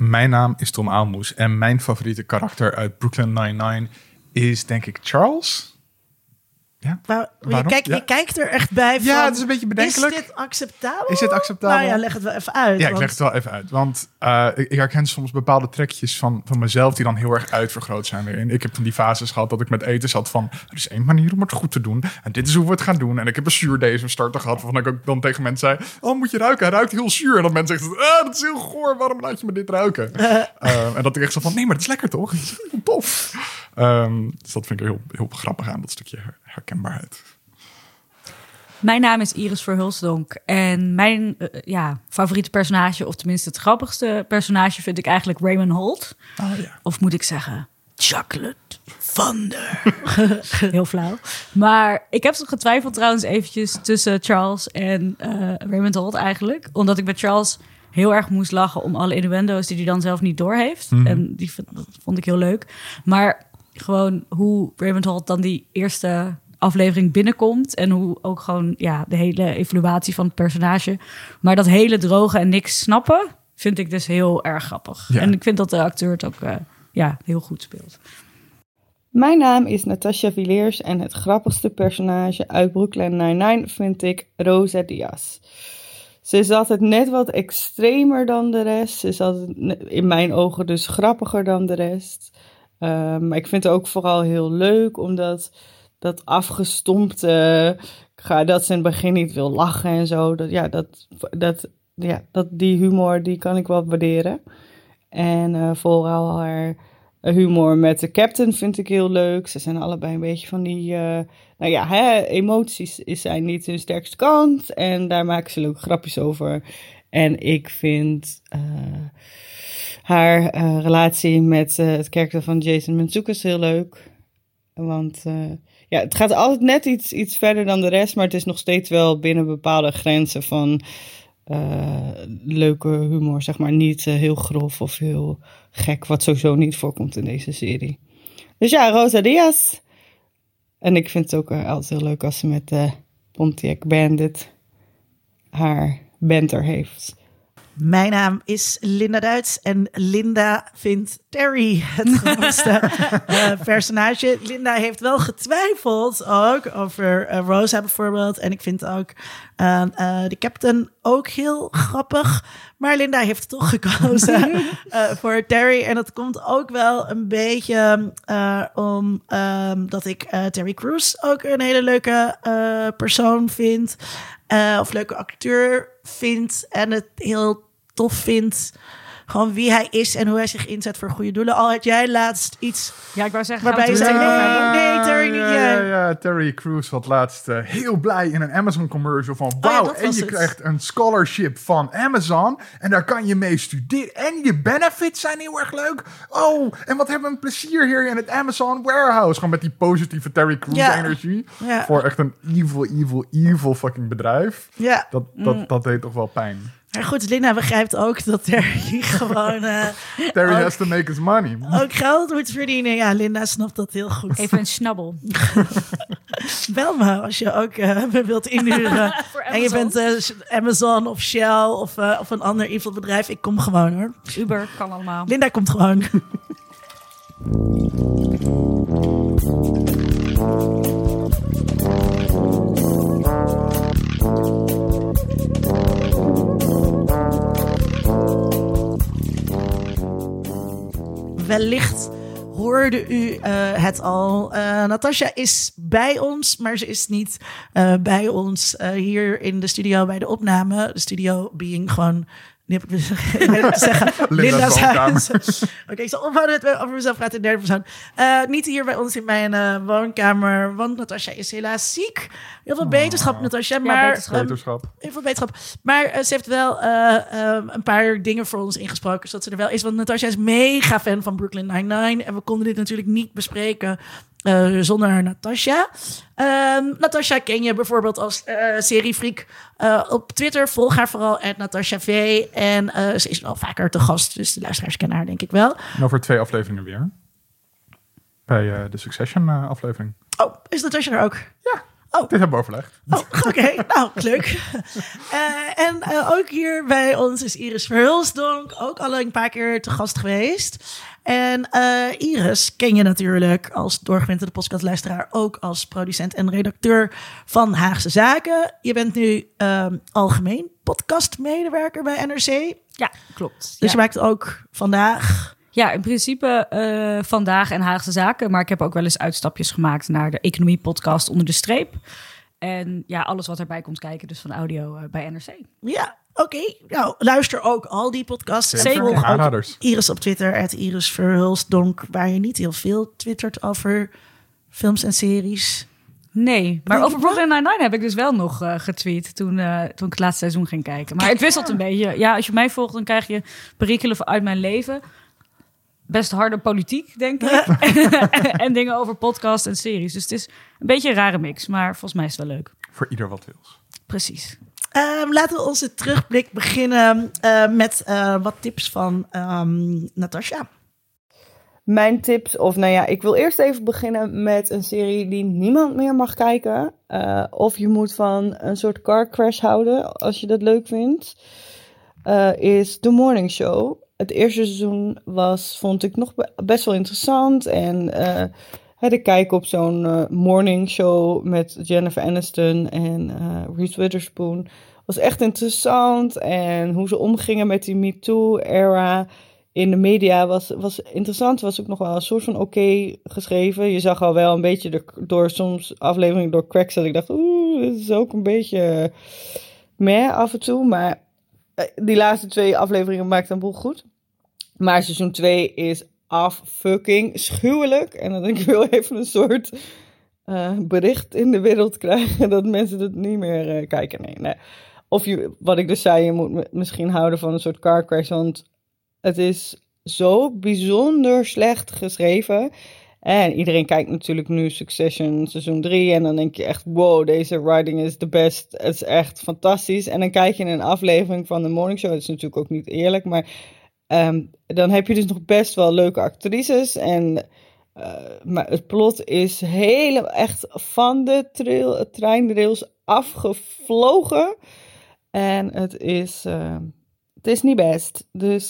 Mijn naam is Tom Aalmoes en mijn favoriete karakter uit Brooklyn Nine-Nine is denk ik Charles. Ja. Je kijkt er echt bij van... Ja, het is een beetje bedenkelijk. Is dit acceptabel? Is dit acceptabel? Nou ja, leg het wel even uit. Ja, ik leg het wel even uit. Want ik herken soms bepaalde trekjes van mezelf die dan heel erg uitvergroot zijn weer. En ik heb van die fases gehad dat ik met eten zat van... er is één manier om het goed te doen. En dit is hoe we het gaan doen. En ik heb een zuurdezen starter gehad waarvan ik ook dan tegen mensen zei... oh, moet je ruiken? Hij ruikt heel zuur. En dan mensen zeggen, dat is heel goor. Waarom laat je me dit ruiken? En dat ik echt zo van, nee, maar dat is lekker toch? Dat is heel tof. Dus dat vind ik er heel, heel grappig aan, dat stukje herkenbaarheid. Mijn naam is Iris Verhulsdonk en mijn favoriete personage, of tenminste het grappigste personage, vind ik eigenlijk Raymond Holt. Oh, ja. Of moet ik zeggen, Chocolate Thunder. Heel flauw. Maar ik heb getwijfeld trouwens eventjes tussen Charles en Raymond Holt eigenlijk. Omdat ik bij Charles heel erg moest lachen om alle innuendo's die hij dan zelf niet doorheeft. Mm-hmm. En dat vond ik heel leuk. Maar gewoon hoe Raymond Holt dan die eerste aflevering binnenkomt en hoe ook gewoon de hele evaluatie van het personage. Maar dat hele droge en niks snappen vind ik dus heel erg grappig. Ja. En ik vind dat de acteur het ook heel goed speelt. Mijn naam is Natasha Villiers en het grappigste personage uit Brooklyn Nine-Nine vind ik Rosa Diaz. Ze is altijd net wat extremer dan de rest. Ze is altijd in mijn ogen dus grappiger dan de rest. Maar ik vind het ook vooral heel leuk, omdat dat afgestompte, dat ze in het begin niet wil lachen en zo. Die humor, die kan ik wel waarderen. En vooral haar humor met de captain vind ik heel leuk. Ze zijn allebei een beetje van die... emoties zijn niet hun sterkste kant. En daar maken ze leuke grapjes over. En ik vind haar relatie met het karakter van Jason Mantzoukas heel leuk. Want het gaat altijd net iets verder dan de rest. Maar het is nog steeds wel binnen bepaalde grenzen van leuke humor. Zeg maar niet heel grof of heel gek. Wat sowieso niet voorkomt in deze serie. Dus ja, Rosa Diaz. En ik vind het ook altijd heel leuk als ze met de Pontiac Bandit haar banter heeft. Mijn naam is Linda Duits en Linda vindt Terry het grappigste personage. Linda heeft wel getwijfeld ook over Rosa bijvoorbeeld. En ik vind ook de captain ook heel grappig. Maar Linda heeft toch gekozen voor Terry. En dat komt ook wel een beetje omdat ik Terry Crews ook een hele leuke persoon vind. Of leuke acteur vindt. En het heel tof vindt. Gewoon wie hij is en hoe hij zich inzet voor goede doelen. Al had jij laatst iets... Ja, ik wou zeggen... Waarbij je zei, nee, Terry, niet jij. Ja, Terry Crews had laatst heel blij in een Amazon commercial van... wauw, en je krijgt een scholarship van Amazon... en daar kan je mee studeren. En je benefits zijn heel erg leuk. Oh, en wat hebben we een plezier hier in het Amazon warehouse. Gewoon met die positieve Terry Crews-energie. Ja. Voor echt een evil fucking bedrijf. Ja. Dat deed toch wel pijn. Maar goed, Linda begrijpt ook dat Terry gewoon... Terry has to make his money. Ook geld moet verdienen. Ja, Linda snapt dat heel goed. Even een snabbel. Bel me als je ook me wilt inhuren. En je bent Amazon of Shell of een ander evil bedrijf. Ik kom gewoon hoor. Uber kan allemaal. Linda komt gewoon. Wellicht hoorde u het al. Natasha is bij ons, maar ze is niet bij ons hier in de studio bij de opname. De studio being gewoon... Nu heb ik te zeggen. Linda's huis. Oké, ik zal ophouden over mezelf praten in derde persoon. Niet hier bij ons in mijn woonkamer, want Natasha is helaas ziek. Heel veel beterschap, Natasha. Maar, beterschap. Heel veel beterschap. Maar ze heeft wel een paar dingen voor ons ingesproken, zodat ze er wel is. Want Natasha is mega fan van Brooklyn Nine-Nine. En we konden dit natuurlijk niet bespreken zonder Natasha. Natasha ken je bijvoorbeeld als seriefreak op Twitter. Volg haar vooral @Natasha V. En ze is wel vaker te gast, dus de luisteraars kennen haar denk ik wel. En over 2 afleveringen weer. Bij de Succession aflevering. Oh, is Natasha er ook? Ja. Dit hebben we overlegd. Oh, oké. Nou, leuk. En ook hier bij ons is Iris Verhulsdonk ook al een paar keer te gast geweest. En Iris ken je natuurlijk als doorgewinterde podcastluisteraar, ook als producent en redacteur van Haagse Zaken. Je bent nu algemeen podcastmedewerker bij NRC. Ja, klopt. Dus je maakt ook vandaag... Ja, in principe Vandaag en Haagse Zaken. Maar ik heb ook wel eens uitstapjes gemaakt naar de economie-podcast Onder de Streep. En ja, alles wat erbij komt kijken, dus van audio bij NRC. Ja, oké. Nou, luister ook al die podcasts. En Zeker. volg ook Aanraders. Iris op Twitter, @Iris Verhulsdonk, waar je niet heel veel twittert over films en series. Nee, maar Denk over je wel? Brooklyn Nine-Nine heb ik dus wel nog getweet toen ik het laatste seizoen ging kijken. Maar het wisselt een beetje. Ja, als je mij volgt, dan krijg je perikelen uit mijn leven. Best harde politiek, denk ik. En dingen over podcast en series. Dus het is een beetje een rare mix, maar volgens mij is het wel leuk. Voor ieder wat wils. Precies. Laten we onze terugblik beginnen met wat tips van Natasja. Mijn tips, of nou ja, ik wil eerst even beginnen met een serie die niemand meer mag kijken. Of je moet van een soort car crash houden, als je dat leuk vindt. Is The Morning Show. Het eerste seizoen vond ik nog best wel interessant. En de kijk op zo'n morning show met Jennifer Aniston en Reese Witherspoon was echt interessant. En hoe ze omgingen met die MeToo-era in de media was interessant. Was ook nog wel een soort van oké geschreven. Je zag al wel een beetje door soms afleveringen door cracks dat ik dacht, dit is ook een beetje meh af en toe. Maar die laatste 2 afleveringen maakt een boel goed. Maar seizoen 2 is fucking schuwelijk. En dan denk ik wil even een soort bericht in de wereld krijgen dat mensen het niet meer kijken. Nee. Of wat ik dus zei, je moet misschien houden van een soort car crash. Want het is zo bijzonder slecht geschreven. En iedereen kijkt natuurlijk nu Succession seizoen 3. En dan denk je echt, wow, deze writing is the best. Het is echt fantastisch. En dan kijk je een aflevering van de Morning Show. Dat is natuurlijk ook niet eerlijk, maar dan heb je dus nog best wel leuke actrices. Maar het plot is echt van de treinrails afgevlogen. En het is niet best. Dus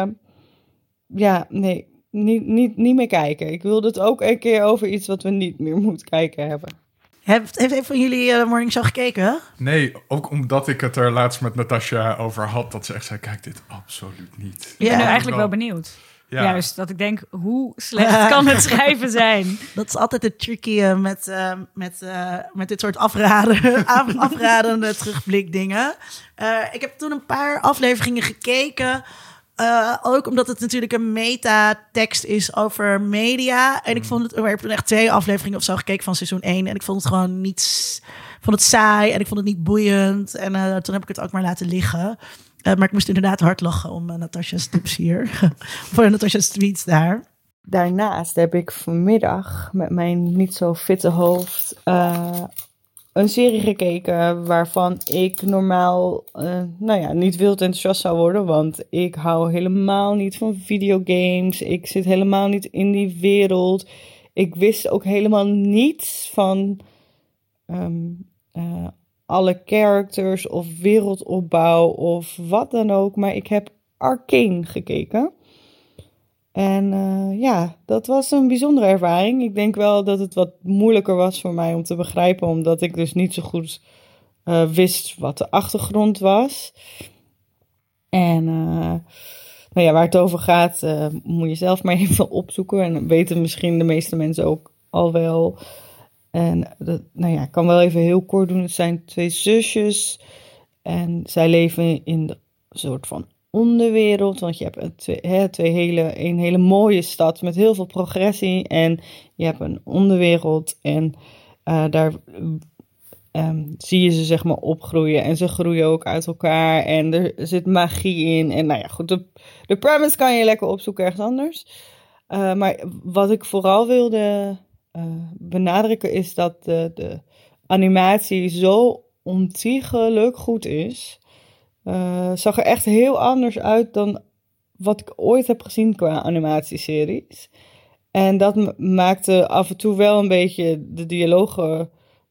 nee, niet meer kijken. Ik wilde het ook een keer over iets wat we niet meer moeten kijken hebben. Heeft een van jullie de Morning Show gekeken? Nee, ook omdat ik het er laatst met Natasja over had. Dat ze echt zei, kijk dit absoluut niet. Ik ben Ja. nu eigenlijk wel benieuwd. Ja. Juist, dat ik denk, hoe slecht kan het schrijven zijn? Dat is altijd het tricky met dit soort afradende terugblikdingen. Ik heb toen een paar afleveringen gekeken. Ook omdat het natuurlijk een metatekst is over media. En ik heb toen echt 2 afleveringen of zo gekeken van seizoen 1. En ik vond het gewoon niets. Ik vond het saai en ik vond het niet boeiend. En toen heb ik het ook maar laten liggen. Maar ik moest inderdaad hard lachen om Natasja's tips hier. Voor Natasja's tweets daar. Daarnaast heb ik vanmiddag met mijn niet zo fitte hoofd een serie gekeken waarvan ik normaal niet wild enthousiast zou worden. Want ik hou helemaal niet van videogames. Ik zit helemaal niet in die wereld. Ik wist ook helemaal niets van alle characters of wereldopbouw of wat dan ook. Maar ik heb Arcane gekeken. En dat was een bijzondere ervaring. Ik denk wel dat het wat moeilijker was voor mij om te begrijpen, omdat ik dus niet zo goed wist wat de achtergrond was. En waar het over gaat, moet je zelf maar even opzoeken. En dat weten misschien de meeste mensen ook al wel. En ik kan wel even heel kort doen. Het zijn 2 zusjes. En zij leven in een soort van onderwereld. Want je hebt een hele mooie stad met heel veel progressie. En je hebt een onderwereld. En daar zie je ze zeg maar opgroeien. En ze groeien ook uit elkaar. En er zit magie in. En goed, de premise kan je lekker opzoeken ergens anders. Maar wat ik vooral wilde benadrukken is dat de animatie zo ontiegelijk goed is. Zag er echt heel anders uit dan wat ik ooit heb gezien qua animatieseries. En dat maakte af en toe wel een beetje de dialogen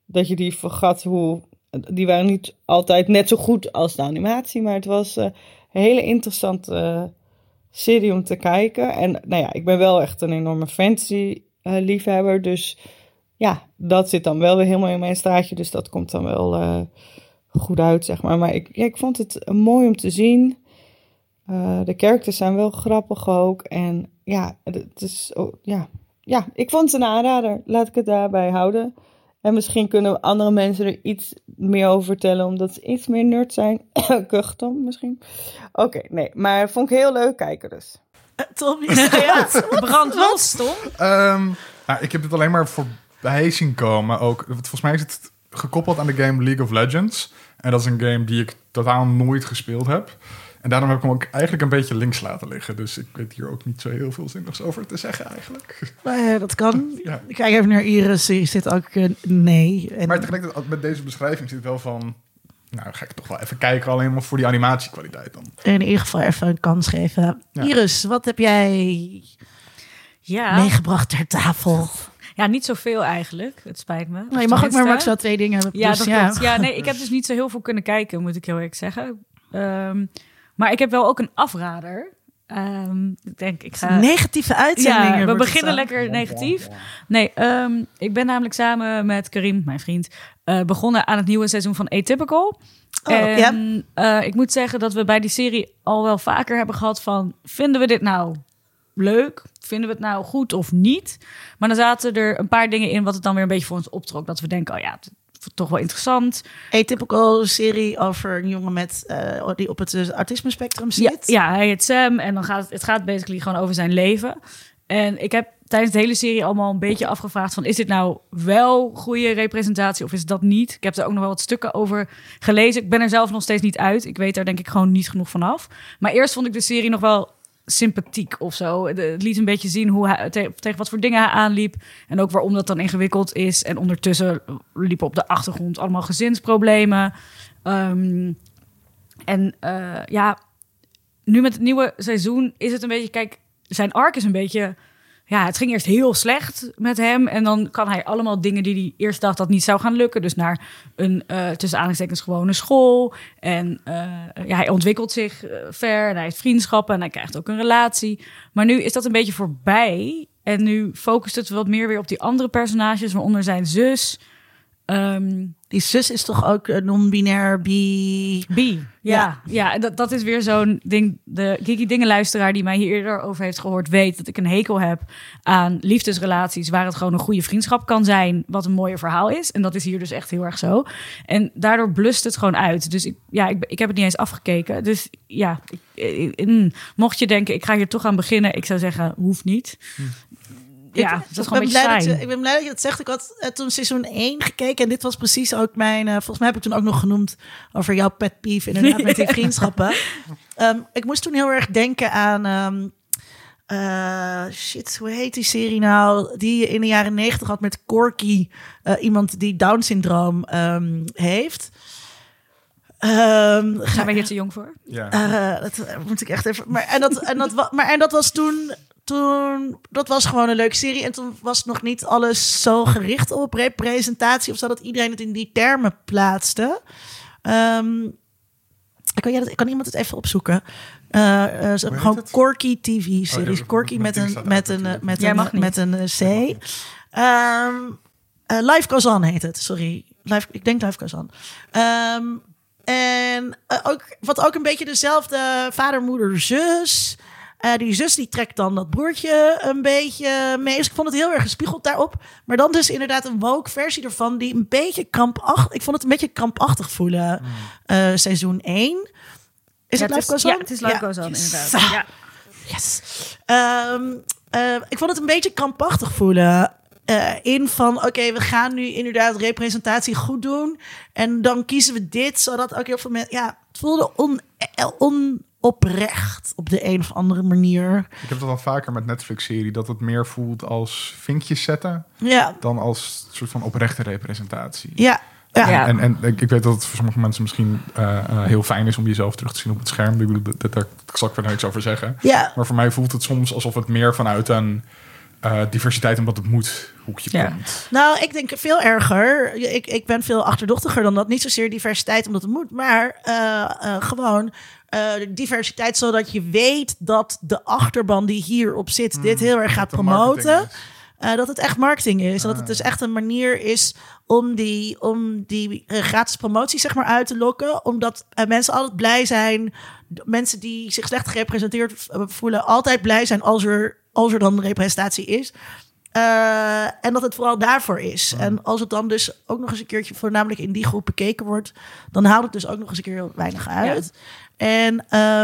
dat je die vergat die waren niet altijd net zo goed als de animatie, maar het was een hele interessante serie om te kijken. En nou ja, ik ben wel echt een enorme fantasy-liefhebber, dus ja, dat zit dan wel weer helemaal in mijn straatje, dus dat komt dan wel goed uit, zeg maar. Maar ik vond het mooi om te zien. De characters zijn wel grappig ook. En ja, het is, ja, ik vond het een aanrader. Laat ik het daarbij houden. En misschien kunnen andere mensen er iets meer over vertellen, omdat ze iets meer nerd zijn. Kuchtom misschien. Oké, nee, maar vond ik heel leuk kijken dus. Tom, Brand los, Tom. Nou, ik heb dit alleen maar voorbij zien komen. Ook, volgens mij is het gekoppeld aan de game League of Legends. En dat is een game die ik totaal nooit gespeeld heb. En daarom heb ik hem ook eigenlijk een beetje links laten liggen. Dus ik weet hier ook niet zo heel veel zinnigs over te zeggen eigenlijk. Dat kan. Ja. Ik kijk even naar Iris. Hier zit ook nee. En Maar tegelijkertijd met deze beschrijving zit het wel van... Nou, ga ik toch wel even kijken alleen maar voor die animatiekwaliteit dan. in ieder geval even een kans geven. Ja. Iris, wat heb jij meegebracht ter tafel? Ja, niet zoveel eigenlijk. Het spijt me. Nou, je mag ook maar maximaal 2 dingen hebben. Ja, Dus, dat klopt. Ja, nee, ik heb dus niet zo heel veel kunnen kijken, moet ik heel eerlijk zeggen. Maar ik heb wel ook een afrader. Ik denk, ik ga... Negatieve uitzendingen. Ja, we wordt het beginnen dan. lekker negatief. Nee, ik ben namelijk samen met Karim, mijn vriend, begonnen aan het nieuwe seizoen van Atypical. Ik moet zeggen dat we bij die serie al wel vaker hebben gehad van... Vinden we dit nou leuk? Vinden we het nou goed of niet? Maar dan zaten er een paar dingen in wat het dan weer een beetje voor ons optrok. Dat we denken, oh ja, toch wel interessant. Atypical serie over een jongen met die op het autisme spectrum zit. Ja, hij heet Sam en dan gaat het gaat basically gewoon over zijn leven. En ik heb tijdens de hele serie allemaal een beetje afgevraagd van... is dit nou wel goede representatie of is dat niet? Ik heb er ook nog wel wat stukken over gelezen. Ik ben er zelf nog steeds niet uit. Ik weet daar denk ik gewoon niet genoeg van af. Maar eerst vond ik de serie nog wel sympathiek of zo. Het liet een beetje zien hoe hij, tegen wat voor dingen hij aanliep. En ook waarom dat dan ingewikkeld is. En ondertussen liepen op de achtergrond allemaal gezinsproblemen. Nu met het nieuwe seizoen is het een beetje... Kijk, zijn arc is een beetje... Ja, het ging eerst heel slecht met hem. En dan kan hij allemaal dingen die hij eerst dacht dat niet zou gaan lukken. Dus naar een tussen aanhalingstekens gewone school. En hij ontwikkelt zich ver. En hij heeft vriendschappen en hij krijgt ook een relatie. Maar nu is dat een beetje voorbij. En nu focust het wat meer weer op die andere personages. Waaronder zijn zus. Die zus is toch ook non-binair bi? Ja, dat is weer zo'n ding. De Geeky Dingen luisteraar die mij hier eerder over heeft gehoord... weet dat ik een hekel heb aan liefdesrelaties... waar het gewoon een goede vriendschap kan zijn... wat een mooier verhaal is. En dat is hier dus echt heel erg zo. En daardoor blust het gewoon uit. Dus ik heb het niet eens afgekeken. Dus ja, mocht je denken... ik ga hier toch aan beginnen... ik zou zeggen, hoeft niet... Ja, dat is gewoon een beetje saai. Ik ben blij dat je dat zegt. Ik had toen seizoen 1 gekeken. En dit was precies ook mijn... volgens mij heb ik toen ook nog genoemd... over jouw pet peeve inderdaad met die vriendschappen. Ik moest toen heel erg denken aan... hoe heet die serie nou? Die je in de jaren 90 had met Corky. Iemand die Down-syndroom heeft. Zijn wij hier te jong voor? Ja. Dat moet ik echt even... Maar dat was toen dat was gewoon een leuke serie. En toen was nog niet alles zo gericht op representatie of zo, dat iedereen het in die termen plaatste. Kan iemand het even opzoeken? Gewoon Corky TV-series. Corky met een C. Life Goes On heet het. Sorry. Ik denk Life Goes On. Wat ook een beetje dezelfde vader, moeder, zus. Die zus die trekt dan dat broertje een beetje mee. Dus ik vond het heel erg gespiegeld daarop. Maar dan dus inderdaad een woke versie ervan die een beetje krampachtig... Ik vond het een beetje krampachtig voelen. Seizoen 1. Is het Life Goes On? Ja, het is Life Goes On, inderdaad. Ja. Yes. Ik vond het een beetje krampachtig voelen. In van, oké, we gaan nu inderdaad representatie goed doen. En dan kiezen we dit, zodat ook heel veel mensen... Ja, het voelde oprecht op de een of andere manier. Ik heb dat al vaker met Netflix-serie... dat het meer voelt als vinkjes zetten... dan als een soort van oprechte representatie. Ja. En ik weet dat het voor sommige mensen misschien heel fijn is... om jezelf terug te zien op het scherm. Daar zal ik verder niks over zeggen. Ja. Maar voor mij voelt het soms alsof het meer vanuit een diversiteit omdat het moet hoekje komt. Nou, ik denk veel erger. Ik ben veel achterdochtiger dan dat. Niet zozeer diversiteit omdat het moet, maar gewoon diversiteit zodat je weet dat de achterban die hierop zit dit heel erg gaat promoten. Dat het echt marketing is. En dat het dus echt een manier is om die gratis promotie zeg maar uit te lokken. Omdat mensen altijd blij zijn. Mensen die zich slecht gerepresenteerd voelen altijd blij zijn als er dan representatie is. En dat het vooral daarvoor is. En als het dan dus ook nog eens een keertje voornamelijk in die groep bekeken wordt, dan haalt het dus ook nog eens een keer heel weinig uit. Ja.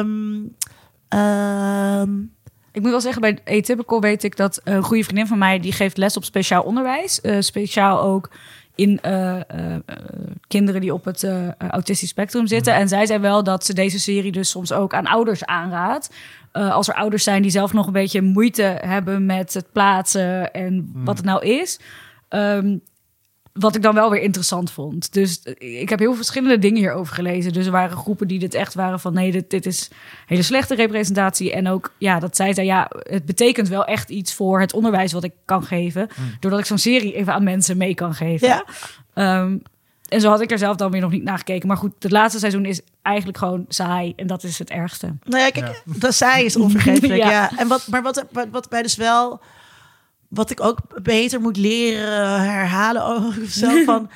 En ik moet wel zeggen, bij Atypical weet ik dat een goede vriendin van mij, die geeft les op speciaal onderwijs. Speciaal ook in kinderen die op het autistisch spectrum zitten. En zij zei wel dat ze deze serie dus soms ook aan ouders aanraadt. Als er ouders zijn die zelf nog een beetje moeite hebben met het plaatsen en wat het nou is. Wat ik dan wel weer interessant vond. Dus ik heb heel verschillende dingen hierover gelezen. Dus er waren groepen die dit echt waren van nee, dit is hele slechte representatie. En ook, ja, dat zij zei, ja, het betekent wel echt iets voor het onderwijs wat ik kan geven. Doordat ik zo'n serie even aan mensen mee kan geven. Ja. En zo had ik er zelf dan weer nog niet naar gekeken. Maar goed, het laatste seizoen is eigenlijk gewoon saai. En dat is het ergste. Nou ja, kijk, dat saai is onvergetelijk. Ja. En wat mij dus wel, wat ik ook beter moet leren herhalen of zo van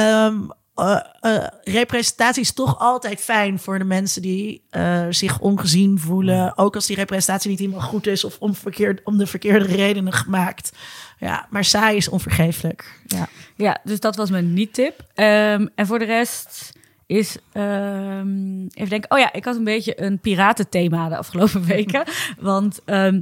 representatie is toch altijd fijn voor de mensen die zich ongezien voelen. Ook als die representatie niet helemaal goed is of om de verkeerde redenen gemaakt. Ja, maar saai is onvergeeflijk. Ja, dus dat was mijn niet-tip. En voor de rest is even denken. Oh ja, ik had een beetje een piratenthema de afgelopen weken. Want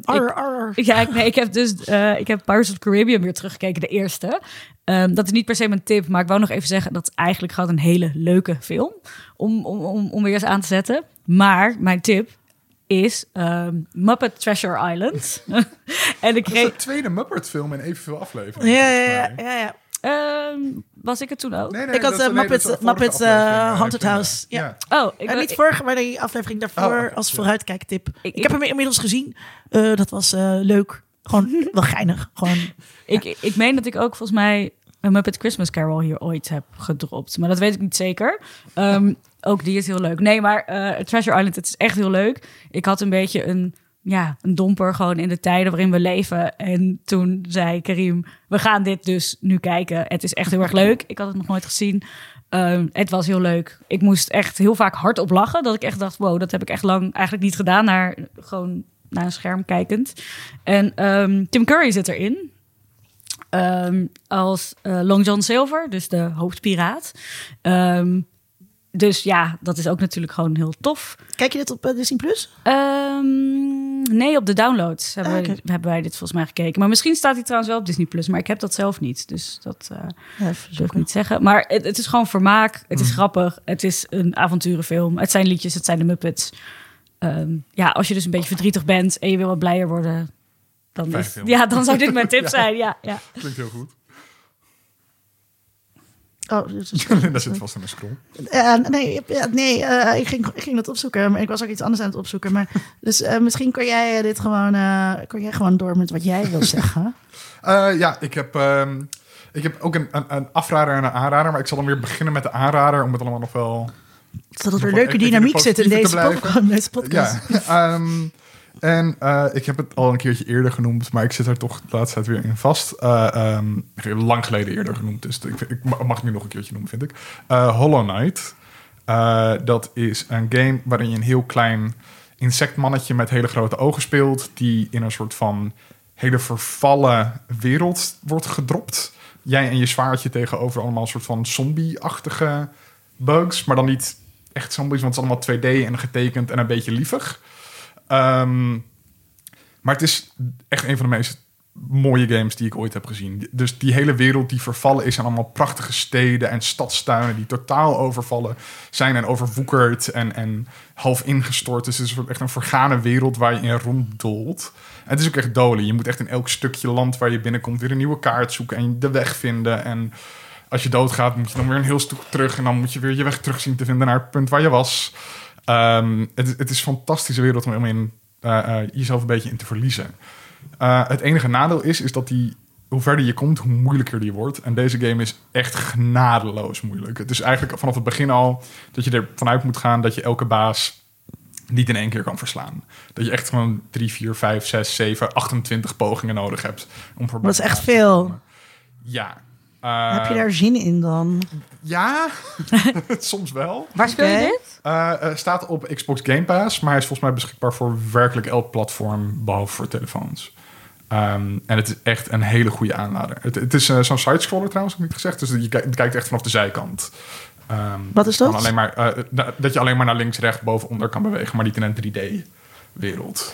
ik heb Pirates of the Caribbean weer teruggekeken, de eerste. Dat is niet per se mijn tip, maar ik wou nog even zeggen dat eigenlijk gewoon een hele leuke film om weer eens aan te zetten. Maar mijn tip is Muppet Treasure Island. En ik kreeg de tweede Muppet film in evenveel afleveringen. Ja. Was ik het toen ook? Nee, ik had Muppet Haunted House. Ja. Oh, niet vorige, maar die aflevering daarvoor als vooruitkijktip. Ik heb hem inmiddels gezien. Dat was leuk. Gewoon wel geinig. Gewoon, ik meen dat ik ook volgens mij een Muppet Christmas Carol hier ooit heb gedropt. Maar dat weet ik niet zeker. Ook die is heel leuk. Nee, maar Treasure Island, het is echt heel leuk. Ik had een beetje een domper gewoon in de tijden waarin we leven. En toen zei Karim, we gaan dit dus nu kijken. Het is echt heel erg leuk. Ik had het nog nooit gezien. Het was heel leuk. Ik moest echt heel vaak hardop lachen. Dat ik echt dacht, wow, dat heb ik echt lang eigenlijk niet gedaan. Naar een scherm kijkend. En Tim Curry zit erin. Als Long John Silver, dus de hoofdpiraat. Dus ja, dat is ook natuurlijk gewoon heel tof. Kijk je dit op Disney+? Nee, op de downloads hebben wij dit volgens mij gekeken. Maar misschien staat hij trouwens wel op Disney+, maar ik heb dat zelf niet. Dus dat durf ik niet zeggen. Maar het is gewoon vermaak. Het is grappig. Het is een avonturenfilm. Het zijn liedjes, het zijn de Muppets. Als je dus een beetje verdrietig bent en je wil wat blijer worden, dan zou dit mijn tip zijn. Ja. Klinkt heel goed. Oh, Linda zit vast in een scroll. Ik ging dat opzoeken, maar ik was ook iets anders aan het opzoeken. Maar, dus misschien kon jij dit gewoon door met wat jij wil zeggen. Ik heb ook een afrader en een aanrader, maar ik zal dan weer beginnen met de aanrader, om het allemaal nog wel... Zodat er leuke dynamiek zit in deze podcast. Ja, en ik heb het al een keertje eerder genoemd, maar ik zit er toch de laatste tijd weer in vast. Ik heb het lang geleden eerder genoemd, dus ik mag het nu nog een keertje noemen, vind ik. Hollow Knight. Dat is een game waarin je een heel klein insectmannetje met hele grote ogen speelt, die in een soort van hele vervallen wereld wordt gedropt. Jij en je zwaardje tegenover allemaal soort van zombie-achtige bugs, maar dan niet echt zombies, want het is allemaal 2D en getekend en een beetje lievig. Maar het is echt een van de meest mooie games die ik ooit heb gezien. Dus die hele wereld die vervallen is en allemaal prachtige steden en stadstuinen die totaal overvallen zijn en overwoekerd en half ingestort. Dus het is echt een vergane wereld waar je in ronddolt. En het is ook echt dolen. Je moet echt in elk stukje land waar je binnenkomt weer een nieuwe kaart zoeken en de weg vinden. En als je doodgaat moet je dan weer een heel stuk terug en dan moet je weer je weg terug zien te vinden naar het punt waar je was. Het is een fantastische wereld om in jezelf een beetje in te verliezen. Het enige nadeel is dat hoe verder je komt, hoe moeilijker die wordt. En deze game is echt genadeloos moeilijk. Het is eigenlijk vanaf het begin al dat je ervan uit moet gaan dat je elke baas niet in één keer kan verslaan. Dat je echt gewoon 3, 4, 5, 6, 7, 28 pogingen nodig hebt. Dat is echt veel. Ja. Heb je daar zin in dan? Ja, soms wel. Waar speel je dit? Staat op Xbox Game Pass, maar hij is volgens mij beschikbaar voor werkelijk elk platform, behalve voor telefoons. En het is echt een hele goede aanrader. Het is zo'n sidescroller trouwens, heb ik niet gezegd. Dus je kijkt echt vanaf de zijkant. Wat is dat? Alleen maar, dat je alleen maar naar links, rechts, boven, onder kan bewegen, maar niet in een 3D-wereld.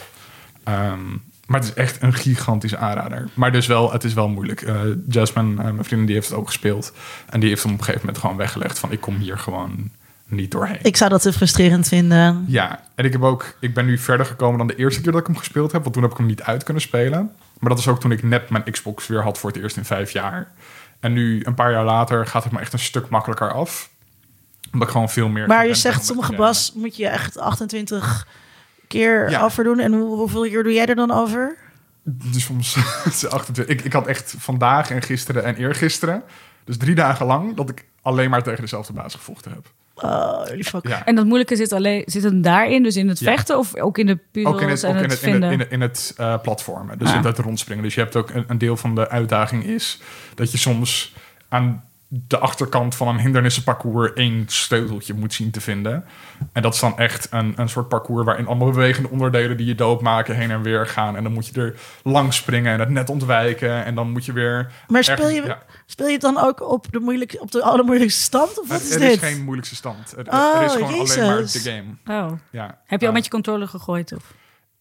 Maar het is echt een gigantische aanrader. Maar dus wel, het is wel moeilijk. Jasmine, mijn vriendin, die heeft het ook gespeeld. En die heeft hem op een gegeven moment gewoon weggelegd van ik kom hier gewoon niet doorheen. Ik zou dat te frustrerend vinden. Ja, en ik ben nu verder gekomen dan de eerste keer dat ik hem gespeeld heb. Want toen heb ik hem niet uit kunnen spelen. Maar dat is ook toen ik net mijn Xbox weer had voor het eerst in 5 jaar. En nu, een paar jaar later, gaat het me echt een stuk makkelijker af. Omdat ik gewoon veel meer... Maar je zegt, sommige bas moet je echt 28 keer overdoen. En hoeveel keer doe jij er dan over? Dus soms 28. Ik had echt vandaag en gisteren en eergisteren, dus 3 dagen lang, dat ik alleen maar tegen dezelfde baas gevochten heb. Oh, die fuck. Ja. En dat moeilijke zit hem daarin, dus in het vechten of ook in de puzzels en het vinden? In het platformen, dus in het rondspringen. Dus je hebt ook een deel van de uitdaging is dat je soms aan de achterkant van een hindernissenparcours 1 sleuteltje moet zien te vinden. En dat is dan echt een soort parcours waarin allemaal bewegende onderdelen die je doodmaken heen en weer gaan. En dan moet je er langs springen en het net ontwijken. En dan moet je weer... Maar speel je het dan ook op de allermoeilijkste stand? Of wat is dit? Er is geen moeilijkste stand. Er is gewoon alleen maar de game. Oh. Ja. Heb je al met je controller gegooid? Of?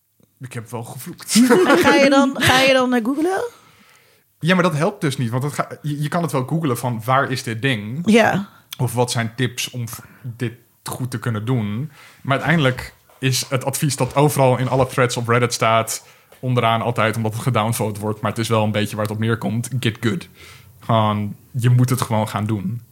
Ik heb wel gevloekt. En ga je dan googlen? Ja, maar dat helpt dus niet. Want je kan het wel googlen van waar is dit ding? Ja. Of wat zijn tips om dit goed te kunnen doen? Maar uiteindelijk is het advies dat overal in alle threads op Reddit staat onderaan altijd, omdat het gedownvote wordt. Maar het is wel een beetje waar het op neerkomt. Get good. Gewoon, je moet het gewoon gaan doen.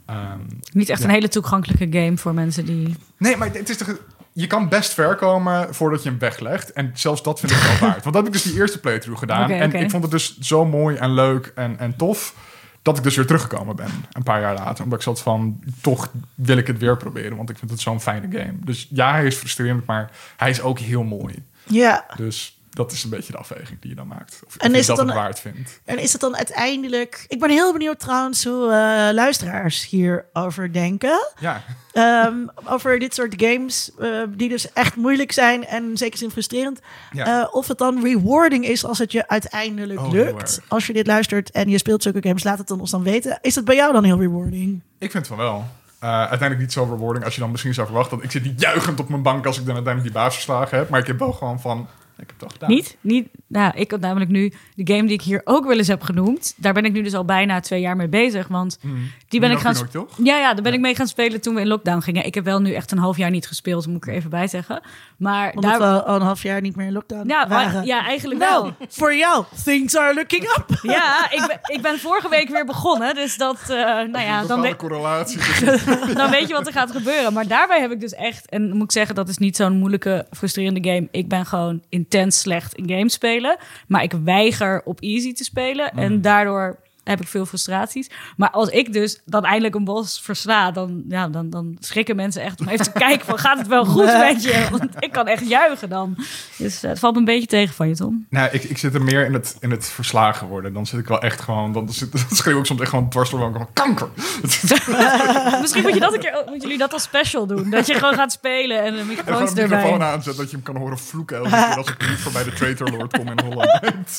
Niet echt een hele toegankelijke game voor mensen die... Nee, maar het is toch... Je kan best ver komen voordat je hem weglegt. En zelfs dat vind ik wel waard. Want dat heb ik dus die eerste playthrough gedaan. Okay. Ik vond het dus zo mooi en leuk en tof, dat ik dus weer teruggekomen ben een paar jaar later. Omdat ik zat van, toch wil ik het weer proberen. Want ik vind het zo'n fijne game. Dus ja, hij is frustrerend, maar hij is ook heel mooi. Ja. Dus dat is een beetje de afweging die je dan maakt. Of en je is dat het dan waard vindt. En is het dan uiteindelijk... Ik ben heel benieuwd trouwens hoe luisteraars hierover denken. Ja. Over dit soort games die dus echt moeilijk zijn en zeker zin frustrerend. Ja. Of het dan rewarding is als het je uiteindelijk lukt. Als je dit luistert en je speelt zulke games, laat het dan ons dan weten. Is het bij jou dan heel rewarding? Ik vind het van wel. Uiteindelijk niet zo rewarding als je dan misschien zou verwachten. Dat ik zit niet juichend op mijn bank als ik dan uiteindelijk die baas verslagen heb. Maar ik heb wel gewoon van... Ik heb het al gedaan. Niet? Nou, ik had namelijk nu de game die ik hier ook wel eens heb genoemd. Daar ben ik nu dus al bijna 2 jaar mee bezig. Want die ben ik gaan... Ja, daar ben ik mee gaan spelen toen we in lockdown gingen. Ik heb wel nu echt een half jaar niet gespeeld, moet ik er even bij zeggen. Maar omdat we al een half jaar niet meer in lockdown waren. Ja, eigenlijk wel. Nou, voor jou, things are looking up. Ja, ik ben vorige week weer begonnen. Dus dat, dan correlatie. Dan weet je wat er gaat gebeuren. Maar daarbij heb ik dus echt... En moet ik zeggen, dat is niet zo'n moeilijke, frustrerende game. Ik ben gewoon intens slecht in games spelen. Maar ik weiger op easy te spelen. En daardoor heb ik veel frustraties. Maar als ik dus dan eindelijk een boss versla... dan schrikken mensen echt om even te kijken van... gaat het wel goed met je? Want ik kan echt juichen dan. Dus het valt me een beetje tegen van je, Tom. Nou, ik zit er meer in het verslagen worden. Dan zit ik wel echt gewoon... Dan schreeuw ik soms echt gewoon dwars door van kanker. Misschien moeten jullie dat als special doen. Dat je gewoon gaat spelen en een microfoon aanzet... dat je hem kan horen vloeken elke keer als ik niet voorbij de Traitor Lord kom in Holland.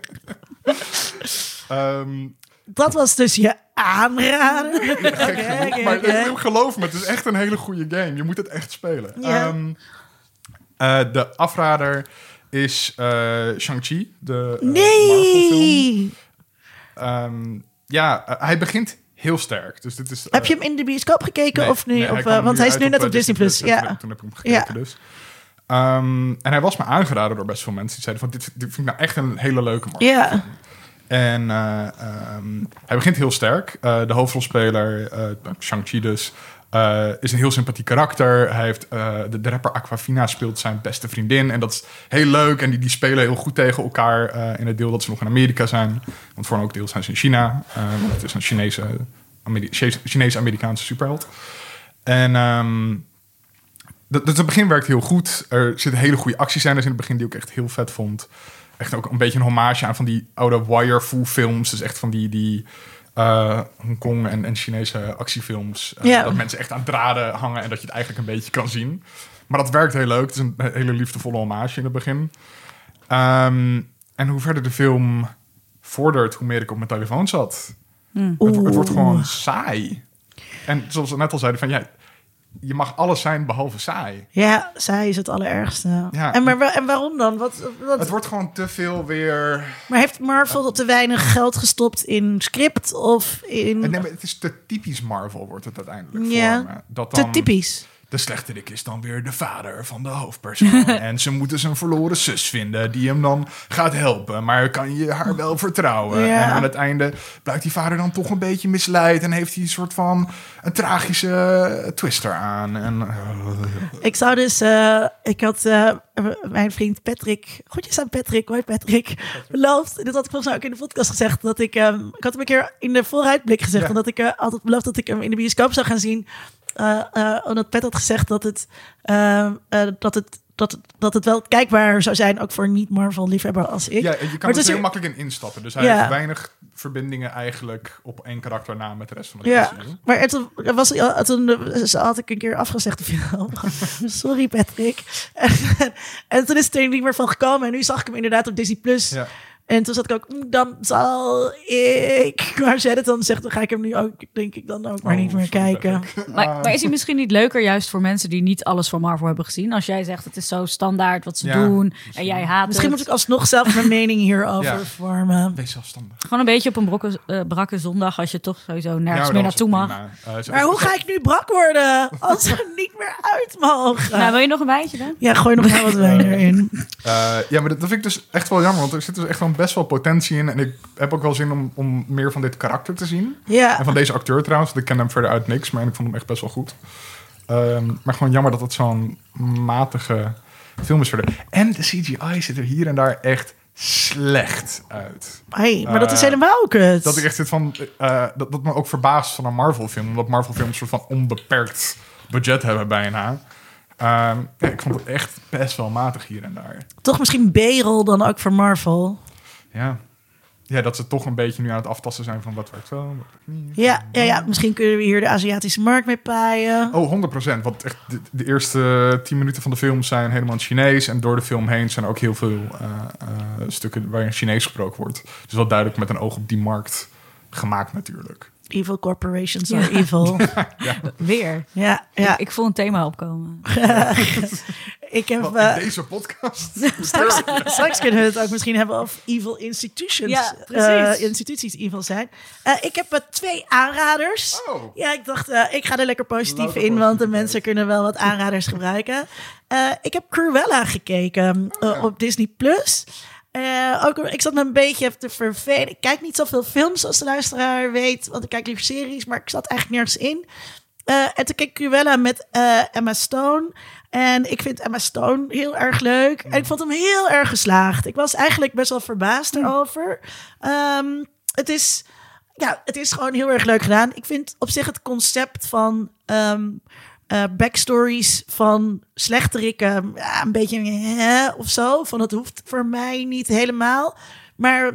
Dat was dus je aanrader. Maar geloof me, het is echt een hele goede game. Je moet het echt spelen. Ja. De afrader is Shang-Chi, de Marvel-film. Hij begint heel sterk. Dus dit is, heb je hem in de bioscoop gekeken of nu? Want hij is nu net op Disney+. Plus. Toen heb ik hem gekeken dus. En hij was me aangeraden door best veel mensen. Die zeiden van, dit vind ik nou echt een hele leuke Marvel. Ja. En hij begint heel sterk. De hoofdrolspeler, Shang-Chi dus, is een heel sympathiek karakter. Hij heeft de rapper Aquafina speelt zijn beste vriendin. En dat is heel leuk. En die spelen heel goed tegen elkaar in het deel dat ze nog in Amerika zijn. Want voor een ook deel zijn ze in China. Want het is een Chinese-Amerikaanse superheld. En het begin werkt heel goed. Er zitten hele goede actiescènes in het begin die ik echt heel vet vond. Echt ook een beetje een hommage aan van die oude Wire-Fu films. Dus echt van die Hongkong en Chinese actiefilms. Dat mensen echt aan draden hangen en dat je het eigenlijk een beetje kan zien. Maar dat werkt heel leuk. Het is een hele liefdevolle hommage in het begin. En hoe verder de film vordert, hoe meer ik op mijn telefoon zat. Het wordt gewoon saai. En zoals we net al zeiden, van je mag alles zijn behalve saai. Ja, saai is het allerergste. Ja. En waarom dan? Wat? Het wordt gewoon te veel weer... Maar heeft Marvel te weinig geld gestopt in script of in... Nee, maar het is te typisch Marvel, wordt het uiteindelijk voor me. Dat te dan typisch. De slechterik is dan weer de vader van de hoofdpersoon. En ze moeten zijn verloren zus vinden die hem dan gaat helpen. Maar kan je haar wel vertrouwen? Ja. En aan het einde blijkt die vader dan toch een beetje misleid. En heeft hij een soort van een tragische twister aan. En, Ik zou dus... ik had mijn vriend Patrick... Groetjes aan Patrick. Hoi Patrick. Beloofd. Dit had ik volgens mij ook in de podcast gezegd. Dat ik had hem een keer in de vooruitblik gezegd. En dat ik altijd beloofd dat ik hem in de bioscoop zou gaan zien. Omdat Pat had gezegd dat het wel kijkbaar zou zijn, ook voor niet-Marvel-liefhebber als ik. Ja, je kan er heel makkelijk in instappen. Dus hij heeft weinig verbindingen eigenlijk op één karakter na met de rest van de serie. Maar toen had ik een keer afgezegd de film. Sorry, Patrick. En toen is het er niet meer van gekomen. En nu zag ik hem inderdaad op Disney+. Ja. En toen zat ik ook, dan zal ik... Maar zij het dan zegt, dan ga ik hem nu ook, denk ik, dan ook maar niet meer kijken. Maar is hij misschien niet leuker juist voor mensen die niet alles van Marvel hebben gezien? Als jij zegt, het is zo standaard wat ze doen en jij haat misschien het. moet ik alsnog zelf mijn mening hierover vormen. Wees zelfstandig. Gewoon een beetje op een brakke zondag, als je toch sowieso nergens meer naartoe mag. Maar hoe ga ik nu brak worden als we niet meer uit mogen? Nou, wil je nog een wijntje dan? Ja, gooi nog maar wat wijn erin. Ja, maar dat vind ik dus echt wel jammer, want er zit dus echt wel best wel potentie in. En ik heb ook wel zin om meer van dit karakter te zien. Ja. En van deze acteur trouwens, want ik ken hem verder uit niks, maar ik vond hem echt best wel goed. Maar gewoon jammer dat het zo'n matige film is verder. En de CGI ziet er hier en daar echt slecht uit. Hey, maar dat is helemaal kut. Dat ik echt zit van... dat me ook verbaast van een Marvel-film. Omdat Marvel-films een soort van onbeperkt budget hebben bijna. Ik vond het echt best wel matig hier en daar. Toch misschien B-rol dan ook voor Marvel. Ja, dat ze toch een beetje nu aan het aftasten zijn van wat werkt wel, wat werkt niet. Ja, misschien kunnen we hier de Aziatische markt mee paaien. Oh, 100%. Want echt de eerste 10 minuten van de film zijn helemaal in het Chinees. En door de film heen zijn er ook heel veel stukken waarin Chinees gesproken wordt. Dus wel duidelijk met een oog op die markt gemaakt natuurlijk. Evil corporations are evil. Weer. Ja. Ik voel een thema opkomen. Ik heb in deze podcast. straks kunnen we het ook misschien hebben of evil institutions. Ja, precies. Instituties evil zijn. Ik heb 2 aanraders. Oh. Ja, ik dacht, ik ga er lekker positief in, want de mensen kunnen wel wat aanraders gebruiken. Ik heb Cruella gekeken op Disney+. Ik zat me een beetje te vervelen. Ik kijk niet zoveel films zoals de luisteraar weet, want ik kijk liever series, maar ik zat eigenlijk nergens in. En toen keek ik Cruella met Emma Stone. En ik vind Emma Stone heel erg leuk. En ik vond hem heel erg geslaagd. Ik was eigenlijk best wel verbaasd erover. Het is gewoon heel erg leuk gedaan. Ik vind op zich het concept van backstories van slechterikken een beetje of zo. Van het hoeft voor mij niet helemaal. Maar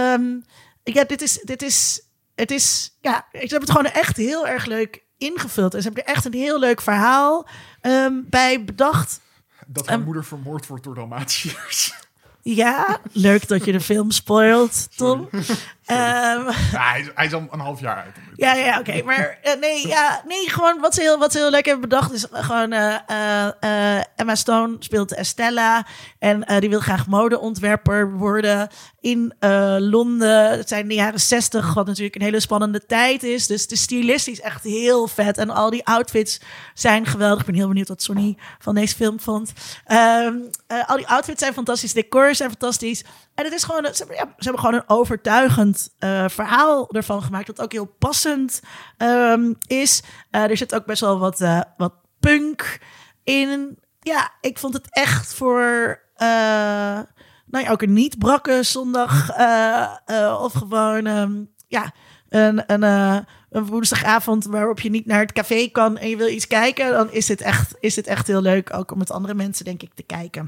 ze hebben het gewoon echt heel erg leuk ingevuld. En ze hebben er echt een heel leuk verhaal bij bedacht. Dat haar moeder vermoord wordt door Dalmatiërs. Ja, leuk dat je de film spoilt, Tom. Hij is al een half jaar uit. Ja, oké. Maar gewoon wat ze heel leuk hebben bedacht is gewoon Emma Stone speelt Estella en die wil graag modeontwerper worden in Londen. Het zijn de jaren 60, wat natuurlijk een hele spannende tijd is. Dus de stilistisch echt heel vet en al die outfits zijn geweldig. Ik ben heel benieuwd wat Sonny van deze film vond. Al die outfits zijn fantastisch, decors zijn fantastisch. En het is gewoon, ze hebben gewoon een overtuigend spannend verhaal ervan gemaakt. Wat ook heel passend is. Er zit ook best wel wat punk in. Ja, ik vond het echt voor... ook een niet brakke zondag. Of gewoon een woensdagavond waarop je niet naar het café kan en je wil iets kijken. Dan is dit echt heel leuk. Ook om met andere mensen, denk ik, te kijken.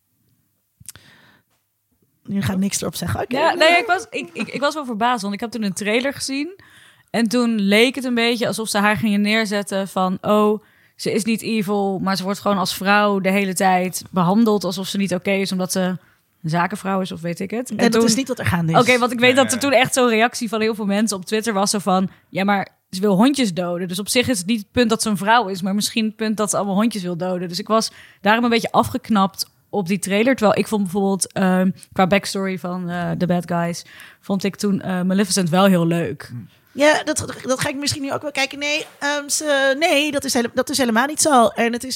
Nu gaat niks erop zeggen. Okay. Ja, nee, ik was wel verbaasd, want ik heb toen een trailer gezien. En toen leek het een beetje alsof ze haar gingen neerzetten van... ze is niet evil, maar ze wordt gewoon als vrouw de hele tijd behandeld... alsof ze niet oké is, omdat ze een zakenvrouw is of weet ik het. En dat is niet wat er gaande is. Oké, want ik weet dat er toen echt zo'n reactie van heel veel mensen op Twitter was... zo van, ja, maar ze wil hondjes doden. Dus op zich is het niet het punt dat ze een vrouw is... maar misschien het punt dat ze allemaal hondjes wil doden. Dus ik was daarom een beetje afgeknapt op die trailer. Terwijl ik vond bijvoorbeeld qua backstory van The Bad Guys... vond ik toen Maleficent wel heel leuk. Ja, dat ga ik misschien nu ook wel kijken. Nee, dat is helemaal niet zo. En het is...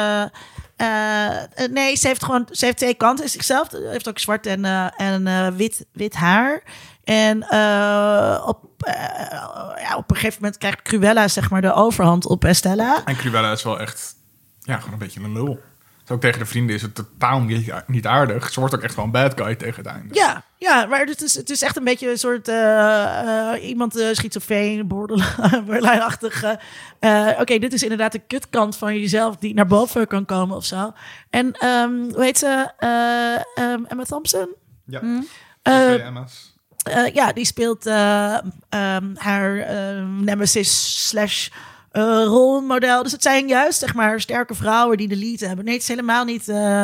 nee, ze heeft twee kanten in zichzelf. Ze heeft ook zwart en wit haar. En op een gegeven moment krijgt Cruella zeg maar de overhand op Estella. En Cruella is wel echt gewoon een beetje een lul. Ook tegen de vrienden is het totaal niet aardig. Ze wordt ook echt wel een bad guy tegen het einde. Ja, maar het is echt een beetje een soort iemand schizofreen, borderline-achtig. Oké, dit is inderdaad de kutkant van jezelf die naar boven kan komen of zo. En hoe heet ze? Emma Thompson? Ja, twee Emma's. Die speelt haar nemesis / rolmodel. Dus het zijn juist zeg maar sterke vrouwen die de lead hebben. Nee, het is helemaal niet...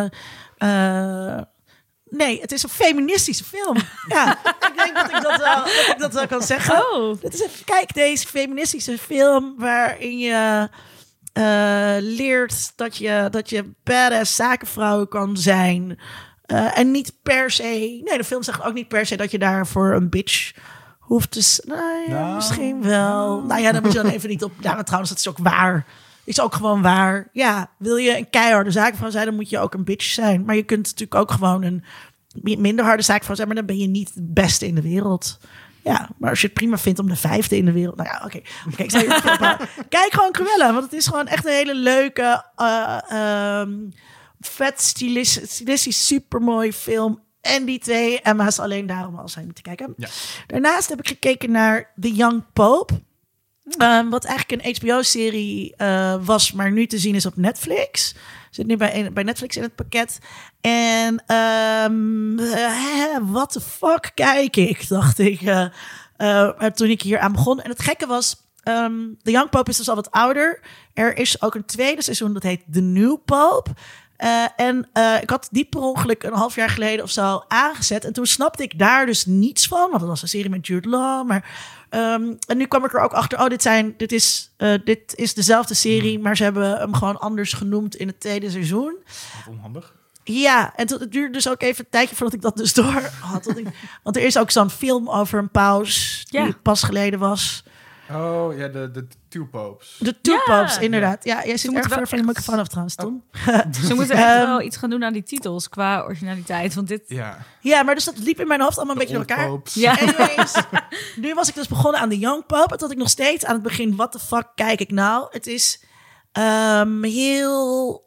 nee, het is een feministische film. Ja, ik denk dat ik dat wel kan zeggen. Dit is kijk, deze feministische film waarin je leert dat je badass zakenvrouw kan zijn. En niet per se... Nee, de film zegt ook niet per se dat je daarvoor een bitch... hoeft te... misschien wel. Nou ja, dan moet je dan even niet op... Ja, maar trouwens, dat is ook waar. Is ook gewoon waar. Ja, wil je een keiharde zakenvrouw zijn... dan moet je ook een bitch zijn. Maar je kunt natuurlijk ook gewoon een minder harde zakenvrouw zijn... maar dan ben je niet de beste in de wereld. Ja, maar als je het prima vindt om de 5e in de wereld... Nou ja, oké. Ik zal je kijk gewoon Cruella, want het is gewoon echt een hele leuke... vet stilistisch supermooi film... En die twee Emma's alleen daarom al zijn te kijken. Ja. Daarnaast heb ik gekeken naar The Young Pope. Wat eigenlijk een HBO-serie was, maar nu te zien is op Netflix. Zit nu bij Netflix in het pakket. En what the fuck kijk ik, dacht ik. Toen ik hier aan begon. En het gekke was, The Young Pope is dus al wat ouder. Er is ook een tweede seizoen, dat heet The New Pope. Ik had die per ongeluk een half jaar geleden of zo aangezet. En toen snapte ik daar dus niets van. Want dat was een serie met Jude Law. Maar, en nu kwam ik er ook achter. Dit is dezelfde serie. Maar ze hebben hem gewoon anders genoemd in het tweede seizoen. Wat onhandig. Ja, en het duurde dus ook even een tijdje voordat ik dat dus door had. Want er is ook zo'n film over een paus die pas geleden was. Oh, ja, de Two Popes. De Two Popes, inderdaad. Ja, jij zit er ver van je microfoon af trouwens, Tom. Ze moeten echt wel iets gaan doen aan die titels qua originaliteit. Want dit... Ja, maar dus dat liep in mijn hoofd allemaal een beetje door elkaar. Ja. Anyways, nu was ik dus begonnen aan de Young Pope. En dat ik nog steeds aan het begin, what the fuck kijk ik nou? Het is heel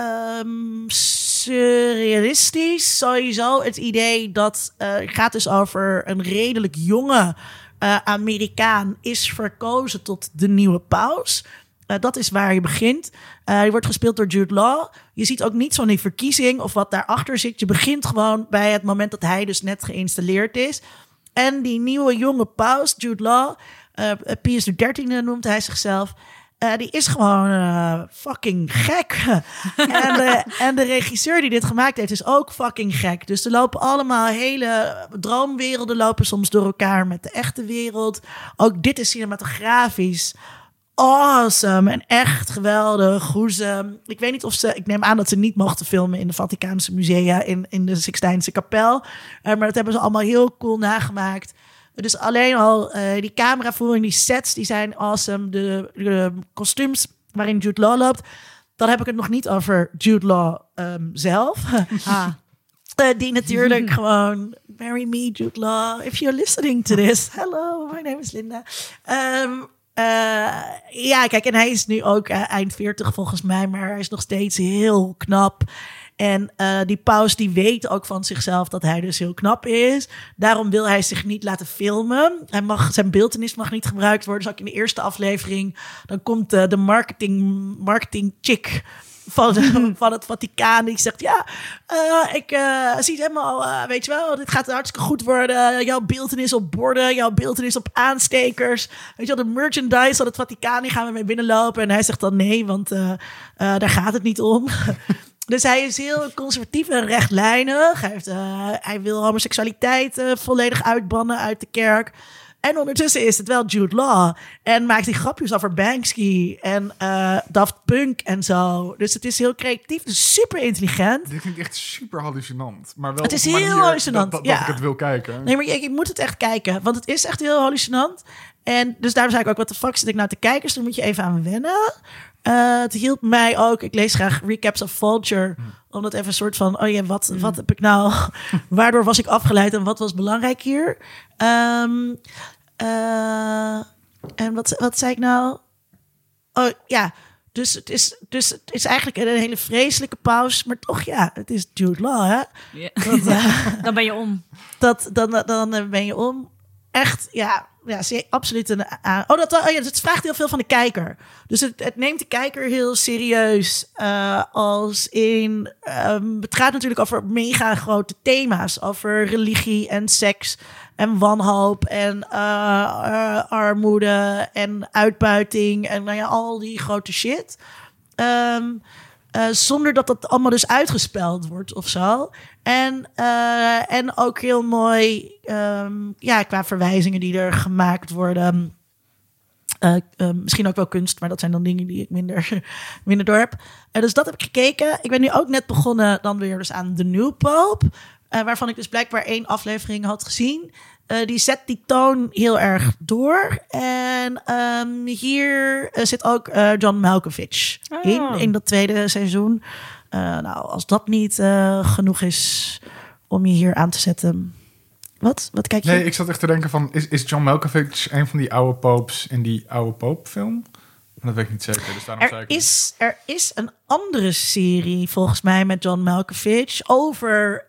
surrealistisch. Sowieso het idee dat gaat dus over een redelijk jonge... Amerikaan is verkozen tot de nieuwe paus. Dat is waar je begint. Die wordt gespeeld door Jude Law. Je ziet ook niet zo'n die verkiezing of wat daarachter zit. Je begint gewoon bij het moment dat hij dus net geïnstalleerd is. En die nieuwe jonge paus, Jude Law, Pius XIII noemt hij zichzelf... die is gewoon fucking gek. En de regisseur die dit gemaakt heeft is ook fucking gek. Dus er lopen allemaal hele droomwerelden lopen soms door elkaar met de echte wereld. Ook dit is cinematografisch awesome en echt geweldig. Hoe ze, ik weet niet of ze... Ik neem aan dat ze niet mochten filmen in de Vaticaanse musea in de Sixtijnse kapel. Maar dat hebben ze allemaal heel cool nagemaakt. Dus alleen al die cameravoering, die sets, die zijn awesome. De kostuums waarin Jude Law loopt. Dan heb ik het nog niet over Jude Law zelf. die natuurlijk gewoon... Marry me, Jude Law. If you're listening to this. Hello, my name is Linda. Ja, kijk, en hij is nu ook eind 40 volgens mij. Maar hij is nog steeds heel knap. En die paus die weet ook van zichzelf dat hij dus heel knap is. Daarom wil hij zich niet laten filmen. Zijn beeltenis mag niet gebruikt worden. Dus ook in de eerste aflevering... dan komt de marketing chick... Van het Vaticaan. Die zegt, ik zie het helemaal, weet je wel, dit gaat hartstikke goed worden. Jouw beeltenis op borden, jouw beeltenis op aanstekers. Weet je wel, de merchandise van het Vaticaan, die gaan we mee binnenlopen. En hij zegt dan nee, want daar gaat het niet om. Dus hij is heel conservatief en rechtlijnig. Hij wil homoseksualiteit volledig uitbannen uit de kerk. En ondertussen is het wel Jude Law. En maakt hij grapjes over Banksy en Daft Punk en zo. Dus het is heel creatief, dus super intelligent. Dit klinkt echt super hallucinant. Maar wel het is op een heel manier hallucinant, dat ja. ik het wil kijken. Nee, maar je moet het echt kijken. Want het is echt heel hallucinant. En dus daarom zei ik ook, wat de fuck zit ik nou te kijken? Dus daar moet je even aan wennen. Het hielp mij ook. Ik lees graag recaps of Vulture. Omdat even een soort van... oh ja, wat heb ik nou... waardoor was ik afgeleid en wat was belangrijk hier? En wat zei ik nou? Oh ja, dus het is eigenlijk een hele vreselijke pauze. Maar toch, ja, het is Jude Law, hè? Yeah. Dan ben je om. Dan ben je om. Echt, ja, absoluut een aan. Het vraagt heel veel van de kijker. Dus het neemt de kijker heel serieus. Als in... het gaat natuurlijk over mega grote thema's. Over religie en seks en wanhoop en armoede en uitbuiting. En nou ja, al die grote shit. Zonder dat dat allemaal dus uitgespeld wordt of zo. En ook heel mooi, qua verwijzingen die er gemaakt worden. Misschien ook wel kunst, maar dat zijn dan dingen die ik minder door heb. Dus dat heb ik gekeken. Ik ben nu ook net begonnen dan weer dus aan The New Pope. Waarvan ik dus blijkbaar 1 aflevering had gezien. Die zet die toon heel erg door. En hier zit ook John Malkovich in dat tweede seizoen. Nou, als dat niet genoeg is om je hier aan te zetten. Wat kijk je? Nee, ik zat echt te denken van... Is John Malkovich een van die oude popes in die oude pope-film? Dat weet ik niet zeker, dus daarom zei ik er is een andere serie, volgens mij, met John Malkovich... over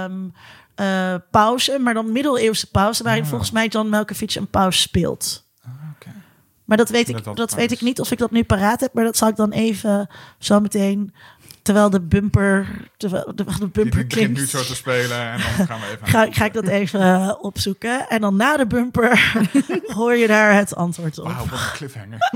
pauze, maar dan middeleeuwse pauze... waarin volgens mij John Malkovich een paus speelt. Okay. Maar dat weet ik niet of ik dat nu paraat heb... maar dat zal ik dan even zo meteen... Terwijl de bumper die klinkt. nu zo te spelen en dan gaan we even... Ga ik dat even opzoeken. En dan na de bumper hoor je daar het antwoord op. Wauw, wat een cliffhanger.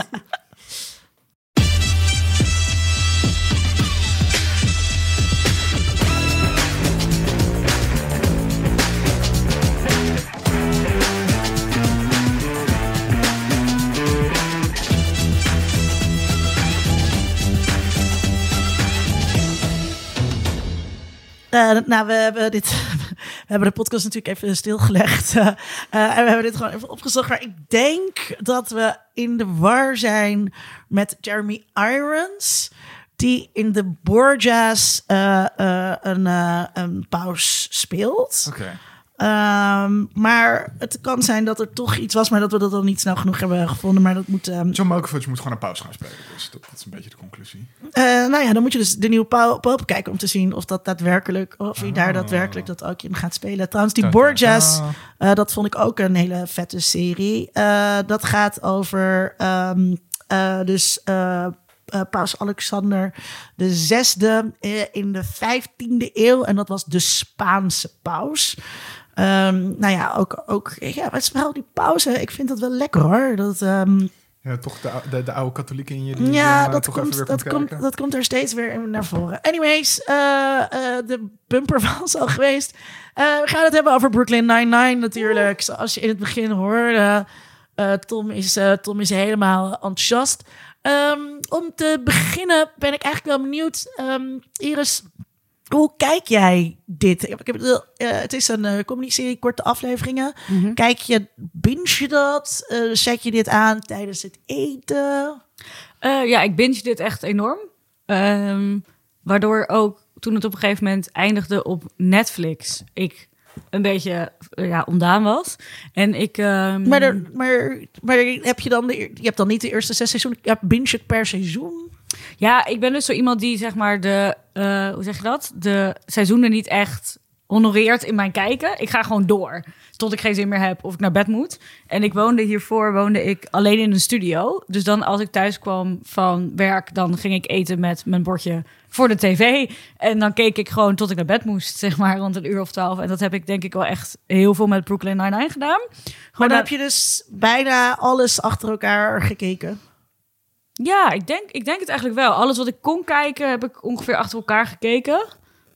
We hebben de podcast natuurlijk even stilgelegd. En we hebben dit gewoon even opgezocht. Maar ik denk dat we in de war zijn met Jeremy Irons... die in de Borgias een paus speelt. Oké. Maar het kan zijn dat er toch iets was... maar dat we dat dan niet snel genoeg hebben gevonden. Maar dat moet... John Malkovich moet gewoon een paus gaan spelen. Dus dat is een beetje de conclusie. Dan moet je dus de nieuwe Pope kijken... om te zien of dat daadwerkelijk... of hij daar daadwerkelijk dat ook in gaat spelen. Trouwens, die Borgias... dat vond ik ook een hele vette serie. Dat gaat over... Paus Alexander VI in de 15e eeuw. En dat was de Spaanse paus. Het is vooral die pauze. Ik vind dat wel lekker hoor. Dat, ja, toch de oude katholieken in je. Die dat komt er steeds weer naar voren. Anyways, de bumper was al geweest. We gaan het hebben over Brooklyn Nine-Nine natuurlijk. Zoals je in het begin hoorde. Tom is helemaal enthousiast. Om te beginnen ben ik eigenlijk wel benieuwd. Iris, hoe kijk jij dit? Het is een comedy-serie, korte afleveringen. Mm-hmm. Binge je dat? Zet je dit aan tijdens het eten? Ik binge dit echt enorm. Waardoor ook toen het op een gegeven moment eindigde op Netflix, ik een beetje ontdaan was. En ik... Maar heb je dan... Je hebt dan niet de eerste 6 seizoenen... Je binge het per seizoen? Ja, ik ben dus zo iemand die zeg maar hoe zeg je dat? De seizoenen niet echt honoreert in mijn kijken. Ik ga gewoon door tot ik geen zin meer heb of ik naar bed moet. En hiervoor woonde ik alleen in een studio. Dus dan als ik thuis kwam van werk, dan ging ik eten met mijn bordje voor de tv. En dan keek ik gewoon tot ik naar bed moest, zeg maar rond 1:00 of 12. En dat heb ik denk ik wel echt heel veel met Brooklyn Nine-Nine gedaan. Maar dan heb je dus bijna alles achter elkaar gekeken. Ja, ik denk het eigenlijk wel. Alles wat ik kon kijken, heb ik ongeveer achter elkaar gekeken.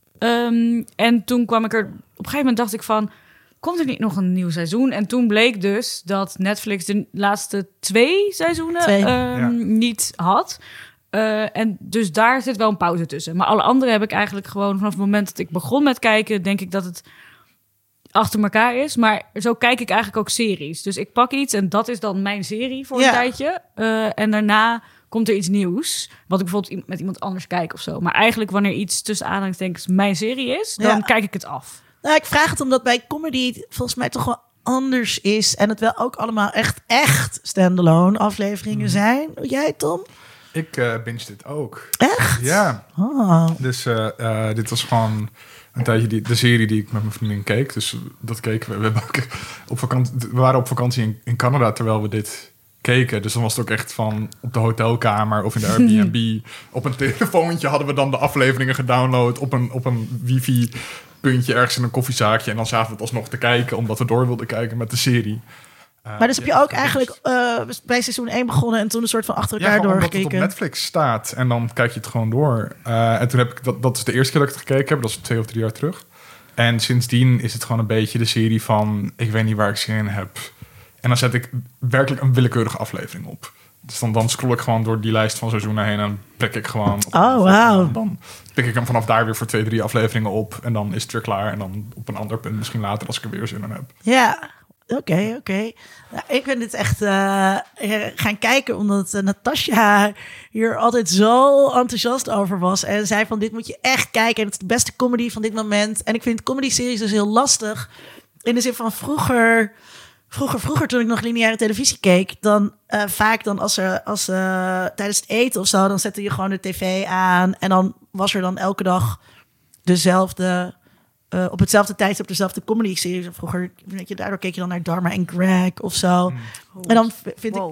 En toen kwam ik er... Op een gegeven moment dacht ik van... Komt er niet nog een nieuw seizoen? En toen bleek dus dat Netflix de laatste 2 seizoenen niet had. En dus daar zit wel een pauze tussen. Maar alle andere heb ik eigenlijk gewoon... Vanaf het moment dat ik begon met kijken... denk ik dat het achter elkaar is. Maar zo kijk ik eigenlijk ook series. Dus ik pak iets en dat is dan mijn serie voor een tijdje. En daarna komt er iets nieuws. Wat ik bijvoorbeeld met iemand anders kijk of zo. Maar eigenlijk wanneer iets tussen aanhalingstekens mijn serie is... dan kijk ik het af. Nou, ik vraag het omdat bij comedy volgens mij toch wel anders is. En het wel ook allemaal echt standalone afleveringen zijn. Jij, Tom? Ik binge dit ook. Echt? Ja. Oh. Dus dit was gewoon een tijdje de serie die ik met mijn vriendin keek. Dus dat keken we. We waren op vakantie in Canada terwijl we dit keken. Dus dan was het ook echt van op de hotelkamer of in de Airbnb. Op een telefoontje hadden we dan de afleveringen gedownload op een wifi-puntje ergens in een koffiezaakje. En dan zaten we het alsnog te kijken, omdat we door wilden kijken met de serie. Maar dus heb je ook eigenlijk bij seizoen 1 begonnen en toen een soort van achter elkaar doorgekeken? Omdat het op Netflix staat en dan kijk je het gewoon door. En toen heb ik dat is de eerste keer dat ik het gekeken heb. Dat is 2 of 3 jaar terug. En sindsdien is het gewoon een beetje de serie van ik weet niet waar ik zin in heb. En dan zet ik werkelijk een willekeurige aflevering op. Dus dan scroll ik gewoon door die lijst van seizoenen heen en pik ik gewoon. Dan pik ik hem vanaf daar weer voor 2, 3 afleveringen op. En dan is het weer klaar. En dan op een ander punt misschien later als ik er weer zin in heb. Ja, oké. Nou, ik ben dit echt gaan kijken omdat Natasja hier altijd zo enthousiast over was. En zei van dit moet je echt kijken. En het is de beste comedy van dit moment. En ik vind comedy-series dus heel lastig. In de zin van vroeger toen ik nog lineaire televisie keek, dan vaak dan als tijdens het eten of zo, dan zette je gewoon de tv aan en dan was er dan elke dag dezelfde op hetzelfde tijdstip dezelfde comedy-series. Vroeger, weet je, daardoor keek je dan naar Dharma en Greg of zo. En dan vind ik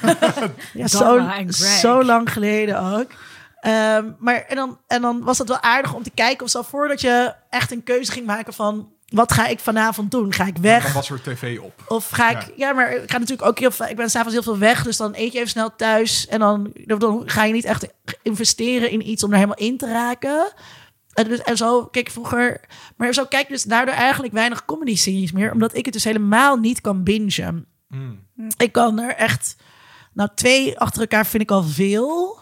zo lang geleden ook. Maar en dan was het wel aardig om te kijken of zo, voordat je echt een keuze ging maken van wat ga ik vanavond doen? Ga ik weg? Dan was er tv op. Of ga ik... Ja, maar ik ga natuurlijk ook ik ben 's avonds heel veel weg, dus dan eet je even snel thuis en dan ga je niet echt investeren in iets om er helemaal in te raken. En zo keek ik vroeger... Maar zo kijk ik dus daardoor eigenlijk weinig comedy-series meer, omdat ik het dus helemaal niet kan bingen. Ik kan er echt... 2 achter elkaar vind ik al veel.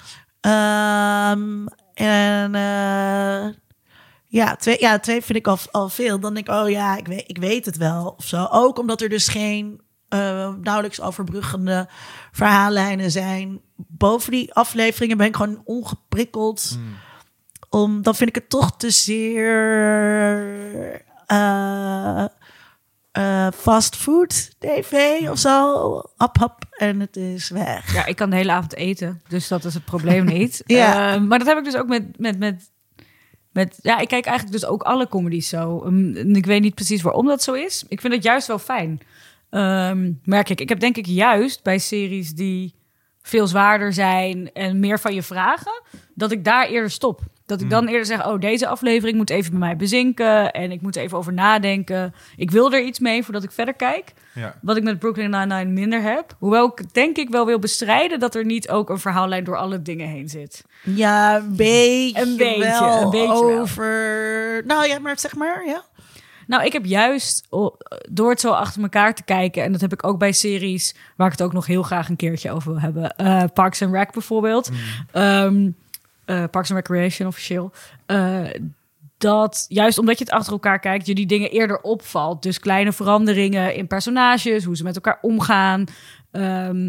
Twee vind ik al veel. Dan denk ik, ik weet het wel of zo. Ook omdat er dus geen nauwelijks overbruggende verhaallijnen zijn. Boven die afleveringen ben ik gewoon ongeprikkeld. Dan vind ik het toch te zeer fast food tv of zo. Hap, en het is weg. Ja, ik kan de hele avond eten, dus dat is het probleem niet. Maar dat heb ik dus ook met ik kijk eigenlijk dus ook alle comedies zo. Ik weet niet precies waarom dat zo is. Ik vind het juist wel fijn. Merk ik. Ik heb denk ik juist bij series die veel zwaarder zijn en meer van je vragen, dat ik daar eerder stop. Dat ik dan eerder zeg, deze aflevering moet even bij mij bezinken en ik moet even over nadenken. Ik wil er iets mee voordat ik verder kijk. Ja. Wat ik met Brooklyn Nine-Nine minder heb. Hoewel ik denk ik wel wil bestrijden dat er niet ook een verhaallijn door alle dingen heen zit. Ja, een beetje over... Wel. Nou ja, maar zeg maar, ja. Nou, ik heb juist door het zo achter elkaar te kijken, en dat heb ik ook bij series waar ik het ook nog heel graag een keertje over wil hebben. Parks and Rec bijvoorbeeld. Parks and Recreation officieel. Dat juist omdat je het achter elkaar kijkt, je die dingen eerder opvalt. Dus kleine veranderingen in personages, hoe ze met elkaar omgaan.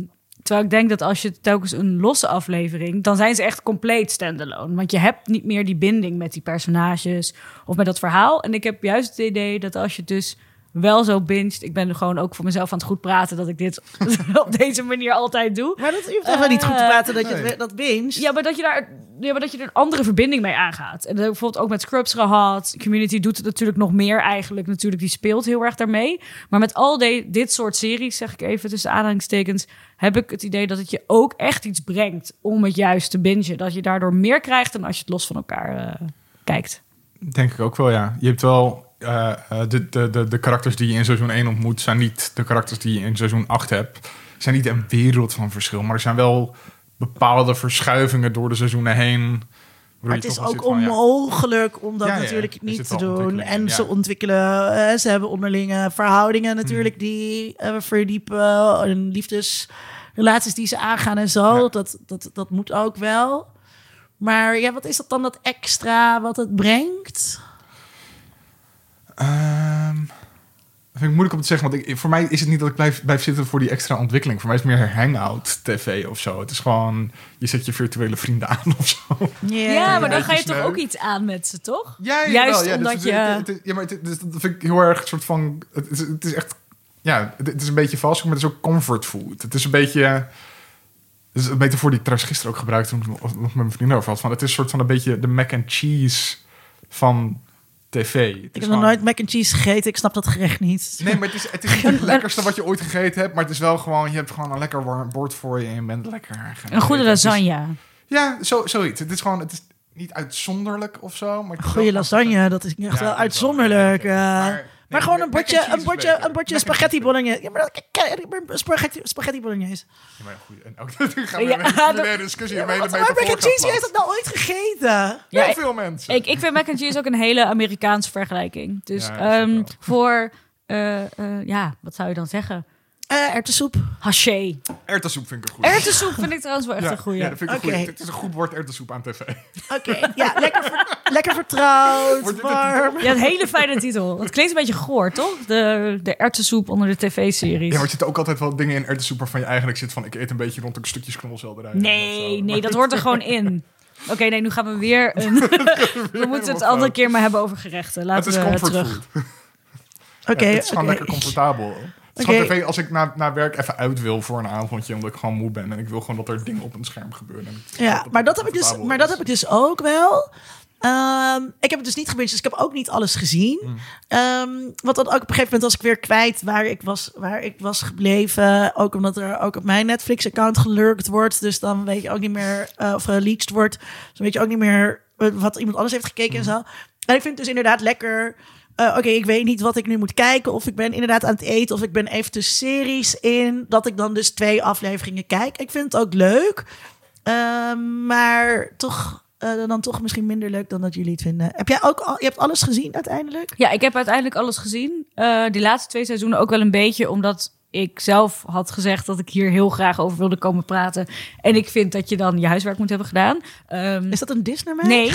Terwijl ik denk dat als je telkens een losse aflevering... dan zijn ze echt compleet standalone. Want je hebt niet meer die binding met die personages... of met dat verhaal. En ik heb juist het idee dat als je dus wel zo binget... ik ben er gewoon ook voor mezelf aan het goed praten... dat ik dit op deze manier altijd doe. Maar dat hoeft toch wel niet goed te praten dat je dat binge. Ja, maar dat je er een andere verbinding mee aangaat. En dat heb ik bijvoorbeeld ook met Scrubs gehad. Community doet het natuurlijk nog meer eigenlijk. Natuurlijk, die speelt heel erg daarmee. Maar met al dit soort series, zeg ik even tussen aanhalingstekens... heb ik het idee dat het je ook echt iets brengt om het juist te bingen. Dat je daardoor meer krijgt dan als je het los van elkaar kijkt. Denk ik ook wel, ja. Je hebt wel... de karakters die je in seizoen 1 ontmoet... zijn niet de karakters die je in seizoen 8 hebt. Zijn niet een wereld van verschil. Maar er zijn wel bepaalde verschuivingen door de seizoenen heen. Maar het is ook onmogelijk om dat natuurlijk niet te doen. En ze ontwikkelen... ze hebben onderlinge verhoudingen natuurlijk... die verdiepen. En liefdesrelaties die ze aangaan en zo. Ja. Dat moet ook wel. Maar ja, wat is dat dan dat extra wat het brengt? Dat vind ik moeilijk om te zeggen. Want voor mij is het niet dat ik blijf zitten voor die extra ontwikkeling. Voor mij is het meer hangout tv of zo. Het is gewoon, je zet je virtuele vrienden aan of zo. Ja, maar dan ga je toch ook iets aan met ze, toch? Ja, juist wel, omdat je... dat vind ik heel erg een soort van... Het is echt... Ja, het is een beetje vals, maar het is ook comfort food. Het is een beetje... Het is een beetje voor die ik trouwens gisteren ook gebruikte... toen ik nog met mijn vrienden over had. Van, het is een soort van een beetje de mac and cheese van... tv. Ik heb nog nooit mac and cheese gegeten. Ik snap dat gerecht niet. Nee, maar het is niet het lekkerste wat je ooit gegeten hebt. Maar het is wel gewoon... Je hebt gewoon een lekker warm bord voor je en je bent lekker... Een goede lasagne. Ja, zoiets. Het is gewoon... Het is niet uitzonderlijk of zo. Maar goede lasagne, dat is echt wel uitzonderlijk. Maar gewoon een bordje spaghetti bolognese. Ja, maar spaghetti bolognese. Ja, maar goed. En ook gaan we een discussie. Maar mac and cheese, wie heeft dat nou ooit gegeten? Ja, heel veel mensen. Ik vind mac and cheese ook een hele Amerikaanse vergelijking. Dus voor, wat zou je dan zeggen? Erwtensoep. Haché. Erwtensoep vind ik een goed. Erwtensoep vind ik trouwens wel echt een goeie. Ja, dat vind ik een goeie. Het is een goed woord erwtensoep aan tv. Oké, ja, lekker vertrouwd, warm. Ja, een hele fijne titel. Het klinkt een beetje goor, toch? De erwtensoep onder de tv-series. Ja, maar er zitten ook altijd wel dingen in erwtensoep waarvan je eigenlijk zit van... ik eet een beetje rond een stukje knolselderij. Nee, dat hoort er gewoon in. Oké, nu gaan we weer... we moeten het andere keer maar hebben over gerechten. Laten we terug. Oké, het is gewoon lekker comfortabel. Het is gewoon tv als ik na werk even uit wil voor een avondje... omdat ik gewoon moe ben en ik wil gewoon dat er dingen op een scherm gebeuren. Ja, maar dat heb ik dus ook wel. Ik heb het dus niet gebinged, dus ik heb ook niet alles gezien. Want dan ook op een gegeven moment was ik weer kwijt waar ik was gebleven. Ook omdat er ook op mijn Netflix-account gelurkt wordt. Dus dan weet je ook niet meer, of geleakt wordt. Dus dan weet je ook niet meer wat iemand anders heeft gekeken en zo. En ik vind het dus inderdaad lekker... Oké, ik weet niet wat ik nu moet kijken. Of ik ben inderdaad aan het eten. Of ik ben even de series in. Dat ik dan dus 2 afleveringen kijk. Ik vind het ook leuk. Maar toch... dan toch misschien minder leuk dan dat jullie het vinden. Je hebt alles gezien uiteindelijk? Ja, ik heb uiteindelijk alles gezien. Die laatste 2 seizoenen ook wel een beetje, omdat ik zelf had gezegd dat ik hier heel graag over wilde komen praten. En ik vind dat je dan je huiswerk moet hebben gedaan. Is dat een diss naar mij?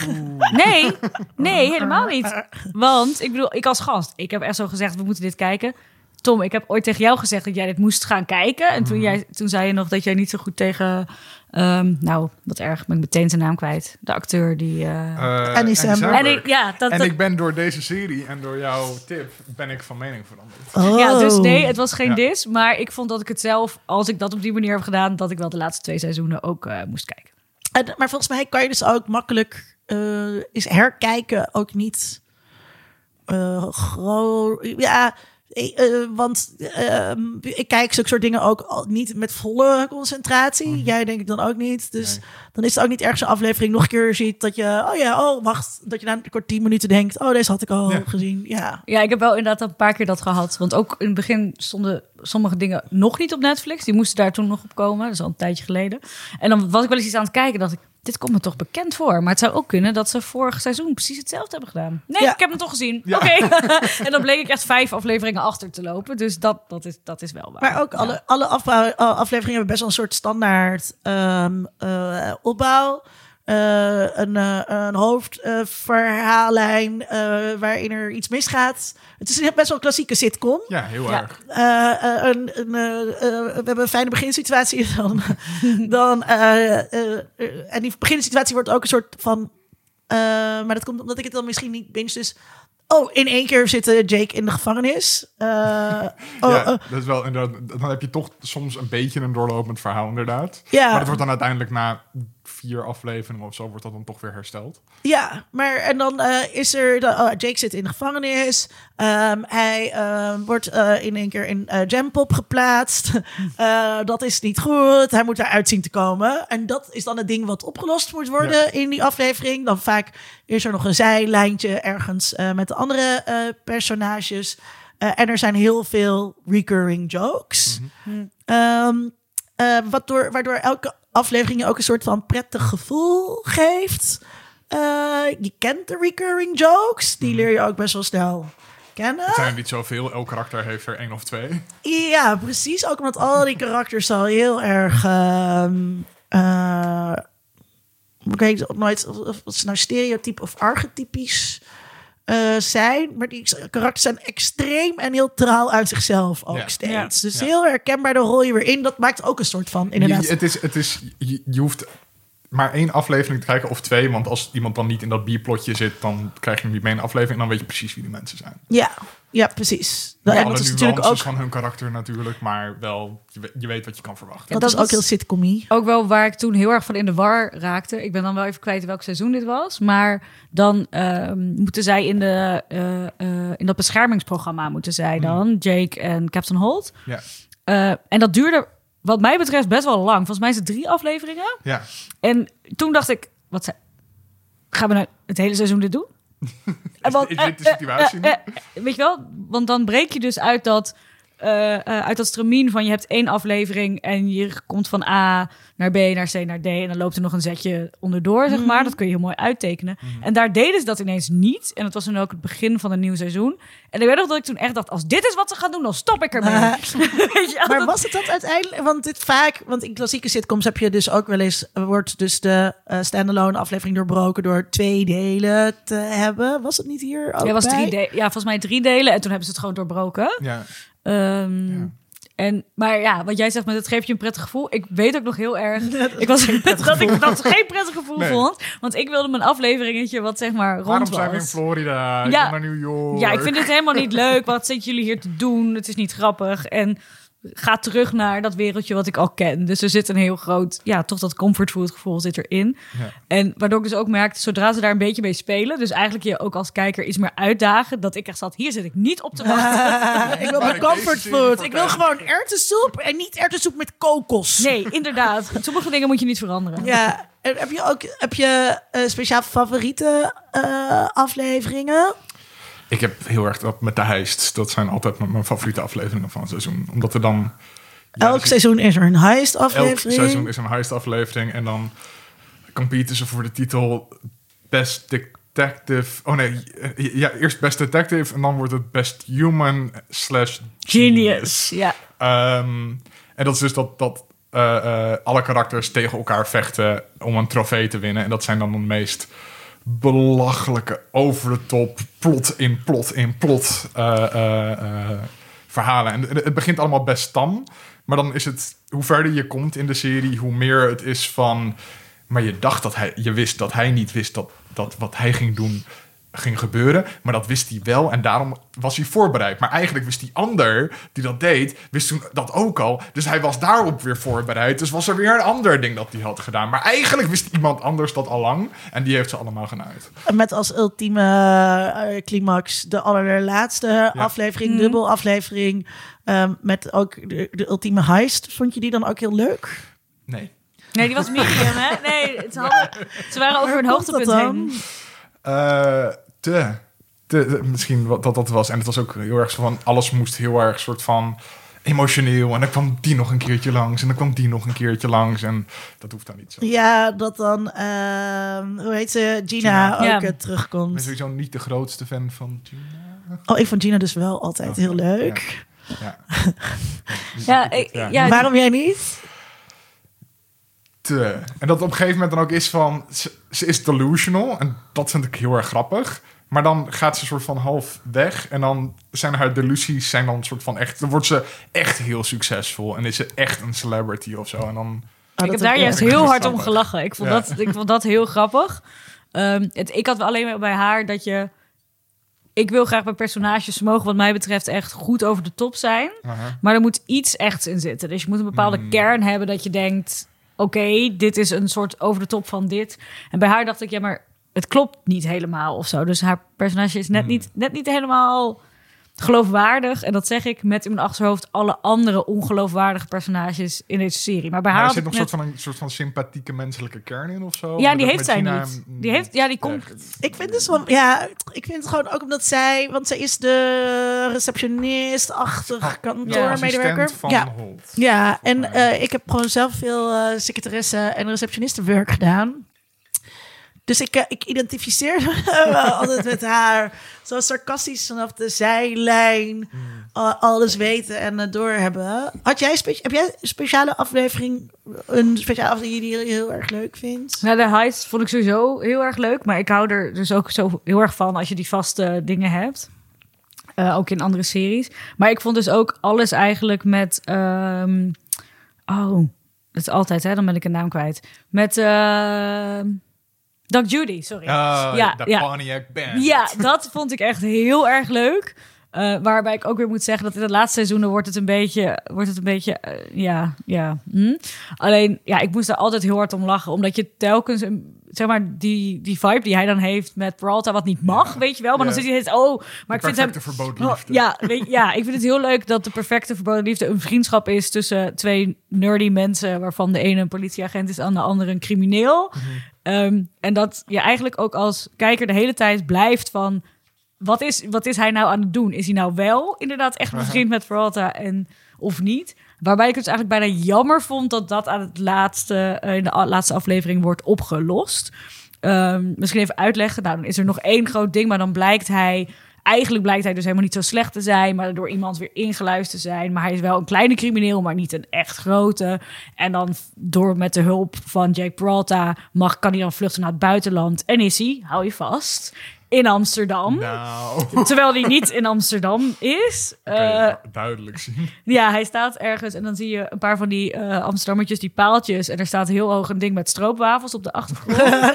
Nee, helemaal niet. Want, ik bedoel, ik als gast, ik heb echt zo gezegd, we moeten dit kijken. Tom, ik heb ooit tegen jou gezegd dat jij dit moest gaan kijken. En toen zei je nog dat jij niet zo goed tegen... wat erg, ben ik meteen zijn naam kwijt. De acteur die... Andy Samberg. En ik ben door deze serie en door jouw tip... ben ik van mening veranderd. Oh. Ja, dus nee, het was geen dis. Maar ik vond dat ik het zelf, als ik dat op die manier heb gedaan... dat ik wel de laatste 2 seizoenen ook moest kijken. Maar volgens mij kan je dus ook makkelijk... is herkijken ook niet... want ik kijk zulke soort dingen ook niet met volle concentratie. Jij denk ik dan ook niet. Dus dan is het ook niet ergens een aflevering nog een keer ziet dat je... wacht. Dat je na een kort 10 minuten denkt... deze had ik al gezien. Ja, ik heb wel inderdaad een paar keer dat gehad. Want ook in het begin stonden sommige dingen nog niet op Netflix. Die moesten daar toen nog op komen. Dat is al een tijdje geleden. En dan was ik wel eens iets aan het kijken. Dacht ik, dit komt me toch bekend voor. Maar het zou ook kunnen dat ze vorig seizoen precies hetzelfde hebben gedaan. Nee, ik heb hem toch gezien. Ja. Oké. En dan bleek ik echt 5 afleveringen achter te lopen. Dus dat is wel waar. Maar ook alle afleveringen hebben best wel een soort standaard opbouw. een hoofdverhaallijn waarin er iets misgaat. Het is een best wel een klassieke sitcom. Ja, heel erg. We hebben een fijne beginsituatie en die beginsituatie wordt ook een soort van... maar dat komt omdat ik het dan misschien niet binge. Dus in één keer zit Jake in de gevangenis. Dat is wel inderdaad. Dan heb je toch soms een beetje een doorlopend verhaal, inderdaad. Ja. Maar dat wordt dan uiteindelijk na 4 afleveringen of zo wordt dat dan toch weer hersteld. Ja, maar en dan is er... Jake zit in de gevangenis. Hij wordt in één keer in Jampop geplaatst. Dat is niet goed. Hij moet daaruit zien te komen. En dat is dan het ding wat opgelost moet worden in die aflevering. Dan vaak is er nog een zijlijntje ergens met de andere personages. En er zijn heel veel recurring jokes. Waardoor elke aflevering je ook een soort van prettig gevoel geeft. Je kent de recurring jokes. Die leer je ook best wel snel kennen. Het zijn er niet zoveel. Elk karakter heeft er 1 of 2. Ja, precies. Ook omdat al die karakters al heel erg... ik weet nooit of ze nou stereotyp of archetypisch zijn. Maar die karakters zijn extreem en heel trouw uit zichzelf ook steeds. Ja. Dus heel herkenbaar, daar rol je weer in. Dat maakt ook een soort van, inderdaad. Je hoeft maar 1 aflevering te kijken of 2. Want als iemand dan niet in dat bierplotje zit, dan krijg je niet mee een aflevering. En dan weet je precies wie die mensen zijn. Ja, precies. Ja, En alle dat is nuances natuurlijk ook... van hun karakter natuurlijk. Maar wel, je weet wat je kan verwachten. Dat is ook heel sitcom-y. Ook wel waar ik toen heel erg van in de war raakte. Ik ben dan wel even kwijt welk seizoen dit was. Maar dan moeten zij in dat beschermingsprogramma moeten zij dan, Jake en Captain Holt. Ja. En dat duurde wat mij betreft best wel lang. Volgens mij is het 3 afleveringen. Ja. En toen dacht ik, gaan we nou het hele seizoen dit doen? Is dit de situatie nu? Weet je wel? Want dan breek je dus uit dat stramien van je hebt 1 aflevering en je komt van A naar B, naar C, naar D en dan loopt er nog een zetje onderdoor, zeg maar. Dat kun je heel mooi uittekenen. En daar deden ze dat ineens niet. En dat was dan ook het begin van een nieuw seizoen. En ik weet nog dat ik toen echt dacht, als dit is wat ze gaan doen, dan stop ik ermee. Weet je, Maar was het dat uiteindelijk? Want in klassieke sitcoms heb je dus ook wel eens... wordt dus de standalone aflevering doorbroken door 2 delen te hebben. Was het niet hier ook was bij? volgens mij 3 delen. En toen hebben ze het gewoon doorbroken. Ja. Maar ja, wat jij zegt, met het geeft je een prettig gevoel. Ik weet ook nog heel erg dat ik dat geen prettig gevoel vond. Want ik wilde mijn afleveringetje wat zeg maar rond Waarom was. zijn we in Florida? Ik Ja. ga naar New York. Ja, ik vind dit helemaal niet leuk. Wat zitten jullie hier te doen? Het is niet grappig. En ga terug naar dat wereldje wat ik al ken. Dus er zit een heel groot, toch dat comfortfood gevoel zit erin. Ja. En waardoor ik dus ook merkte, zodra ze daar een beetje mee spelen, dus eigenlijk je ook als kijker iets meer uitdagen, dat ik echt zat, hier zit ik niet op te wachten. Ik wil mijn comfortfood. Ik wil gewoon erwtensoep en niet erwtensoep met kokos. Nee, inderdaad. Sommige dingen moet je niet veranderen. Ja, en heb je speciaal favoriete afleveringen? Ik heb heel erg dat met de heist. Dat zijn altijd mijn favoriete afleveringen van het seizoen. Omdat er dan... Elk seizoen is er een heist aflevering. Elk seizoen is een heist aflevering. En dan competen ze voor de titel Best Detective. Oh nee, ja, eerst Best Detective en dan wordt het Best Human / Genius. Ja. En dat is dus dat alle karakters tegen elkaar vechten om een trofee te winnen. En dat zijn dan de meest belachelijke, over de top, plot in plot verhalen. En het begint allemaal best tam. Maar dan is het, hoe verder je komt in de serie, hoe meer het is van... Maar je wist dat hij niet wist dat wat hij ging doen ging gebeuren. Maar dat wist hij wel en daarom was hij voorbereid. Maar eigenlijk wist die ander die dat deed, wist toen dat ook al. Dus hij was daarop weer voorbereid. Dus was er weer een ander ding dat hij had gedaan. Maar eigenlijk wist iemand anders dat al lang. En die heeft ze allemaal genaaid. Met als ultieme climax de allerlaatste aflevering, dubbel aflevering. Met ook de ultieme heist. Vond je die dan ook heel leuk? Nee. Nee, die was medium, hè? Nee, ze waren over een hoogtepunt heen. Misschien wat dat was. En het was ook heel erg zo van... Alles moest heel erg soort van emotioneel. En dan kwam die nog een keertje langs. En dan kwam die nog een keertje langs. En dat hoeft dan niet zo. Ja, dat dan... hoe heet ze? Gina ook terugkomt. Ik ben sowieso niet de grootste fan van Gina. Oh, ik vond Gina dus wel altijd heel leuk. Ja. Waarom jij niet? En dat op een gegeven moment dan ook is van... Ze is delusional. En dat vind ik heel erg grappig. Maar dan gaat ze soort van half weg. En dan zijn haar delusies zijn dan soort van echt... Dan wordt ze echt heel succesvol. En is ze echt een celebrity of zo. En dan... Ik heb daar juist heel hard om gelachen. Ik vond dat heel grappig. Ik had alleen bij haar dat je... Ik wil graag bij personages mogen wat mij betreft echt goed over de top zijn. Maar er moet iets echts in zitten. Dus je moet een bepaalde kern hebben dat je denkt... Oké, dit is een soort over de top van dit. En bij haar dacht ik, ja, maar het klopt niet helemaal of zo. Dus haar personage is net niet helemaal geloofwaardig. En dat zeg ik met in mijn achterhoofd alle andere ongeloofwaardige personages in deze serie. Maar bij haar er zit nog een soort van sympathieke menselijke kern in of zo. Ja, die heeft zij niet. Die komt... Ik vind dus wel... ik vind het gewoon ook omdat zij... Want zij is de receptionist-achtig kantoormedewerker. Van Holt. Ja, en ik heb gewoon zelf veel secretaresse en receptionistenwerk gedaan. Dus ik identificeer me altijd met haar. Zo sarcastisch vanaf de zijlijn. Alles weten en doorhebben. Heb jij een speciale aflevering die je heel erg leuk vindt? Nou, de heist vond ik sowieso heel erg leuk. Maar ik hou er dus ook zo heel erg van als je die vaste dingen hebt. Ook in andere series. Maar ik vond dus ook alles eigenlijk met... dat is altijd, hè? Dan ben ik een naam kwijt. Met... Doug Judy, sorry. Pontiac Band. Ja, dat vond ik echt heel erg leuk. Waarbij ik ook weer moet zeggen dat in het laatste seizoen wordt het een beetje Alleen, ik moest daar altijd heel hard om lachen. Omdat je telkens, zeg maar, die vibe die hij dan heeft met Peralta, wat niet mag, weet je wel. Maar dan zit hij maar ik vind hem... verboden liefde. Ik vind het heel leuk dat de perfecte verboden liefde een vriendschap is tussen twee nerdy mensen, waarvan de ene een politieagent is en de andere een crimineel. En dat je eigenlijk ook als kijker de hele tijd blijft van... Wat is hij nou aan het doen? Is hij nou wel inderdaad echt bevriend met Peralta of niet? Waarbij ik het dus eigenlijk bijna jammer vond dat aan het in de laatste aflevering wordt opgelost. Misschien even uitleggen. Nou, dan is er nog één groot ding, maar dan blijkt hij dus helemaal niet zo slecht te zijn, maar door iemand weer ingeluisterd te zijn. Maar hij is wel een kleine crimineel, maar niet een echt grote. En dan met de hulp van Jake Peralta kan hij dan vluchten naar het buitenland. En is hij, hou je vast, in Amsterdam. Nou. Terwijl hij niet in Amsterdam is. Duidelijk zien. Ja, hij staat ergens en dan zie je een paar van die Amsterdammertjes, die paaltjes. En er staat heel hoog een ding met stroopwafels op de achtergrond.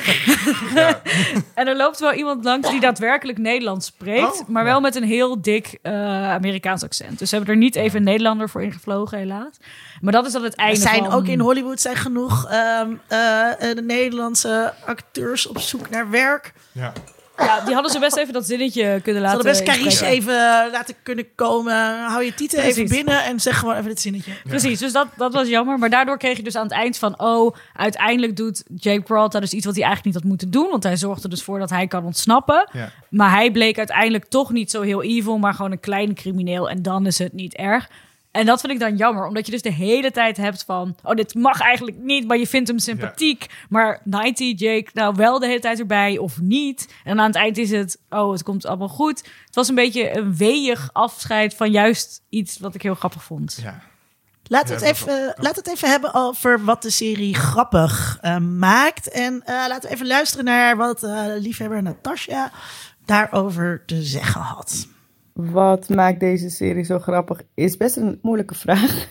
En er loopt wel iemand langs die daadwerkelijk Nederlands spreekt. Maar wel met een heel dik Amerikaans accent. Dus ze hebben er niet even een Nederlander voor ingevlogen, helaas. Maar dat is dan het einde Ook in Hollywood zijn genoeg de Nederlandse acteurs op zoek naar werk. Ja. Ja, die hadden ze best even dat zinnetje kunnen laten. Ze hadden best Carice even laten kunnen komen. Hou je titel even binnen en zeg gewoon even dit zinnetje. Ja. Precies, dus dat was jammer. Maar daardoor kreeg je dus aan het eind van... uiteindelijk doet Jake Peralta dus iets wat hij eigenlijk niet had moeten doen. Want hij zorgde dus voor dat hij kan ontsnappen. Ja. Maar hij bleek uiteindelijk toch niet zo heel evil, maar gewoon een kleine crimineel. En dan is het niet erg. En dat vind ik dan jammer, omdat je dus de hele tijd hebt van... dit mag eigenlijk niet, maar je vindt hem sympathiek. Ja. Maar 90 Jake nou wel de hele tijd erbij of niet? En aan het eind is het, het komt allemaal goed. Het was een beetje een weeig afscheid van juist iets wat ik heel grappig vond. Ja. Laten we het even hebben over wat de serie grappig maakt. En laten we even luisteren naar wat liefhebber Natasha daarover te zeggen had. Wat maakt deze serie zo grappig? Is best een moeilijke vraag.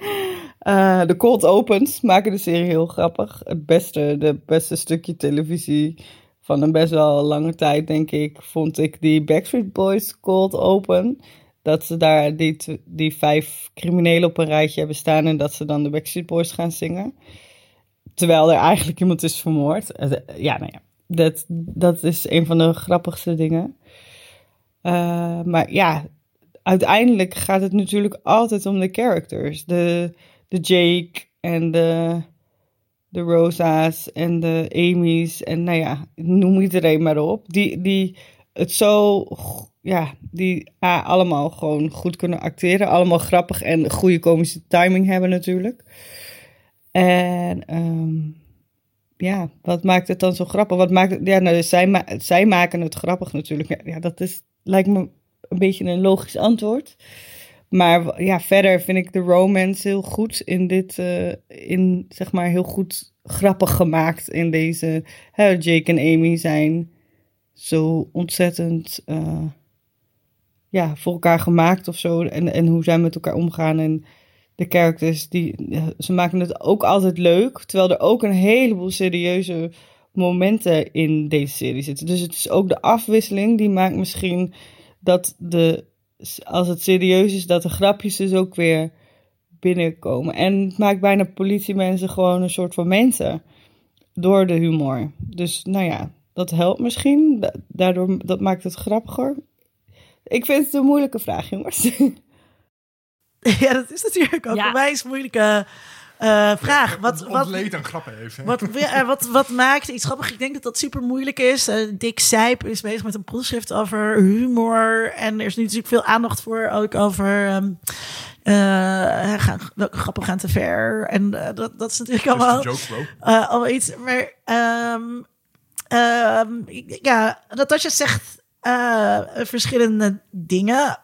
De cold opens maken de serie heel grappig. De beste stukje televisie van een best wel lange tijd, denk ik, vond ik die Backstreet Boys cold open. Dat ze daar die 5 criminelen op een rijtje hebben staan en dat ze dan de Backstreet Boys gaan zingen. Terwijl er eigenlijk iemand is vermoord. Dat is een van de grappigste dingen. Maar ja, uiteindelijk gaat het natuurlijk altijd om de characters. De Jake en de Rosa's en de Amy's en noem iedereen maar op. Die allemaal gewoon goed kunnen acteren. Allemaal grappig en goede komische timing hebben natuurlijk. En wat maakt het dan zo grappig? Wat maakt het? Zij maken het grappig natuurlijk. Ja, dat lijkt me een beetje een logisch antwoord. Maar ja, verder vind ik de romance heel goed in dit, zeg maar heel goed grappig gemaakt in deze. Jake en Amy zijn zo ontzettend voor elkaar gemaakt of zo. En hoe zij met elkaar omgaan en de characters, ze maken het ook altijd leuk. Terwijl er ook een heleboel serieuze momenten in deze serie zitten. Dus het is ook de afwisseling die maakt misschien dat als het serieus is, dat de grapjes dus ook weer binnenkomen. En het maakt bijna politiemensen gewoon een soort van mensen. Door de humor. Dus nou ja, dat helpt misschien. Daardoor, dat maakt het grappiger. Ik vind het een moeilijke vraag, jongens. Ja, dat is natuurlijk ook een wijs moeilijke vraag. Wat ontleed aan grappen heeft. Wat maakt iets grappig? Ik denk dat dat super moeilijk is. Dick Sijp is bezig met een proefschrift over humor. En er is nu natuurlijk veel aandacht voor. Ook over welke grappen gaan te ver. En dat is natuurlijk allemaal iets. Maar Natasja zegt verschillende dingen.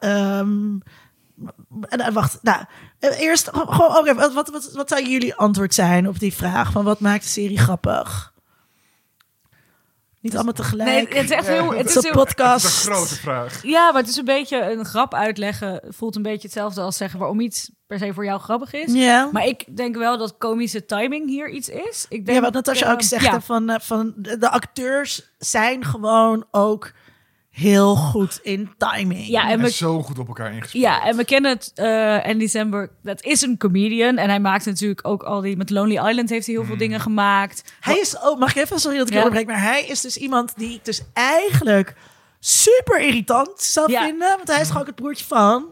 Wacht, eerst gewoon ook even, wat zou jullie antwoord zijn op die vraag van wat maakt de serie grappig? Niet allemaal tegelijk. Nee, het is echt het is een podcast. Het is een grote vraag. Ja, maar het is een beetje een grap uitleggen. Voelt een beetje hetzelfde als zeggen waarom iets per se voor jou grappig is. Ja. Maar ik denk wel dat komische timing hier iets is. Ik denk, wat Natasja ook zegt, van de acteurs zijn gewoon ook heel goed in timing. Ja, en zo goed op elkaar ingespeeld. Ja, en we kennen het. Andy Samberg, dat is een comedian. En hij maakt natuurlijk ook al die... Met Lonely Island heeft hij heel veel dingen gemaakt. Hij is ook... Mag ik even, sorry dat ik onderbreek, maar hij is dus iemand die ik dus eigenlijk super irritant zou vinden. Want hij is gewoon ook het broertje van...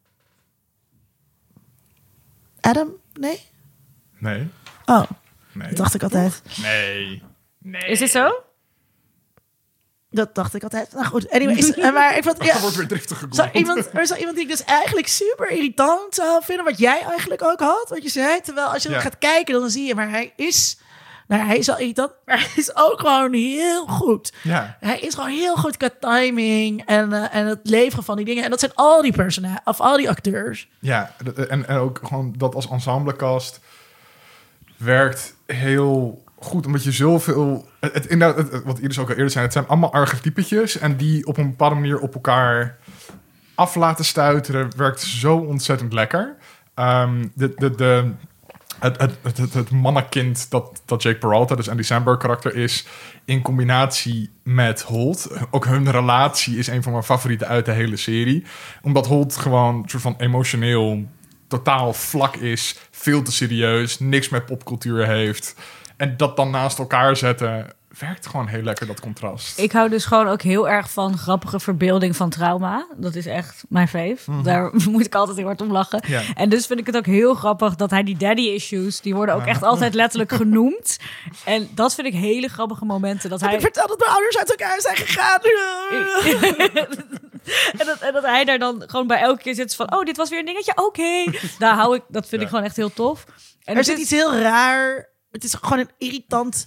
Adam? Nee? Nee. Oh, nee. Dat dacht ik altijd. Nee. Is dit zo? Dat dacht ik altijd. Nou goed, anyways. Maar ik vond, wordt weer driftig gegoogeld. Zo iemand die ik dus eigenlijk super irritant zou vinden, wat jij eigenlijk ook had, wat je zei. Terwijl als je gaat kijken, dan zie je, maar hij is wel irritant, maar hij is ook gewoon heel goed. Ja. Hij is gewoon heel goed qua timing en het leveren van die dingen. En dat zijn al die personages, of al die acteurs. Ja, en ook gewoon dat als ensemblecast werkt heel goed, omdat je zoveel... wat Iris ook al eerder zei, het zijn allemaal archetypetjes en die op een bepaalde manier op elkaar af laten stuiteren, werkt zo ontzettend lekker. Het mannenkind dat Jake Peralta, dus Andy Samberg karakter is, in combinatie met Holt. Ook hun relatie is een van mijn favorieten uit de hele serie. Omdat Holt gewoon een soort van emotioneel totaal vlak is, veel te serieus, niks met popcultuur heeft. En dat dan naast elkaar zetten, werkt gewoon heel lekker, dat contrast. Ik hou dus gewoon ook heel erg van grappige verbeelding van trauma. Dat is echt mijn fave. Mm-hmm. Daar moet ik altijd heel hard om lachen. Ja. En dus vind ik het ook heel grappig dat hij die daddy issues, die worden ook echt altijd letterlijk genoemd. En dat vind ik hele grappige momenten. Dat hij vertelt dat mijn ouders uit elkaar zijn gegaan. en dat hij daar dan gewoon bij elke keer zit van, oh, dit was weer een dingetje, oké. Daar hou ik, dat vind ik gewoon echt heel tof. En er zit iets heel raar. Het is gewoon een irritant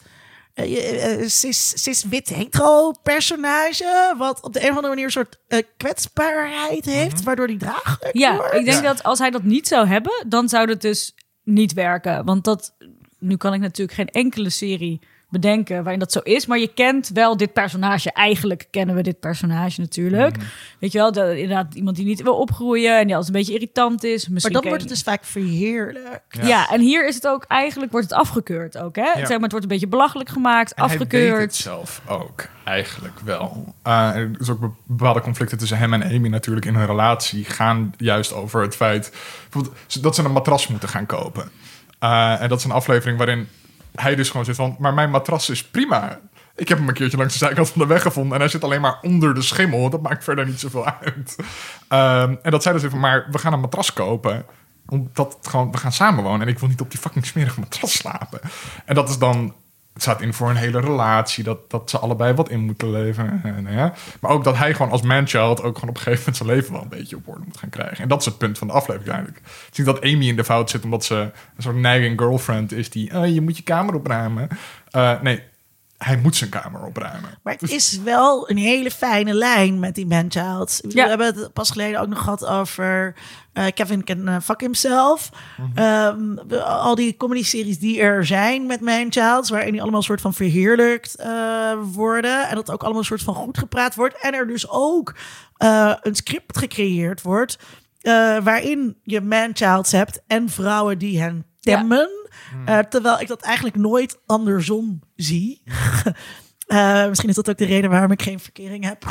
cis-wit-hetero personage, wat op de een of andere manier een soort kwetsbaarheid heeft, waardoor die draaglijk wordt. Ik denk dat als hij dat niet zou hebben, dan zou het dus niet werken. Want nu kan ik natuurlijk geen enkele serie bedenken waarin dat zo is, maar je kent wel dit personage. Eigenlijk kennen we dit personage natuurlijk. Weet je wel, inderdaad iemand die niet wil opgroeien en die altijd een beetje irritant is. Misschien maar dan wordt het dus vaak verheerlijk. Ja, en hier is het ook eigenlijk, wordt het afgekeurd ook, hè? Ja. Zeg maar, het wordt een beetje belachelijk gemaakt, en afgekeurd. Hij weet het zelf ook, eigenlijk wel. Er is ook bepaalde conflicten tussen hem en Amy natuurlijk in hun relatie gaan juist over het feit dat ze een matras moeten gaan kopen. En dat is een aflevering waarin hij dus gewoon zit van, maar mijn matras is prima. Ik heb hem een keertje langs de zijkant van de weg gevonden en hij zit alleen maar onder de schimmel. Dat maakt verder niet zoveel uit. En dat zei dus even, maar we gaan een matras kopen. Omdat we gaan samenwonen en ik wil niet op die fucking smerige matras slapen. En dat is dan, het staat in voor een hele relatie, dat ze allebei wat in moeten leveren. Ja. Maar ook dat hij gewoon als manchild ook gewoon op een gegeven moment zijn leven wel een beetje op orde moet gaan krijgen. En dat is het punt van de aflevering eigenlijk. Het is niet dat Amy in de fout zit omdat ze een soort nagging girlfriend is die, je moet je kamer opruimen. Nee, hij moet zijn kamer opruimen. Maar het is wel een hele fijne lijn met die man-child. Ja. We hebben het pas geleden ook nog gehad over Kevin Can Fuck Himself. Al die comedy-series die er zijn met man-childs, waarin die allemaal een soort van verheerlijkt worden. En dat ook allemaal een soort van goed gepraat wordt. En er dus ook een script gecreëerd wordt, waarin je man-childs hebt en vrouwen die hen temmen. Terwijl ik dat eigenlijk nooit andersom zie. Misschien is dat ook de reden waarom ik geen verkering heb.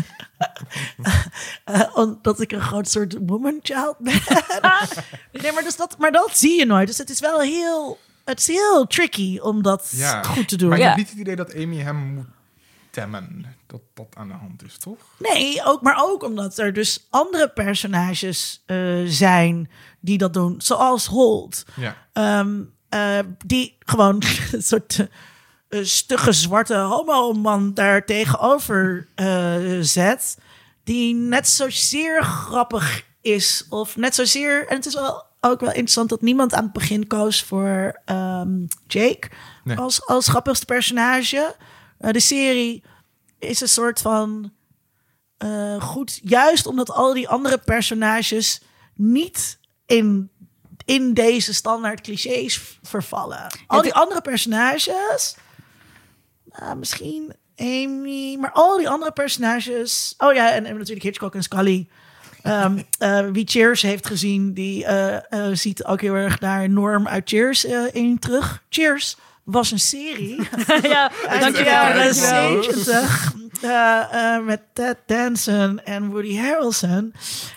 Omdat ik een groot soort woman-child ben. Nee, maar dat zie je nooit. Dus het is wel heel tricky om dat goed te doen. Maar je hebt niet het idee dat Amy hem moet temmen. Dat aan de hand is, toch? Nee, maar ook omdat er dus andere personages zijn die dat doen. Zoals Holt. Ja. Die gewoon een soort stugge zwarte homo-man daar tegenover zet. Die net zozeer grappig is. Of net zozeer... En het is wel ook wel interessant dat niemand aan het begin koos voor Jake. Nee. Als grappigste personage. De serie is een soort van goed. Juist omdat al die andere personages niet in deze standaard clichés vervallen. Al die andere personages, misschien Amy, maar al die andere personages. Oh ja, en natuurlijk Hitchcock en Scully. Wie Cheers heeft gezien, die ziet ook heel erg daar Norm uit Cheers in terug. Cheers was een serie. Ja, dankjewel. Dat is 70. Met Ted Danson en Woody Harrelson.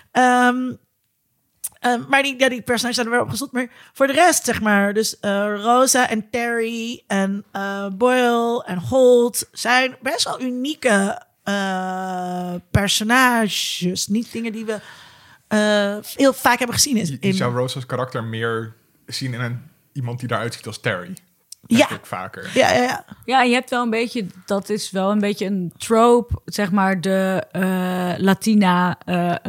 Maar die personages zijn er wel op gezocht. Maar voor de rest, zeg maar, dus Rosa en Terry en Boyle en Holt zijn best wel unieke personages. Niet dingen die we heel vaak hebben gezien. Je zou Rosa's karakter meer zien in iemand die eruit ziet als Terry. Denk ik vaker. Ja, je hebt wel een beetje, dat is wel een beetje een trope, zeg maar, de Latina,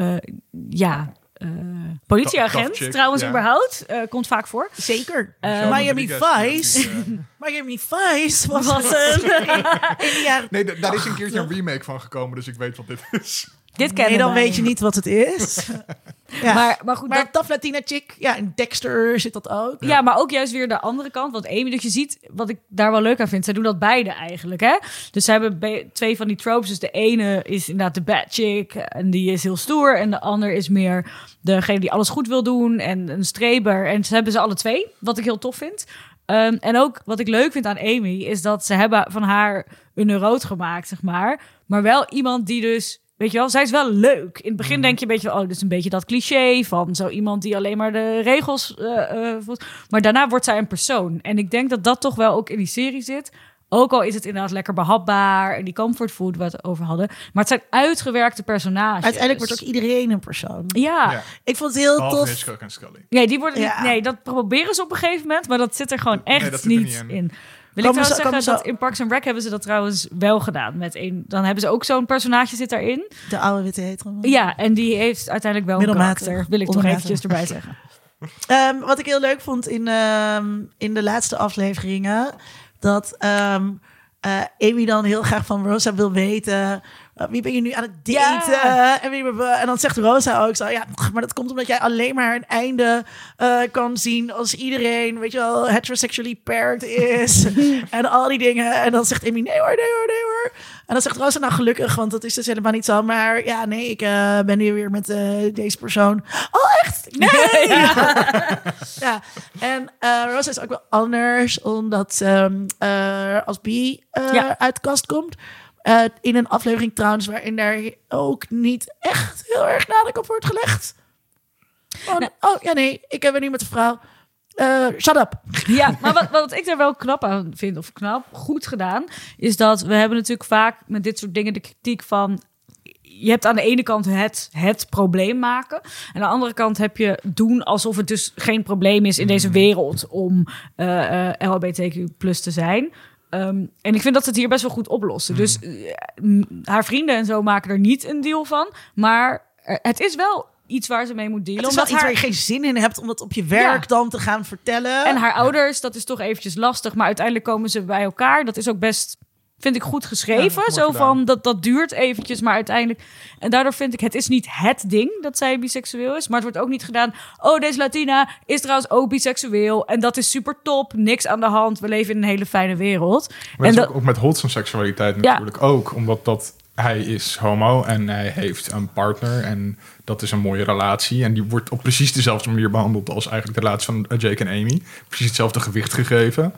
politieagent, trouwens, überhaupt. Komt vaak voor. Zeker. Miami Vice. Miami Vice was een... in de jaren... Nee, daar is een keertje een remake van gekomen, dus ik weet wat dit is. Dit kennen nee, dan weet je niet wat het is. Ja. Maar goed, maar Tough Latina chick, ja, in Dexter zit dat ook. Ja, maar ook juist weer de andere kant. Want Amy, dus je ziet, wat ik daar wel leuk aan vind, zij doen dat beide eigenlijk, hè. Dus ze hebben twee van die tropes. Dus de ene is inderdaad de bad chick en die is heel stoer. En de ander is meer degene die alles goed wil doen en een streber. En ze hebben ze alle twee, wat ik heel tof vind. En ook wat ik leuk vind aan Amy, is dat ze hebben van haar een neuroot gemaakt, zeg maar. Maar wel iemand die dus... Weet je wel, zij is wel leuk. In het begin denk je een beetje van, dit is een beetje dat cliché van zo iemand die alleen maar de regels voelt. Maar daarna wordt zij een persoon. En ik denk dat dat toch wel ook in die serie zit. Ook al is het inderdaad lekker behapbaar en die comfortfood waar we het over hadden. Maar het zijn uitgewerkte personages. Uiteindelijk wordt ook iedereen een persoon. Ja. Ik vond het heel tof. Hitchcock en Scully. Nee, die worden niet, nee, dat proberen ze op een gegeven moment, maar dat zit er gewoon echt niet in. Wil ik trouwens zeggen dat in Parks and Rec hebben ze dat trouwens wel gedaan. Dan hebben ze ook zo'n personage zit daarin. De oude witte hetero. Ja, en die heeft uiteindelijk wel een karakter. Wil ik toch eventjes erbij zeggen. Wat ik heel leuk vond in de laatste afleveringen, dat Amy dan heel graag van Rosa wil weten, wie ben je nu aan het daten? Ja. En dan zegt Rosa ook zo, ja, maar dat komt omdat jij alleen maar een einde kan zien als iedereen, weet je wel, heterosexually paired is. En al die dingen. En dan zegt Amy, nee hoor. En dan zegt Rosa, nou gelukkig, want dat is dus helemaal niet zo. Maar ja, nee, ik ben nu weer met deze persoon. Oh, echt? Nee! Ja. En Rosa is ook wel anders, omdat als B uit de kast komt. In een aflevering trouwens, waarin daar ook niet echt heel erg nadruk op wordt gelegd. Oh ja, nee, ik ben nu met een vrouw. Shut up. Ja, maar wat ik er wel knap aan vind, of goed gedaan, is dat we hebben natuurlijk vaak met dit soort dingen de kritiek van, je hebt aan de ene kant het probleem maken. En aan de andere kant heb je doen alsof het dus geen probleem is in deze wereld om LHBTQ+ te zijn. En ik vind dat ze het hier best wel goed oplossen. Dus haar vrienden en zo maken er niet een deal van. Maar het is wel iets waar ze mee moet dealen. Het is wel iets waar je geen zin in hebt om dat op je werk dan te gaan vertellen. En haar ouders, dat is toch eventjes lastig. Maar uiteindelijk komen ze bij elkaar. Dat is ook best vind ik goed geschreven. Ja, zo gedaan. van, dat duurt eventjes, maar uiteindelijk... En daardoor vind ik, het is niet het ding dat zij biseksueel is. Maar het wordt ook niet gedaan... Oh, deze Latina is trouwens ook biseksueel. En dat is super top. Niks aan de hand. We leven in een hele fijne wereld. Maar en dat is ook met wholesome seksualiteit Ja. natuurlijk ook. Omdat hij is homo en hij heeft een partner. En dat is een mooie relatie. En die wordt op precies dezelfde manier behandeld als eigenlijk de relatie van Jake en Amy. Precies hetzelfde gewicht gegeven.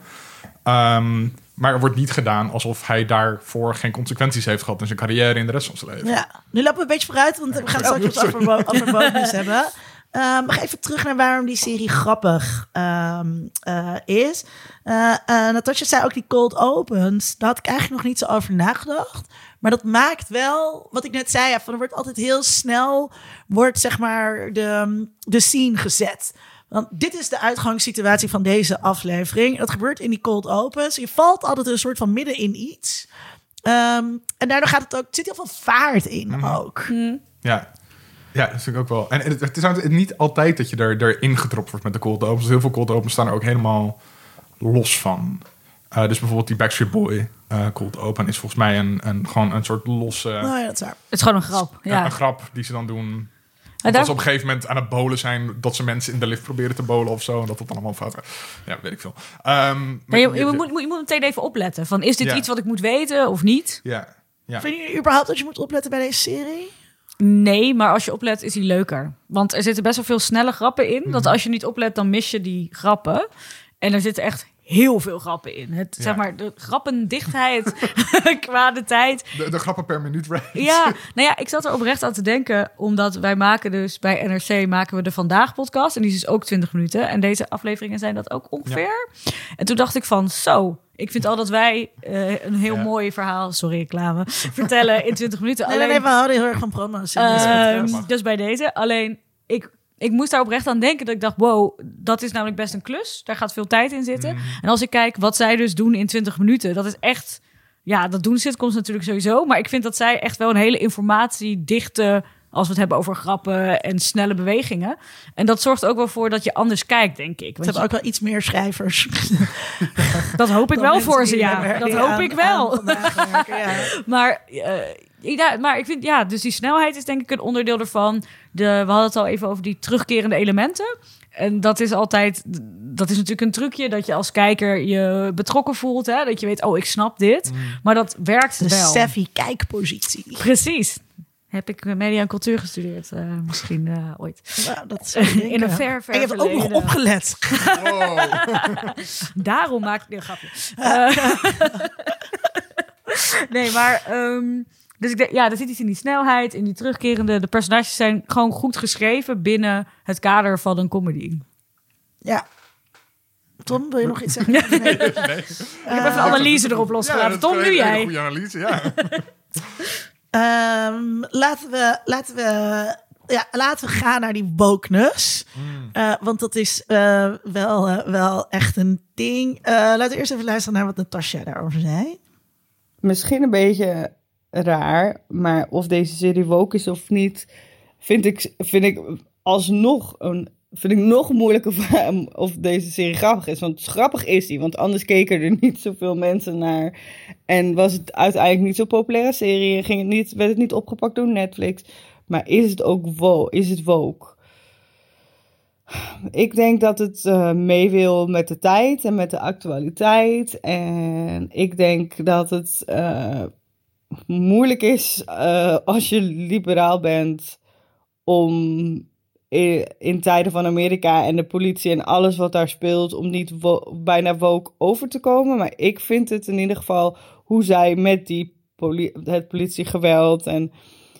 Maar er wordt niet gedaan alsof hij daarvoor geen consequenties heeft gehad in zijn carrière in de rest van zijn leven. Ja, nu lopen we een beetje vooruit, want we gaan het straks over bonus hebben. We gaan even terug naar waarom die serie grappig is. Natasja zei ook die cold opens. Daar had ik eigenlijk nog niet zo over nagedacht. Maar dat maakt wel, wat ik net zei, van er wordt altijd heel snel, zeg maar, de scene gezet. Want dit is de uitgangssituatie van deze aflevering. Dat gebeurt in die cold opens. Je valt altijd een soort van midden in iets. En daardoor gaat het ook, er zit heel veel vaart in ook. Ja. Ja, dat vind ik ook wel. En het is niet altijd dat je erin gedropt wordt met de cold opens. Heel veel cold opens staan er ook helemaal los van. Dus bijvoorbeeld die Backstreet Boy cold open is volgens mij gewoon een soort losse... Nou ja, dat is waar. het is gewoon een grap. Ja. Een grap die ze dan doen. daar- Als ze op een gegeven moment aan het bolen zijn, dat ze mensen in de lift proberen te bolen of zo. En dat dan allemaal fout gaat. Ja, weet ik veel. Maar je moet meteen even opletten. Van, is dit Ja. iets wat ik moet weten of niet? Ja. Vinden jullie überhaupt dat je moet opletten bij deze serie? Nee, maar als je oplet is hij leuker. Want er zitten best wel veel snelle grappen in. Dat als je niet oplet, dan mis je die grappen. En er zitten echt heel veel grappen in. Zeg maar, de grappendichtheid qua de tijd. De grappen per minuut range. Ja, nou ja, ik zat er oprecht aan te denken. Omdat wij maken dus bij NRC maken we de Vandaag podcast. En die is dus ook 20 minuten. En deze afleveringen zijn dat ook ongeveer. Ja. En toen dacht ik van, ik vind al dat wij een heel mooi verhaal, sorry reclame, vertellen in 20 minuten. Nee, we houden heel erg van promo's. Dus bij deze. Alleen, ik moest daar oprecht aan denken dat ik dacht, wow, dat is namelijk best een klus. Daar gaat veel tijd in zitten. En als ik kijk wat zij dus doen in 20 minuten, dat is echt, ja, dat doen sitcoms natuurlijk sowieso. Maar ik vind dat zij echt wel een hele informatiedichte, als we het hebben over grappen en snelle bewegingen. En dat zorgt ook wel voor dat je anders kijkt, denk ik. Ze hebben ook wel iets meer schrijvers. Dat hoop ik wel voor ze, ja. Dat hoop ik wel. Maar ik vind, dus die snelheid is denk ik een onderdeel ervan. We hadden het al even over die terugkerende elementen. En dat is natuurlijk een trucje dat je als kijker je betrokken voelt. Hè? Dat je weet, ik snap dit. Maar dat werkt de wel. De savvy kijkposititie. Precies. Heb ik media en cultuur gestudeerd, misschien ooit. Nou, dat is in een ver ik heb ook nog opgelet. Wow. Daarom maak ik een grapje. Nee, maar... dus ik denk, er zit iets in die snelheid, in die terugkerende... De personages zijn gewoon goed geschreven binnen het kader van een comedy. Ja. Tom, wil je nog iets zeggen? Nee. Nee. Ik heb even een analyse erop losgelaten. Tom, nu jij. Een goede analyse, ja. Laten we gaan naar die wokeness. Want dat is wel echt een ding. Laten we eerst even luisteren naar wat Natasja daarover zei. Misschien een beetje raar, maar of deze serie woke is of niet, vind ik alsnog vind ik nog moeilijker of deze serie grappig is. Want grappig is die, want anders keken er niet zoveel mensen naar. En was het uiteindelijk niet zo'n populaire serie en werd het niet opgepakt door Netflix. Maar is het ook woke? Ik denk dat het mee wil met de tijd en met de actualiteit. En ik denk dat het moeilijk is als je liberaal bent om in tijden van Amerika en de politie en alles wat daar speelt, om niet bijna woke over te komen. Maar ik vind het in ieder geval hoe zij met het politiegeweld en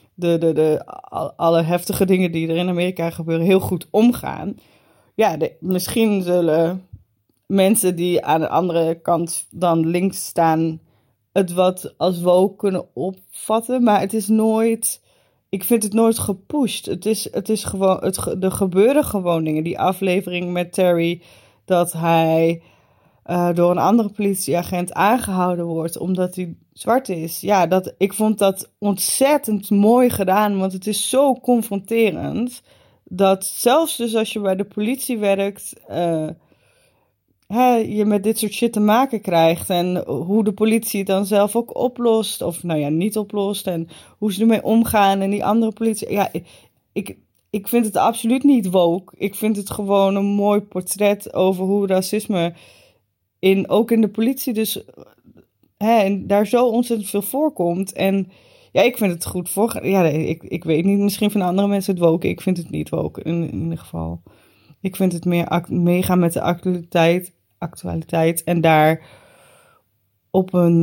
alle heftige dingen die er in Amerika gebeuren heel goed omgaan. Ja, misschien zullen mensen die aan de andere kant dan links staan het wat als woke kunnen opvatten, maar het is nooit... Ik vind het nooit gepusht. Het is gewoon... Er gebeuren gewoon dingen. Die aflevering met Terry, dat hij door een andere politieagent aangehouden wordt omdat hij zwart is. Ja, ik vond dat ontzettend mooi gedaan, want het is zo confronterend dat zelfs dus als je bij de politie werkt je met dit soort shit te maken krijgt. En hoe de politie het dan zelf ook oplost. Of niet oplost. En hoe ze ermee omgaan. En die andere politie. Ja, ik vind het absoluut niet woke. Ik vind het gewoon een mooi portret over hoe racisme ook in de politie dus en daar zo ontzettend veel voorkomt. En ja, ik vind het goed voor. Ja, ik weet niet, misschien vinden andere mensen het woke. Ik vind het niet woke in ieder geval. Ik vind het meer meegaan met de actualiteit en daar op een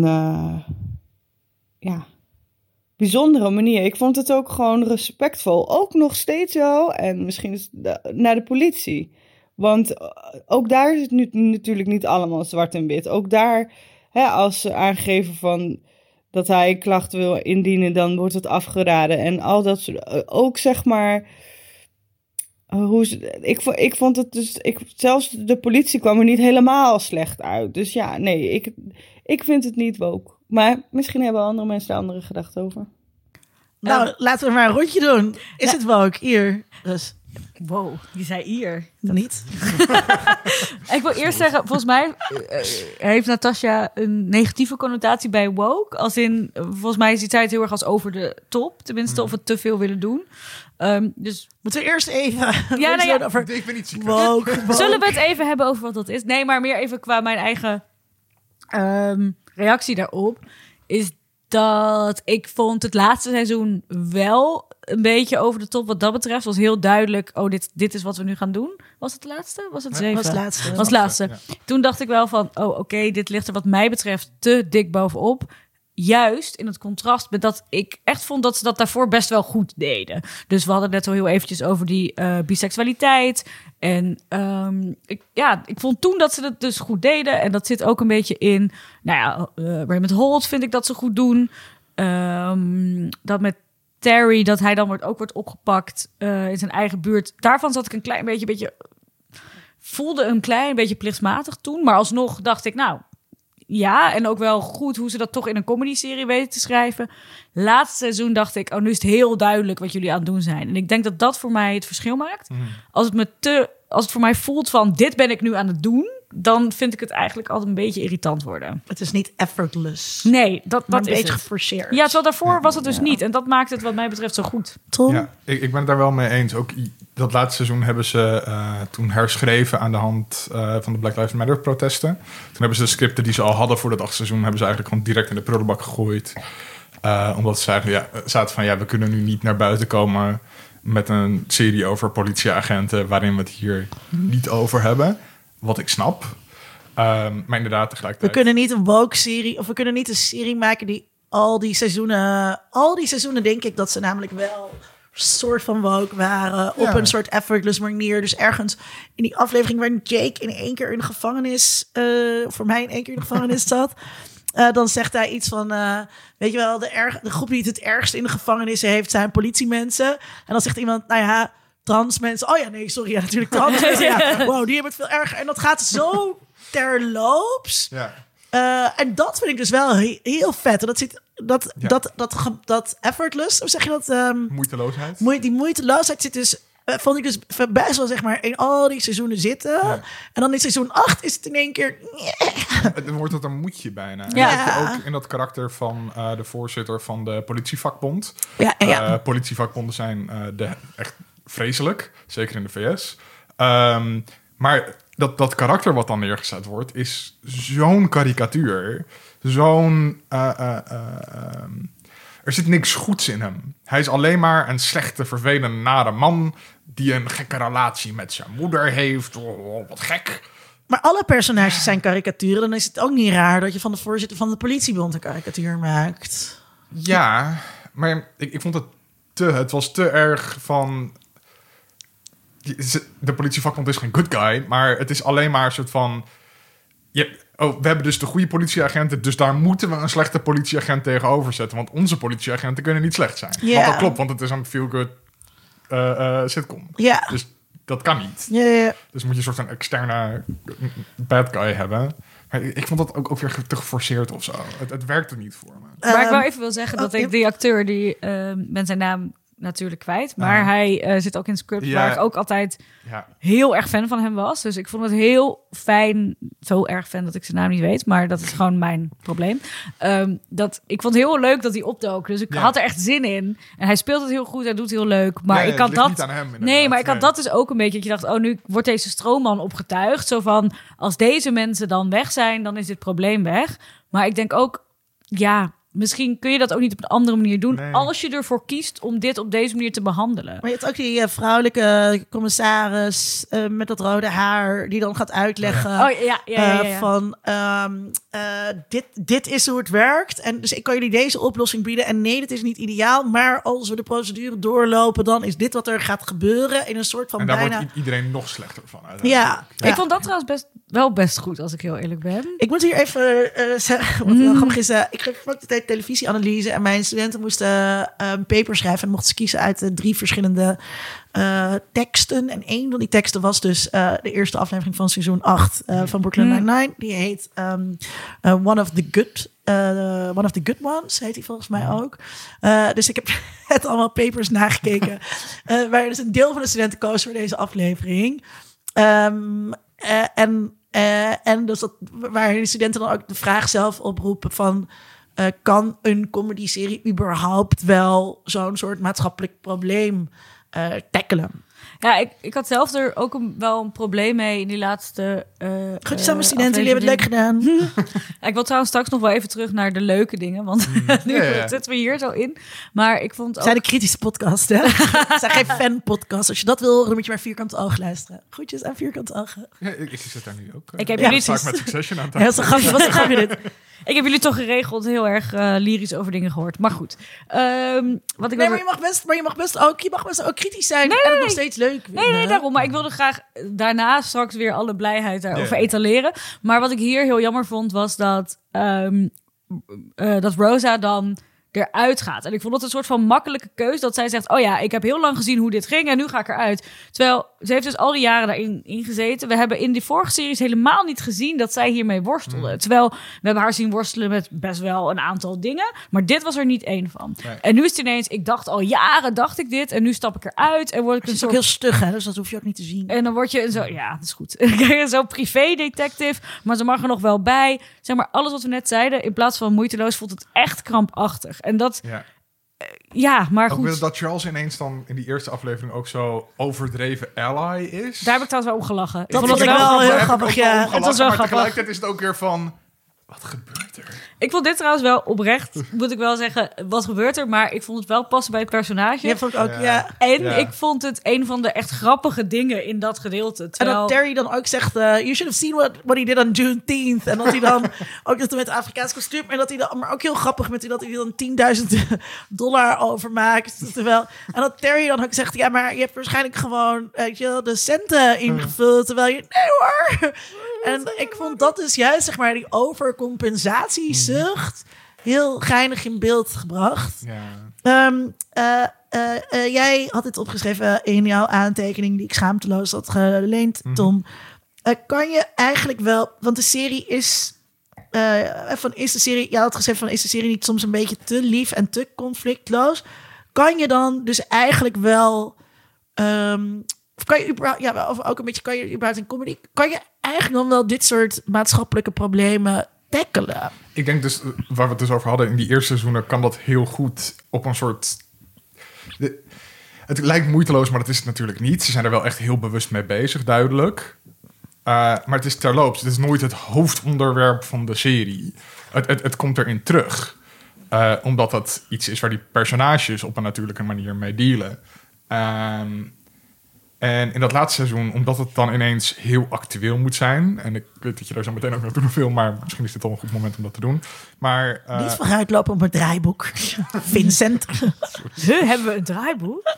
bijzondere manier. Ik vond het ook gewoon respectvol. Ook nog steeds wel. En misschien naar de politie. Want ook daar is het nu natuurlijk niet allemaal zwart en wit. Ook daar, als ze aangeven van dat hij een klacht wil indienen, dan wordt het afgeraden. En al dat soort... Ook zeg maar... Ik vond het dus... zelfs de politie kwam er niet helemaal slecht uit. Dus ja, nee, ik vind het niet woke. Maar misschien hebben andere mensen daar andere gedachten over. Nou, laten we maar een rondje doen. Is het woke? Hier. Dus. Wow, je zei hier. Niet. Ik wil eerst zeggen, volgens mij heeft Natasja een negatieve connotatie bij woke. Als in, volgens mij ziet zij het heel erg als over de top. Tenminste, of we te veel willen doen. Dus moeten we eerst even... Over... Ik ben niet ziek. Woke. Zullen we het even hebben over wat dat is? Nee, maar meer even qua mijn eigen reactie daarop. Is dat ik vond het laatste seizoen wel een beetje over de top wat dat betreft. Was heel duidelijk, dit is wat we nu gaan doen. Was het de laatste? Was het 7? Was het laatste. Was het laatste. Ja. Toen dacht ik wel van, oké, dit ligt er wat mij betreft te dik bovenop. Juist in het contrast met dat ik echt vond dat ze dat daarvoor best wel goed deden. Dus we hadden net al heel eventjes over die biseksualiteit. En ik vond toen dat ze dat dus goed deden. En dat zit ook een beetje in... Raymond Holt vind ik dat ze goed doen. Dat met Terry, dat hij dan wordt opgepakt in zijn eigen buurt. Daarvan zat ik een klein beetje... voelde een klein beetje plichtsmatig toen. Maar alsnog dacht ik, ja, en ook wel goed hoe ze dat toch in een comedy-serie weten te schrijven. Laatste seizoen dacht ik, nu is het heel duidelijk wat jullie aan het doen zijn. En ik denk dat dat voor mij het verschil maakt. Als het voor mij voelt van, dit ben ik nu aan het doen, dan vind ik het eigenlijk altijd een beetje irritant worden. Het is niet effortless. Nee, dat een is beetje het. Geforceerd. Ja, terwijl daarvoor was het dus niet. En dat maakt het wat mij betreft zo goed. Tom? Ja, ik ben het daar wel mee eens. Ook dat laatste seizoen hebben ze toen herschreven aan de hand van de Black Lives Matter protesten. Toen hebben ze de scripten die ze al hadden voor dat 8e seizoen, hebben ze eigenlijk gewoon direct in de prullenbak gegooid. Omdat ze eigenlijk zaten van, we kunnen nu niet naar buiten komen met een serie over politieagenten waarin we het hier niet over hebben. Wat ik snap. Maar inderdaad, tegelijkertijd... We kunnen niet een woke-serie... of we kunnen niet een serie maken die al die seizoenen denk ik dat ze namelijk wel soort van woke waren. Op een soort effortless manier. Dus ergens in die aflevering waarin Jake in één keer in de gevangenis... voor mij in één keer in de gevangenis zat... dan zegt hij iets van... weet je wel, de groep die het ergste in de gevangenis heeft... zijn politiemensen. En dan zegt iemand, trans mensen. Oh ja, nee, sorry. Ja, natuurlijk trans mensen. Ja. Wow, die hebben het veel erger. En dat gaat zo terloops. Ja. En dat vind ik dus wel heel vet. En dat zit dat effortless, hoe zeg je dat? Moeiteloosheid. Die moeiteloosheid zit dus... vond ik dus best wel zeg maar in al die seizoenen zitten. Ja. En dan in seizoen 8 is het in één keer... Dan wordt het een moedje bijna. Ja. En dat heb je ook in dat karakter van de voorzitter van de politievakbond. Ja. Politievakbonden zijn echt vreselijk. Zeker in de VS. Maar dat karakter wat dan neergezet wordt... is zo'n karikatuur. Zo'n... er zit niks goeds in hem. Hij is alleen maar een slechte, vervelende, nare man... die een gekke relatie met zijn moeder heeft. Oh, wat gek. Maar alle personages zijn karikaturen. Dan is het ook niet raar dat je van de voorzitter van de politiebond een karikatuur maakt. Ja, maar ik vond het was te erg van... De politievakbond is geen good guy, maar het is alleen maar een soort van... we hebben dus de goede politieagenten, dus daar moeten we een slechte politieagent tegenover zetten. Want onze politieagenten kunnen niet slecht zijn. Yeah. Want dat klopt, want het is een feel-good sitcom. Yeah. Dus dat kan niet. Yeah. Dus moet je een soort van externe bad guy hebben. Maar ik vond dat ook weer te geforceerd of zo. Het werkte niet voor me. Maar ik wel even wil zeggen dat ik die acteur, die ben zijn naam natuurlijk kwijt. Maar hij zit ook in Scrubs, waar ik ook altijd heel erg fan van hem was. Dus ik vond het heel fijn, zo erg fan dat ik zijn naam niet weet. Maar dat is gewoon mijn probleem. Ik vond het heel leuk dat hij opdook. Dus ik had er echt zin in. En hij speelt het heel goed, hij doet het heel leuk. Maar ik had dat niet aan hem, nee, maar ik had dat dus ook een beetje. Dat je dacht, oh, nu wordt deze stroomman opgetuigd. Zo van, als deze mensen dan weg zijn, dan is dit probleem weg. Maar ik denk ook, misschien kun je dat ook niet op een andere manier doen... als je ervoor kiest om dit op deze manier te behandelen. Maar je hebt ook die vrouwelijke commissaris met dat rode haar... die dan gaat uitleggen van... dit is hoe het werkt. En dus ik kan jullie deze oplossing bieden. En nee, dit is niet ideaal. Maar als we de procedure doorlopen... dan is dit wat er gaat gebeuren in een soort van en daar bijna... wordt iedereen nog slechter van. Ja. Ik vond dat trouwens best goed, als ik heel eerlijk ben. Ik moet hier even zeggen... wat wel grappig is... ik geef ook de tijd televisieanalyse... en mijn studenten moesten een paper schrijven... en mochten ze kiezen uit 3 verschillende teksten. En 1 van die teksten was dus de eerste aflevering van seizoen 8 van Brooklyn Nine-Nine. Die heet One of the Good Ones, heet die volgens mij ook. Dus ik heb het allemaal papers nagekeken. Waar dus een deel van de studenten koos voor deze aflevering. En dus waar de studenten dan ook de vraag zelf oproepen van... kan een comedy-serie überhaupt wel zo'n soort maatschappelijk probleem tackelen? Ja, ik had zelf er ook wel een probleem mee in die laatste goed samen, studenten, jullie hebben het leuk gedaan. Ik wil trouwens straks nog wel even terug naar de leuke dingen, want nu zitten we hier zo in. Maar ik vond ook... Zijn de kritische podcast, hè? Zijn geen fan-podcast. Als je dat wil, dan moet je maar Vierkante Oog luisteren. Groetjes aan Vierkante Ogen. Ja, ik zit daar nu ook. Ik heb jullie vaak met Succession aan het. Ja, was een grapje dit. Ik heb jullie toch geregeld heel erg lyrisch over dingen gehoord. Maar goed. Maar je mag best ook kritisch zijn en het nog steeds leuk vinden. Nee, daarom. Maar ik wilde graag daarna straks weer alle blijheid daarover etaleren. Maar wat ik hier heel jammer vond, was dat Rosa dan eruit gaat. En ik vond het een soort van makkelijke keus dat zij zegt, oh ja, ik heb heel lang gezien hoe dit ging en nu ga ik eruit. Terwijl ze heeft dus al die jaren daarin gezeten. We hebben in die vorige series helemaal niet gezien dat zij hiermee worstelde. Terwijl we hebben haar zien worstelen met best wel een aantal dingen, maar dit was er niet één van. Nee. En nu is het ineens, ik dacht al jaren, dacht ik dit en nu stap ik eruit en word ik een soort... ook heel stug, hè? Dus dat hoef je ook niet te zien. En dan word je zo, ja, dat is goed. Zo'n privé-detective, maar ze mag er nog wel bij. Zeg maar, alles wat we net zeiden, in plaats van moeiteloos, voelt het echt krampachtig. En dat... maar goed. Ook dat Charles ineens dan in die eerste aflevering ook zo overdreven ally is. Daar heb ik trouwens wel om gelachen. Dat vond ik wel heel grappig, ja. Het was wel grappig. Tegelijkertijd is het ook weer van... Wat gebeurt er? Ik vond dit trouwens wel oprecht, moet ik wel zeggen, wat gebeurt er? Maar ik vond het wel passen bij het personage. Ja, vond ik ook, En ik vond het een van de echt grappige dingen in dat gedeelte. Terwijl... En dat Terry dan ook zegt, you should have seen what he did on Juneteenth. En dat hij dan ook met het Afrikaans kostuum, en dat hij dan, maar ook heel grappig met dat hij dan $10,000 overmaakt. Terwijl, en dat Terry dan ook zegt, ja, maar je hebt waarschijnlijk gewoon de centen ingevuld. Terwijl je, nee hoor. En ik vond dat dus juist, zeg maar, die overcompensatiezucht heel geinig in beeld gebracht. Ja. Jij had dit opgeschreven in jouw aantekening die ik schaamteloos had geleend, Tom. Kan je eigenlijk wel, want de serie is jij had gezegd van, is de serie niet soms een beetje te lief en te conflictloos? Kan je dan dus eigenlijk wel... kan je überhaupt in comedy, kan je eigenlijk dan wel dit soort maatschappelijke problemen tackelen? Ik denk dus, waar we het dus over hadden in die eerste seizoenen, kan dat heel goed op een soort... Het lijkt moeiteloos, maar dat is het natuurlijk niet. Ze zijn er wel echt heel bewust mee bezig, duidelijk. Maar het is terloops. Het is nooit het hoofdonderwerp van de serie. Het komt erin terug. Omdat dat iets is waar die personages op een natuurlijke manier mee dealen. En in dat laatste seizoen, omdat het dan ineens heel actueel moet zijn... en ik weet dat je daar zo meteen ook naartoe wil, maar misschien is dit al een goed moment om dat te doen. Maar, niet vooruitlopen op een draaiboek. Vincent. Hebben we een draaiboek?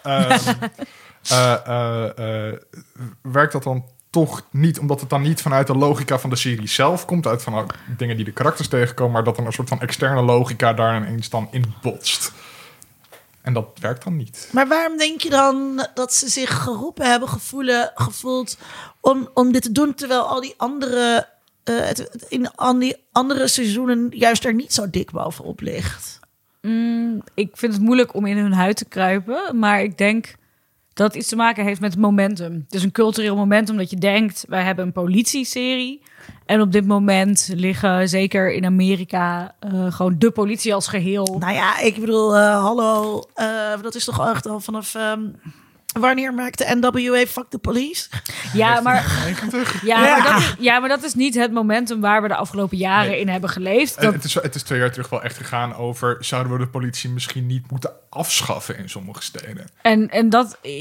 Werkt dat dan toch niet, omdat het dan niet vanuit de logica van de serie zelf komt... uit van dingen die de karakters tegenkomen... maar dat dan een soort van externe logica daar ineens dan in botst... En dat werkt dan niet. Maar waarom denk je dan dat ze zich geroepen hebben gevoeld om dit te doen... terwijl al die andere, die andere seizoenen juist er niet zo dik bovenop ligt? Ik vind het moeilijk om in hun huid te kruipen. Maar ik denk dat het iets te maken heeft met het momentum. Dus een cultureel momentum dat je denkt... wij hebben een politieserie. En op dit moment liggen zeker in Amerika... gewoon de politie als geheel. Nou ja, ik bedoel, hallo. Dat is toch echt al vanaf... wanneer maakte NWA Fuck the Police? Ja, maar, maar dat is niet het momentum waar we de afgelopen jaren in hebben geleefd. Het is 2 jaar terug wel echt gegaan over... zouden we de politie misschien niet moeten afschaffen in sommige steden? En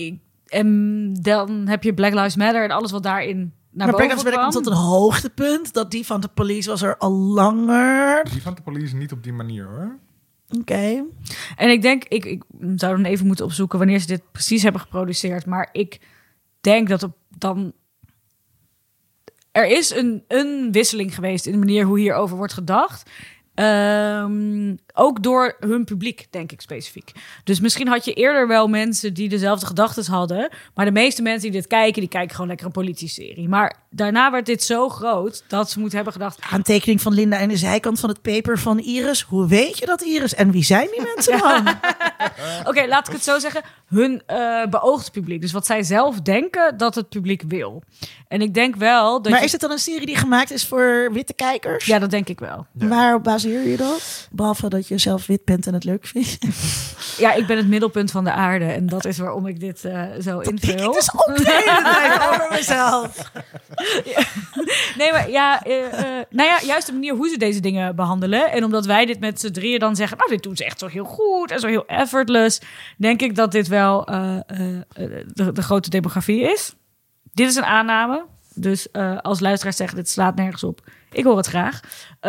dan heb je Black Lives Matter en alles wat daarin naar boven kwam. Maar komt tot een hoogtepunt. Dat die van de police was er al langer. Die van de police niet op die manier, hoor. Oké. En ik denk, ik zou dan even moeten opzoeken wanneer ze dit precies hebben geproduceerd. Maar ik denk dat er is een wisseling geweest in de manier hoe hierover wordt gedacht. Ook door hun publiek, denk ik specifiek. Dus misschien had je eerder wel mensen die dezelfde gedachten hadden. Maar de meeste mensen die dit kijken, die kijken gewoon lekker een politieserie. Maar daarna werd dit zo groot dat ze moeten hebben gedacht... Aantekening van Linda aan de zijkant van het paper van Iris. Hoe weet je dat, Iris? En wie zijn die mensen dan? Oké, laat ik het zo zeggen. Hun beoogd publiek. Dus wat zij zelf denken dat het publiek wil. En ik denk wel dat... Maar is het dan een serie die gemaakt is voor witte kijkers? Ja, dat denk ik wel. Ja. Waarop baseer je dat? Behalve dat je zelf wit bent en het leuk vindt. Ja, ik ben het middelpunt van de aarde. En dat is waarom ik dit zo invul. Het is ook de hele tijd over mezelf. Ja. Nee, maar juist de manier hoe ze deze dingen behandelen. En omdat wij dit met z'n drieën dan zeggen... nou, dit doen ze echt zo heel goed en zo heel effortless. Denk ik dat dit wel de grote demografie is. Dit is een aanname. Dus als luisteraars zeggen, dit slaat nergens op. Ik hoor het graag.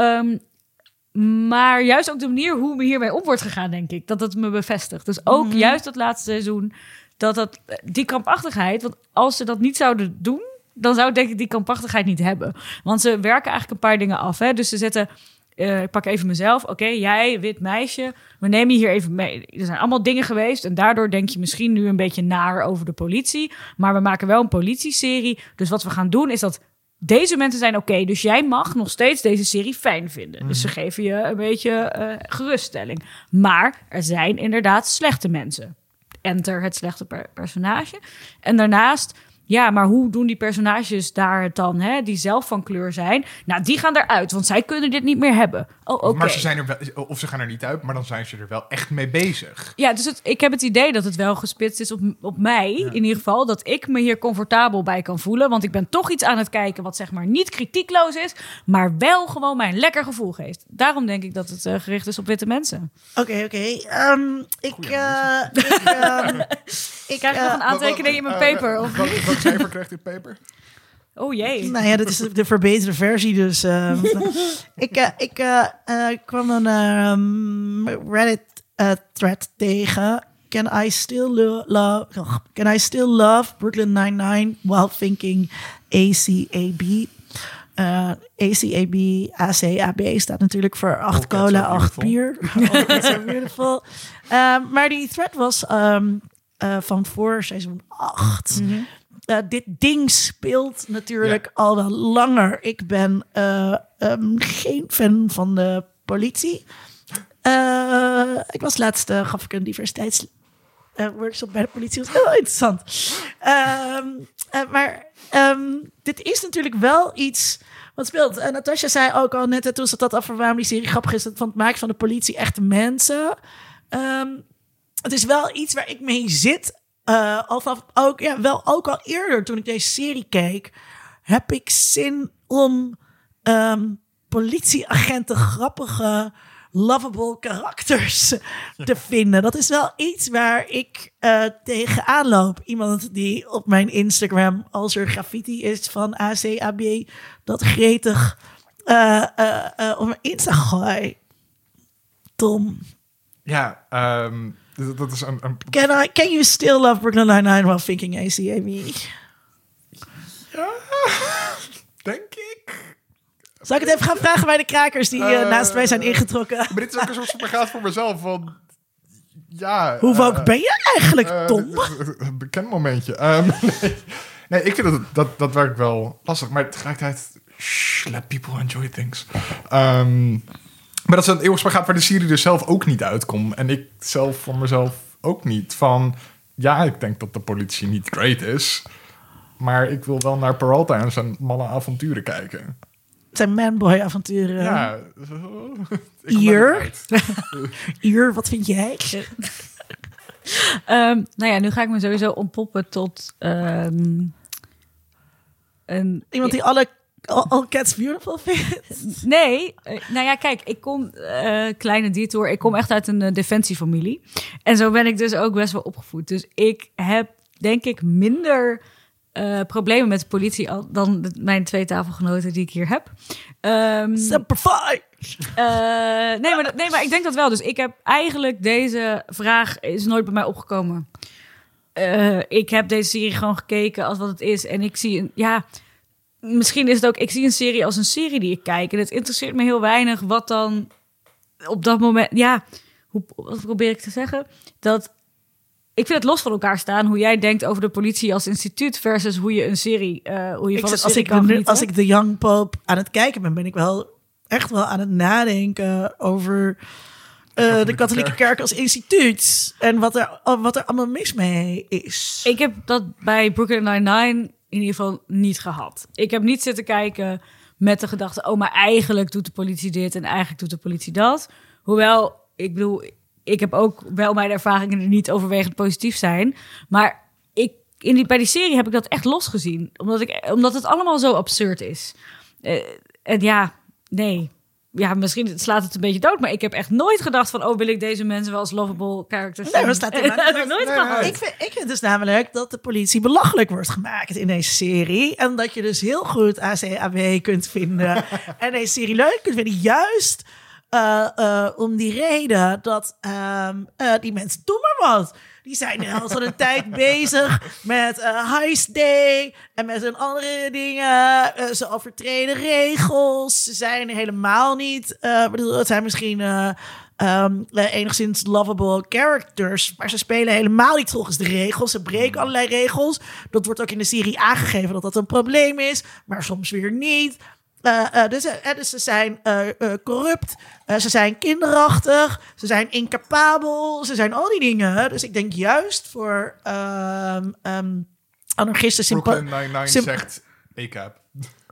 Maar juist ook de manier hoe me hiermee om wordt gegaan, denk ik. Dat het me bevestigt. Dus ook juist dat laatste seizoen... die krampachtigheid... Want als ze dat niet zouden doen... dan zou ik denk ik die krampachtigheid niet hebben. Want ze werken eigenlijk een paar dingen af. Hè? Dus ze zetten... ik pak even mezelf. Oké, jij, wit meisje. We nemen je hier even mee. Er zijn allemaal dingen geweest. En daardoor denk je misschien nu een beetje naar over de politie. Maar we maken wel een politieserie. Dus wat we gaan doen is dat... deze mensen zijn oké, dus jij mag nog steeds deze serie fijn vinden. Dus ze geven je een beetje geruststelling. Maar er zijn inderdaad slechte mensen. Enter het slechte personage. En daarnaast... ja, maar hoe doen die personages daar het dan, hè, die zelf van kleur zijn? Nou, die gaan eruit, want zij kunnen dit niet meer hebben. Oh, oké. Maar ze zijn er wel, of ze gaan er niet uit, maar dan zijn ze er wel echt mee bezig. Ja, dus ik heb het idee dat het wel gespitst is op mij, in ieder geval. Dat ik me hier comfortabel bij kan voelen. Want ik ben toch iets aan het kijken wat zeg maar niet kritiekloos is, maar wel gewoon mij een lekker gevoel geeft. Daarom denk ik dat het gericht is op witte mensen. Oké. Ik krijg nog een aantekening in mijn paper. Of Wat cijfer krijgt dit paper? Oh jee. Nou ja, dit is de verbeterde versie. Dus ik kwam een Reddit thread tegen. Can I still love Brooklyn Nine-Nine while thinking ACAB? ACAB staat natuurlijk voor 8 cola, 8 bier. So beautiful. Maar die thread was van voor seizoen 8. Mm-hmm. Dit ding speelt natuurlijk al wel langer. Ik ben geen fan van de politie. Ik was laatst, gaf ik een diversiteitsworkshop bij de politie. Dat was heel interessant. Maar dit is natuurlijk wel iets wat speelt. Natasja zei ook al net toen ze dat af waarom die serie grappig is, van het maken van de politie echte mensen. Het is wel iets waar ik mee zit. Ook al eerder toen ik deze serie keek, heb ik zin om politieagenten grappige, lovable karakters te vinden. Dat is wel iets waar ik tegenaan loop. Iemand die op mijn Instagram, als er graffiti is van ACAB, dat gretig om me in te gooien. Tom. Ja, dat is een... Can you still love Brooklyn Nine-Nine while thinking ACAB? Ja, denk ik. Zal ik het even gaan vragen bij de krakers die naast mij zijn ingetrokken? Maar dit is ook een soort spagaat voor mezelf. Van, ja, hoe woke ben je eigenlijk, Tom? Een bekend momentje. Nee, ik vind dat werkt wel lastig. Maar tegelijkertijd, let people enjoy things. Maar dat is een eeuwigspagaat waar de serie dus zelf ook niet uitkomt. En ik zelf voor mezelf ook niet. Van, ja, ik denk dat de politie niet great is. Maar ik wil wel naar Peralta en zijn malle avonturen kijken. Zijn manboy-avonturen. Ja. Ier? Ier, wat vind jij? Nou ja, nu ga ik me sowieso ontpoppen tot Iemand die alle All Cats Beautiful vindt? Nee, nou ja, kijk, ik kom, kleine detour, ik kom echt uit een defensiefamilie. En zo ben ik dus ook best wel opgevoed. Dus ik heb, denk ik, minder problemen met de politie dan mijn 2 tafelgenoten die ik hier heb. Simplify! Nee, maar ik denk dat wel. Dus ik heb eigenlijk deze vraag is nooit bij mij opgekomen. Ik heb deze serie gewoon gekeken als wat het is. En ik zie misschien is het ook, ik zie een serie als een serie die ik kijk. En het interesseert me heel weinig wat dan op dat moment... Ja, wat probeer ik te zeggen? Dat ik vind het los van elkaar staan hoe jij denkt over de politie als instituut versus hoe je een serie, als ik de Young Pope aan het kijken ben ik wel echt wel aan het nadenken over de katholieke kerk als instituut en wat er allemaal mis mee is. Ik heb dat bij Brooklyn Nine-Nine in ieder geval niet gehad. Ik heb niet zitten kijken met de gedachte, maar eigenlijk doet de politie dit en eigenlijk doet de politie dat. Hoewel, ik bedoel, ik heb ook wel mijn ervaringen die niet overwegend positief zijn. Maar bij die serie heb ik dat echt losgezien. Omdat het allemaal zo absurd is. Misschien slaat het een beetje dood. Maar ik heb echt nooit gedacht van, wil ik deze mensen wel als lovable characters zien? Nee, dat staat er nooit gehad. Ik vind dus namelijk dat de politie belachelijk wordt gemaakt in deze serie. En dat je dus heel goed ACAB kunt vinden. En deze serie leuk kunt vinden. Juist om die reden dat die mensen doen maar wat. Die zijn de helft van de tijd bezig met Heist Day en met hun andere dingen. Ze overtreden regels. Ze zijn helemaal niet... het zijn misschien enigszins lovable characters, maar ze spelen helemaal niet volgens de regels. Ze breken allerlei regels. Dat wordt ook in de serie aangegeven dat dat een probleem is, maar soms weer niet. Dus ze zijn corrupt, ze zijn kinderachtig, ze zijn incapabel, ze zijn al die dingen. Dus ik denk juist voor anarchisten... Brooklyn Nine-Nine zegt ACAB.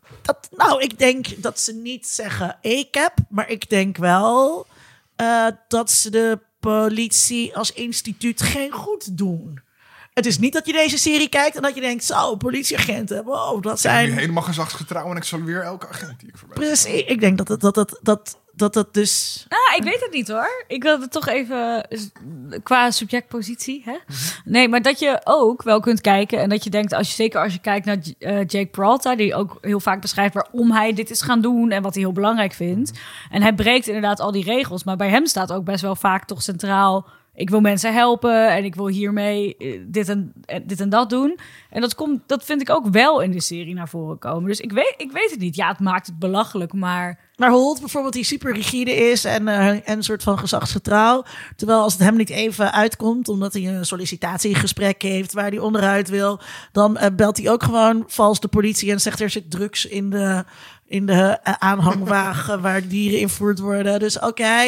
Ik denk dat ze niet zeggen ACAB, maar ik denk wel dat ze de politie als instituut geen goed doen. Het is niet dat je deze serie kijkt en dat je denkt, zo, politieagenten, wow, dat zijn... Ik ben nu helemaal gezagsgetrouw en ik salueer elke agent die ik voorbij. Precies, ik denk dat dus... Ik weet het niet hoor. Ik wil het toch even qua subjectpositie. Hè? Nee, maar dat je ook wel kunt kijken en dat je denkt, zeker als je kijkt naar Jake Peralta, die ook heel vaak beschrijft waarom hij dit is gaan doen en wat hij heel belangrijk vindt. En hij breekt inderdaad al die regels, maar bij hem staat ook best wel vaak toch centraal, ik wil mensen helpen en ik wil hiermee dit en dat doen. En dat vind ik ook wel in de serie naar voren komen. Dus ik weet het niet. Ja, het maakt het belachelijk, maar... Maar Holt bijvoorbeeld, die super rigide is en een soort van gezagsgetrouw. Terwijl als het hem niet even uitkomt, omdat hij een sollicitatiegesprek heeft waar hij onderuit wil, dan belt hij ook gewoon vals de politie en zegt er zit drugs in de aanhangwagen waar dieren invoerd worden. Dus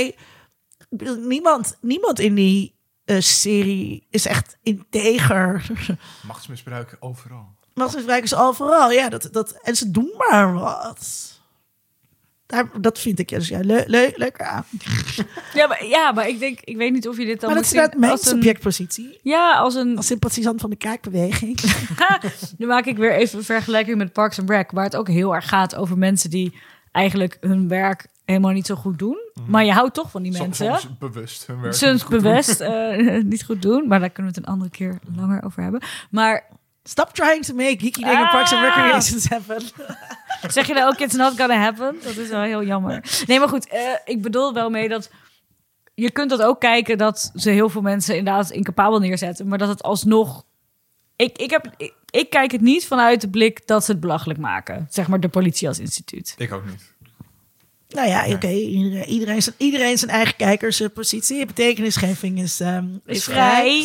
niemand in die serie is echt integer. Machtsmisbruik overal. Machtsmisbruik is overal, ja. En ze doen maar wat. Dat vind ik leuk aan. Maar ik weet niet of je dit dan... Maar dat is inderdaad mijn subjectpositie. Ja, als sympathisant van de kaakbeweging. Nu maak ik weer even een vergelijking met Parks and Rec, waar het ook heel erg gaat over mensen die eigenlijk hun werk helemaal niet zo goed doen. Maar je houdt toch van die mensen. Soms bewust hun werk soms bewust niet goed doen. Maar daar kunnen we het een andere keer langer over hebben. Maar stop trying to make geeky dingen Parks and Recreations happen. Zeg je nou ook, it's not gonna happen? Dat is wel heel jammer. Nee, maar goed, ik bedoel wel mee dat je kunt dat ook kijken dat ze heel veel mensen inderdaad incapabel neerzetten, maar dat het alsnog... Ik kijk het niet vanuit de blik dat ze het belachelijk maken. Zeg maar de politie als instituut. Ik ook niet. Nou ja, oké. Iedereen zijn eigen kijkerspositie. Betekenisgeving is vrij.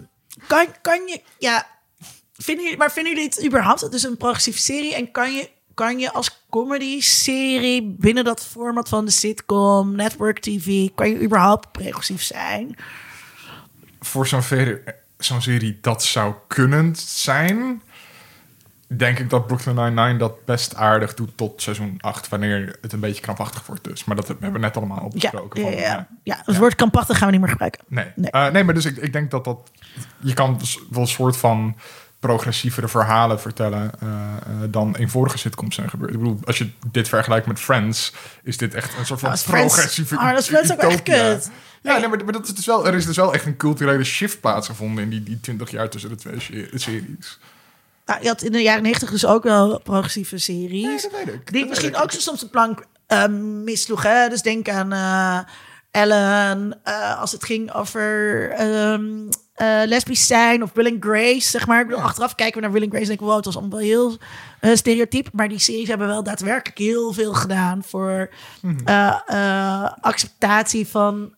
Kan je... Ja, vinden jullie het überhaupt? Het is een progressieve serie. En kan je als comedy-serie binnen dat format van de sitcom, network TV, kan je überhaupt progressief zijn? Voor zo'n serie dat zou kunnen zijn, denk ik dat Brooklyn Nine-Nine dat best aardig doet tot seizoen 8, wanneer het een beetje krampachtig wordt dus. Maar dat hebben we net allemaal al besproken. Het woord krampachtig gaan we niet meer gebruiken. Nee, maar dus ik denk dat je kan dus wel een soort van progressievere verhalen vertellen dan in vorige sitcoms zijn gebeurd. Ik bedoel, als je dit vergelijkt met Friends, is dit echt een soort van progressieve dat is Friends ook echt kut. Ja, nee, maar dat is dus wel, er is dus wel echt een culturele shift plaatsgevonden in die 20 jaar tussen de twee series. Nou, je had in de jaren 90 dus ook wel progressieve series. Nee, dat weet ik. Die misschien ook zo soms de plank missloegen. Dus denk aan Ellen, als het ging over lesbisch zijn of Will and Grace, zeg maar. Ik bedoel, achteraf kijken we naar Will and Grace en denken we, wow, het was allemaal wel heel stereotyp. Maar die series hebben wel daadwerkelijk heel veel gedaan voor acceptatie van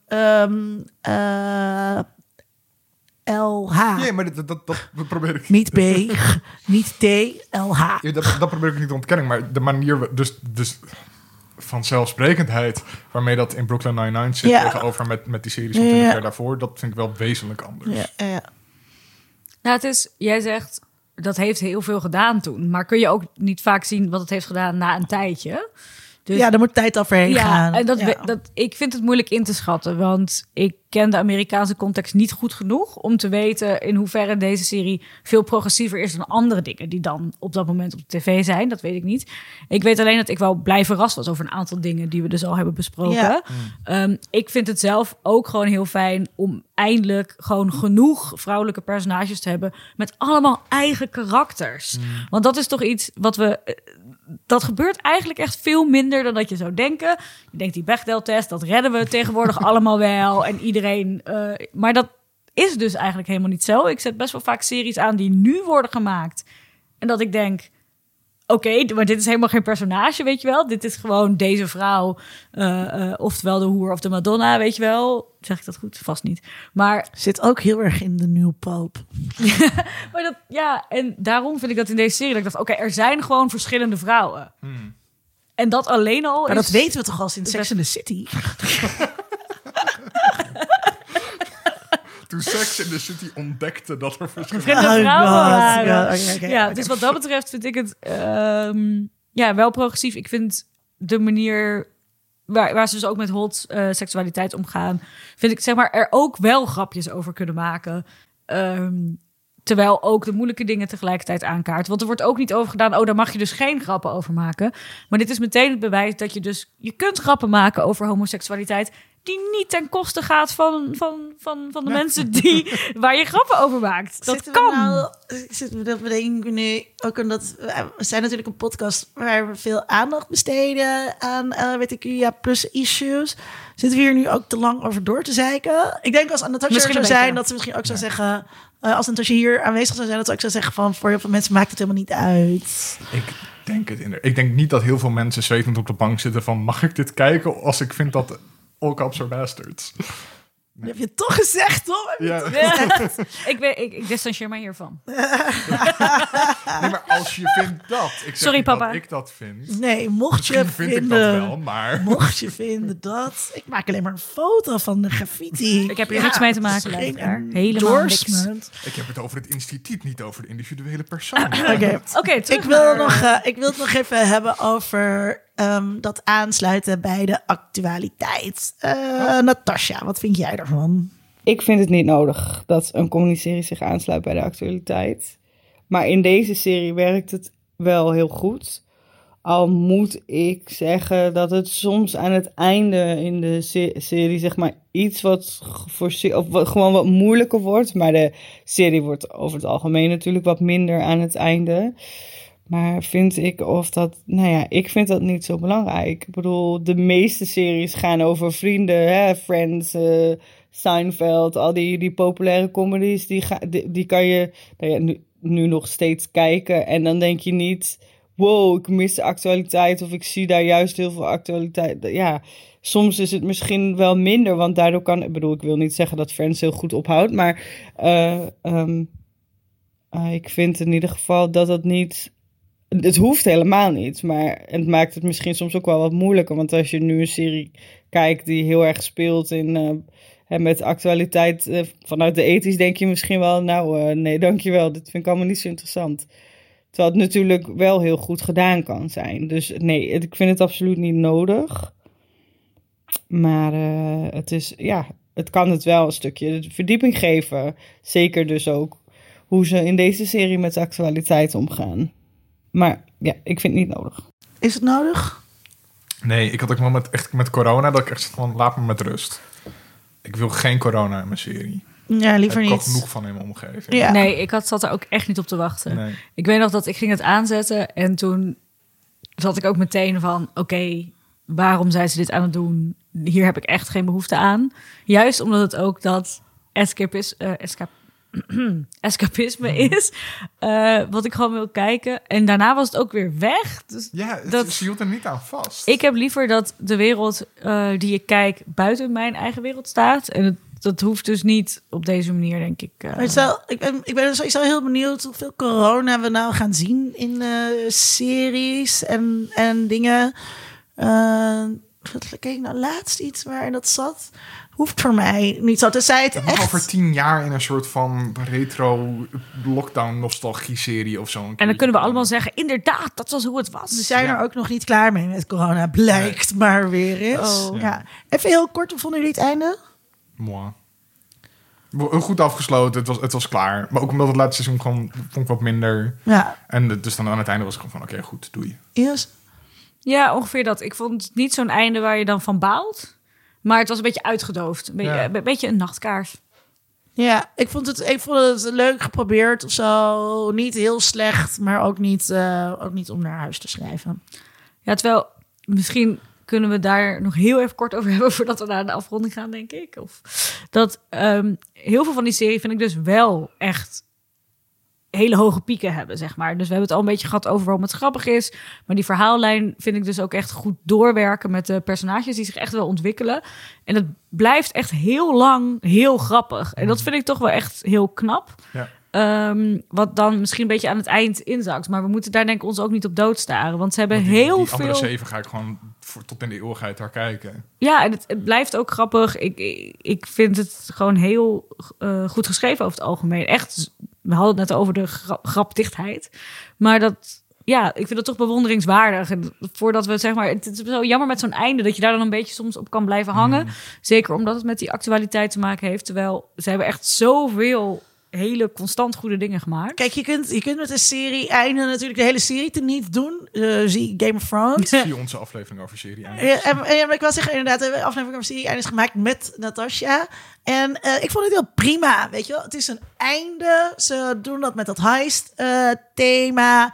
LH. Nee, maar dat probeer ik niet B, niet T, LH. Ja, dat probeer ik niet te ontkennen, maar de manier, dus vanzelfsprekendheid waarmee dat in Brooklyn Nine-Nine zit tegenover met die series van 20 jaar daarvoor, dat vind ik wel wezenlijk anders. Ja. Nou, het is, jij zegt, dat heeft heel veel gedaan toen. Maar kun je ook niet vaak zien wat het heeft gedaan na een tijdje? Dus, ja, er moet tijd overheen gaan. En ik vind het moeilijk in te schatten. Want ik ken de Amerikaanse context niet goed genoeg om te weten in hoeverre deze serie veel progressiever is dan andere dingen die dan op dat moment op de tv zijn. Dat weet ik niet. Ik weet alleen dat ik wel blij verrast was over een aantal dingen die we dus al hebben besproken. Ja. Ik vind het zelf ook gewoon heel fijn om eindelijk gewoon genoeg vrouwelijke personages te hebben met allemaal eigen karakters. Want dat is toch iets wat dat gebeurt eigenlijk echt veel minder dan dat je zou denken. Je denkt die Bechdel-test, dat redden we tegenwoordig allemaal wel. En iedereen... maar dat is dus eigenlijk helemaal niet zo. Ik zet best wel vaak series aan die nu worden gemaakt. En dat ik denk... Oké, maar dit is helemaal geen personage, weet je wel. Dit is gewoon deze vrouw. Oftewel de hoer of de Madonna, weet je wel. Zeg ik dat goed? Vast niet. Maar zit ook heel erg in de New Pope. Maar en daarom vind ik dat in deze serie... dat ik dacht, er zijn gewoon verschillende vrouwen. En dat alleen al maar dat weten we toch al in Sex and the City? Toen Sex in the City ontdekte dat er verschillende vrouwen waren. Okay. Dus wat dat betreft vind ik het wel progressief. Ik vind de manier waar ze dus ook met hot seksualiteit omgaan... vind ik zeg maar er ook wel grapjes over kunnen maken... terwijl ook de moeilijke dingen tegelijkertijd aankaart. Want er wordt ook niet over gedaan... daar mag je dus geen grappen over maken. Maar dit is meteen het bewijs dat je kunt grappen maken over homoseksualiteit... die niet ten koste gaat van de mensen waar je grappen over maakt. Dat kan. Zitten we dat bedenken nu ook omdat we zijn natuurlijk een podcast waar we veel aandacht besteden aan LGBTQIA+ issues. Zitten we hier nu ook te lang over door te zeiken? Ik denk als Natasja er zou zijn, dat ze misschien ook zou zeggen... als Natasja hier aanwezig zou zijn, dat ze ook zou zeggen van... voor heel veel mensen maakt het helemaal niet uit. Ik denk niet dat heel veel mensen zwetend op de bank zitten van... mag ik dit kijken als ik vind dat... All Cops Are Bastards. Nee. Heb je toch gezegd, toch? Ja. Ik distancieer mij hiervan. Nee, maar als je vindt dat... Ik zeg Sorry, papa. Dat ik dat vind. Nee, mocht je vind ik dat wel, maar... Mocht je vinden dat... Ik maak alleen maar een foto van de graffiti. Ik heb hier niks mee te maken. Helemaal niks. Ik heb het over het instituut, niet over de individuele persoon. Oké, ik wil het nog even hebben over... dat aansluiten bij de actualiteit. Natasja, wat vind jij ervan? Ik vind het niet nodig dat een comedy-serie zich aansluit bij de actualiteit. Maar in deze serie werkt het wel heel goed. Al moet ik zeggen dat het soms aan het einde in de serie zeg maar iets wat gewoon wat moeilijker wordt. Maar de serie wordt over het algemeen natuurlijk wat minder aan het einde. Maar vind ik ik vind dat niet zo belangrijk. Ik bedoel, de meeste series gaan over vrienden, Friends, Seinfeld, al die populaire comedies, die kan je nu nog steeds kijken. En dan denk je niet, wow, ik mis de actualiteit of ik zie daar juist heel veel actualiteit. Ja, soms is het misschien wel minder, want daardoor ik wil niet zeggen dat Friends heel goed ophoudt, maar ik vind in ieder geval dat het niet Het hoeft helemaal niet, maar het maakt het misschien soms ook wel wat moeilijker. Want als je nu een serie kijkt die heel erg speelt met actualiteit vanuit de ethisch, denk je misschien wel, nee, dankjewel, dit vind ik allemaal niet zo interessant. Terwijl het natuurlijk wel heel goed gedaan kan zijn. Dus nee, ik vind het absoluut niet nodig. Maar het kan het wel een stukje verdieping geven. Zeker dus ook hoe ze in deze serie met de actualiteit omgaan. Maar ja, ik vind het niet nodig. Is het nodig? Nee, ik had ook wel met corona dat ik echt van laat me met rust. Ik wil geen corona in mijn serie. Ja, liever niet. niet. Ik had genoeg van in mijn omgeving. Ja. Nee, ik zat er ook echt niet op te wachten. Nee. Ik weet nog dat ik ging het aanzetten en toen zat ik ook meteen van, oké, waarom zijn ze dit aan het doen? Hier heb ik echt geen behoefte aan. Juist omdat het ook dat escapisme is, wat ik gewoon wil kijken. En daarna was het ook weer weg. Dus Ja, ze hield er niet aan vast. ik heb liever dat de wereld die ik kijk buiten mijn eigen wereld staat. En dat hoeft dus niet op deze manier, denk ik. Ik ben sowieso heel benieuwd hoeveel corona we nou gaan zien in series en dingen. Wat keek ik nou laatst iets waarin dat zat? Hoeft voor mij niet zo. Tenzij het mag echt... over 10 jaar in een soort van retro lockdown nostalgie serie of zo. En dan kunnen we allemaal zeggen, inderdaad, dat was hoe het was. We zijn er ook nog niet klaar mee met corona. Blijkt maar weer eens. Oh. Ja. Even heel kort, hoe vonden jullie het einde? Moi. Goed afgesloten, het was klaar. Maar ook omdat het laatste seizoen gewoon vond ik wat minder. Ja. En dus dan aan het einde was ik gewoon van oké, goed, doei. Yes. Ja, ongeveer dat. Ik vond het niet zo'n einde waar je dan van baalt. Maar het was een beetje uitgedoofd. Een beetje een nachtkaars. Ja, ik vond het leuk geprobeerd of zo. Niet heel slecht, maar ook niet om naar huis te schrijven. Ja, terwijl misschien kunnen we daar nog heel even kort over hebben voordat we naar de afronding gaan, denk ik. Of dat heel veel van die serie vind ik dus wel echt hele hoge pieken hebben, zeg maar. Dus we hebben het al een beetje gehad over waarom het grappig is. Maar die verhaallijn vind ik dus ook echt goed doorwerken met de personages die zich echt wel ontwikkelen. En het blijft echt heel lang heel grappig. En dat vind ik toch wel echt heel knap. Ja. Wat dan misschien een beetje aan het eind inzakt. Maar we moeten daar denk ik ons ook niet op doodstaren. Want ze hebben Die heel andere veel... 7 ga ik gewoon tot in de eeuwigheid naar kijken. Ja, en het blijft ook grappig. Ik vind het gewoon heel goed geschreven over het algemeen. Echt, we hadden het net over de grapdichtheid. Maar dat, ja, ik vind het toch bewonderingswaardig. En voordat we, zeg maar, het is zo jammer met zo'n einde dat je daar dan een beetje soms op kan blijven hangen. Zeker omdat het met die actualiteit te maken heeft. Terwijl ze hebben echt zoveel hele constant goede dingen gemaakt. Kijk, je kunt met een serie einde natuurlijk de hele serie te niet doen. Zie Game of Thrones. Zie onze aflevering over serie einde. En ik wil zeggen, inderdaad, de aflevering over serie einde is gemaakt met Natasha. En ik vond het heel prima, weet je wel. Het is een einde. Ze doen dat met dat heist thema.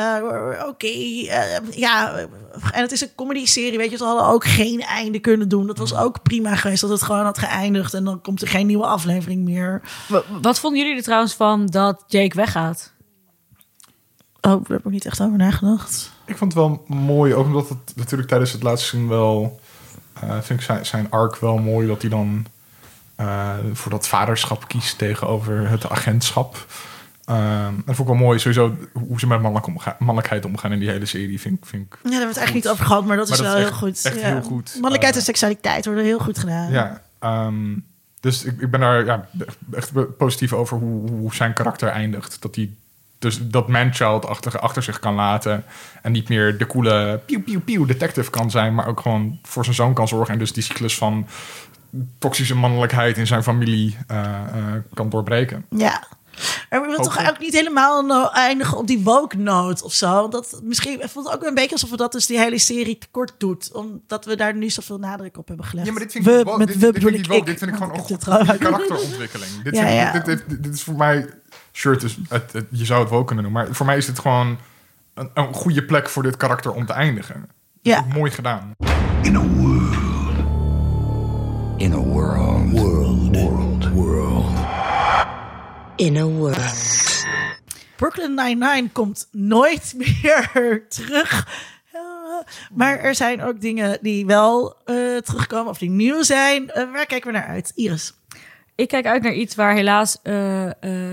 Ja, en het is een comedy-serie, weet je. Ze hadden ook geen einde kunnen doen. Dat was ook prima geweest dat het gewoon had geëindigd. En dan komt er geen nieuwe aflevering meer. Wat vonden jullie er trouwens van dat Jake weggaat? Oh, daar heb ik niet echt over nagedacht. Ik vond het wel mooi, ook omdat het natuurlijk tijdens het laatste seizoen wel... vind ik zijn arc wel mooi, dat hij dan voor dat vaderschap kiest tegenover het agentschap. Dat vond ik wel mooi, sowieso hoe ze met mannelijkheid omgaan in die hele serie. Vind ik Ja, daar hebben we het eigenlijk niet over gehad, maar dat is wel heel goed. Echt heel goed. Mannelijkheid en seksualiteit worden heel goed gedaan. Ja, dus ik ben daar echt positief over hoe zijn karakter eindigt. Dat hij dus dat manchild achter zich kan laten en niet meer de coole pieuw detective kan zijn, maar ook gewoon voor zijn zoon kan zorgen en dus die cyclus van toxische mannelijkheid in zijn familie kan doorbreken. Ja. Maar we willen toch ook niet helemaal eindigen op die woke note of zo. Dat misschien voelt het ook een beetje alsof we dat dus die hele serie tekort doet. Omdat we daar nu zoveel nadruk op hebben gelegd. Ja, maar dit vind ik dit vind ik gewoon een goede karakterontwikkeling. Dit is voor mij, je zou het woke kunnen noemen, maar voor mij is dit gewoon een goede plek voor dit karakter om te eindigen. Ja. Mooi gedaan. In a world. Brooklyn Nine-Nine komt nooit meer terug. Maar er zijn ook dingen die wel terugkomen of die nieuw zijn. Waar kijken we naar uit? Iris? Ik kijk uit naar iets waar helaas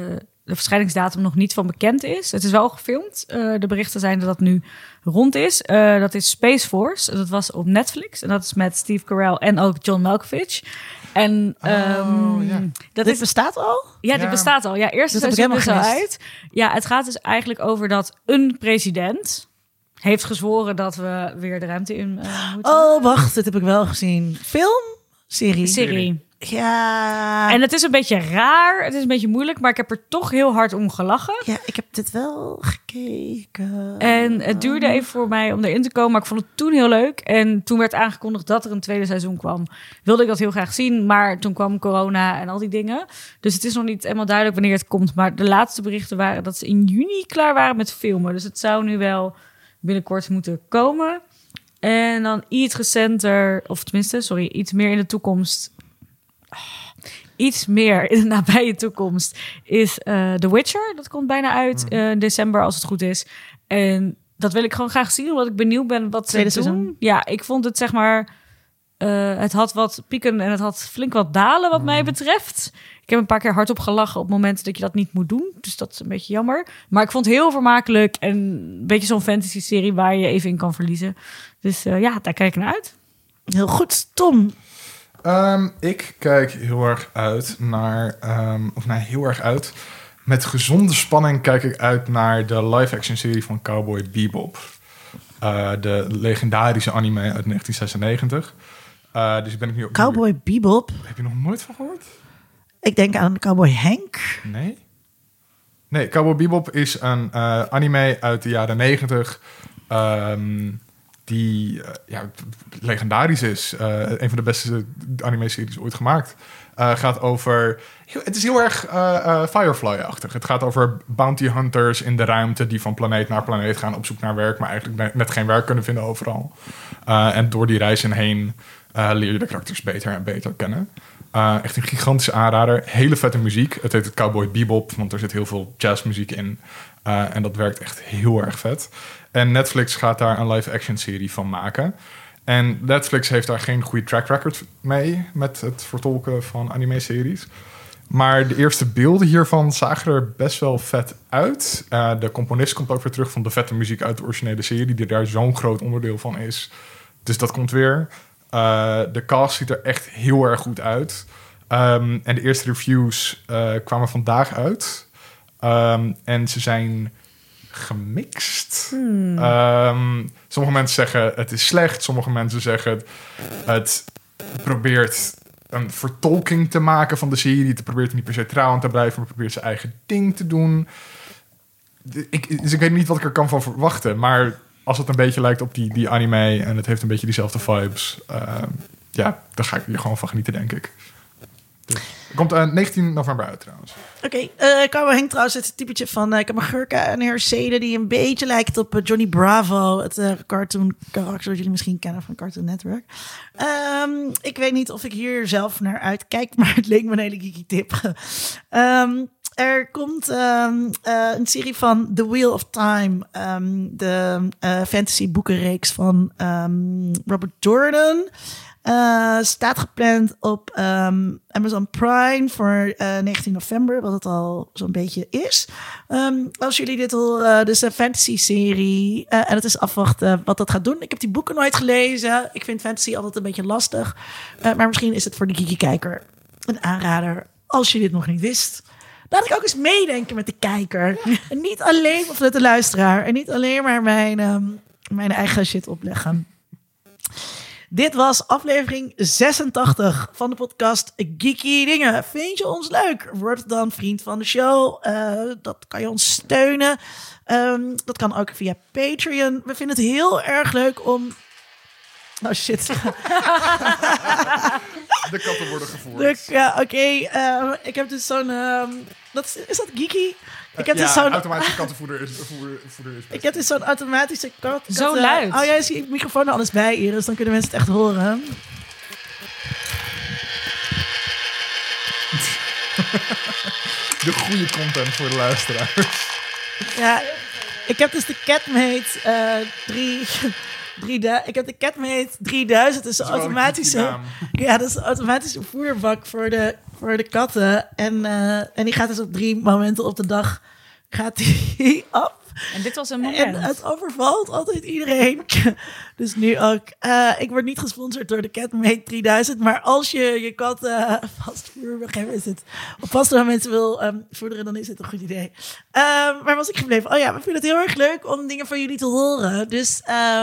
de verschijningsdatum nog niet van bekend is. Het is wel gefilmd. De berichten zijn dat nu rond is. Dat is Space Force. Dat was op Netflix. En dat is met Steve Carell en ook John Malkovich. En Dit bestaat al? Ja, dit bestaat al. Ja, eerste Dat heb ik seizoen is al helemaal uit. Ja, het gaat dus eigenlijk over dat een president heeft gezworen dat we weer de ruimte in moeten. Oh, wacht. Dit heb ik wel gezien. Film? Serie. Ja. En het is een beetje raar. Het is een beetje moeilijk, maar ik heb er toch heel hard om gelachen. Ja, ik heb dit wel gekeken. En het duurde even voor mij om erin te komen, maar ik vond het toen heel leuk. En toen werd aangekondigd dat er een tweede seizoen kwam. Wilde ik dat heel graag zien, maar toen kwam corona en al die dingen. Dus het is nog niet helemaal duidelijk wanneer het komt. Maar de laatste berichten waren dat ze in juni klaar waren met filmen. Dus het zou nu wel binnenkort moeten komen. En dan iets recenter, of tenminste, iets meer in de toekomst. Iets meer in de nabije toekomst is The Witcher. Dat komt bijna uit in december, als het goed is. En dat wil ik gewoon graag zien, omdat ik benieuwd ben wat ze doen. Seizoen. Ja, ik vond het zeg maar... het had wat pieken en het had flink wat dalen wat mij betreft. Ik heb een paar keer hardop gelachen op momenten dat je dat niet moet doen. Dus dat is een beetje jammer. Maar ik vond het heel vermakelijk en een beetje zo'n fantasy-serie waar je even in kan verliezen. Dus daar kijk ik naar uit. Heel goed, Tom. Ik kijk heel erg uit naar... heel erg uit. Met gezonde spanning kijk ik uit naar de live-action serie van Cowboy Bebop. De legendarische anime uit 1996. Dus ben ik nu op... Cowboy Bebop. Heb je nog nooit van gehoord? Ik denk aan Cowboy Henk. Nee? Nee, Cowboy Bebop is een anime uit de jaren 90... die legendarisch is. Een van de beste anime-series ooit gemaakt. Gaat over... Het is heel erg Firefly-achtig. Het gaat over bounty hunters in de ruimte... die van planeet naar planeet gaan op zoek naar werk... maar eigenlijk net geen werk kunnen vinden overal. En door die reizen heen leer je de karakters beter en beter kennen. Echt een gigantische aanrader. Hele vette muziek. Het heet het Cowboy Bebop, want er zit heel veel jazzmuziek in. En dat werkt echt heel erg vet. En Netflix gaat daar een live-action serie van maken. En Netflix heeft daar geen goede track record mee... met het vertolken van anime-series. Maar de eerste beelden hiervan zagen er best wel vet uit. De componist komt ook weer terug van de vette muziek uit de originele serie... die daar zo'n groot onderdeel van is. Dus dat komt weer. De cast ziet er echt heel erg goed uit. En de eerste reviews kwamen vandaag uit. En ze zijn... gemixt. Sommige mensen zeggen het is slecht. Sommige mensen zeggen het probeert een vertolking te maken van de serie. Het probeert er niet per se trouw aan te blijven, maar probeert zijn eigen ding te doen. Dus ik weet niet wat ik er kan van verwachten. Maar als het een beetje lijkt op die anime en het heeft een beetje diezelfde vibes, dan ga ik er gewoon van genieten, denk ik. Dus, het komt 19 november uit trouwens. Oké, Cowboy Henk trouwens het typetje van... ik heb een Gurka en Hersede die een beetje lijkt op Johnny Bravo. Het cartoon karakter dat jullie misschien kennen van Cartoon Network. Ik weet niet of ik hier zelf naar uitkijk, maar het leek me een hele geeky tip. Er komt een serie van The Wheel of Time. De fantasy boekenreeks van Robert Jordan. Staat gepland op Amazon Prime voor 19 november, wat het al zo'n beetje is. Als jullie dit al, dus een fantasy-serie, en het is afwachten wat dat gaat doen. Ik heb die boeken nooit gelezen. Ik vind fantasy altijd een beetje lastig. Maar misschien is het voor de geeky kijker een aanrader, als je dit nog niet wist. Laat ik ook eens meedenken met de kijker. En niet alleen, of met de luisteraar, en niet alleen maar mijn eigen shit opleggen. Dit was aflevering 86 van de podcast Geeky Dingen. Vind je ons leuk? Word dan vriend van de show. Dat kan je ons steunen. Dat kan ook via Patreon. We vinden het heel erg leuk om... Oh shit. De katten worden gevoerd. Ja, oké. Ik heb dus zo'n... is dat geeky? Ik heb dus zo'n automatische kattenvoeder is ik heb dus zo'n automatische kat. Zo luid. Oh, jij ziet microfoon er alles bij, Iris. Dan kunnen mensen het echt horen. De goede content voor de luisteraars. Ja, ik heb dus de Catmate 3... Ik heb de Catmate 3000, dus de automatische... naam. Ja, dat is een automatische voerbak voor voor de katten. En die gaat dus op 3 momenten op de dag gaat die af. En dit was een moment. En het overvalt altijd iedereen. Dus nu ook. Ik word niet gesponsord door de Catmate 3000. Maar als je kat op vaste mensen wil voederen, dan is het een goed idee. Waar was ik gebleven? Oh ja, we vinden het heel erg leuk om dingen van jullie te horen. Dus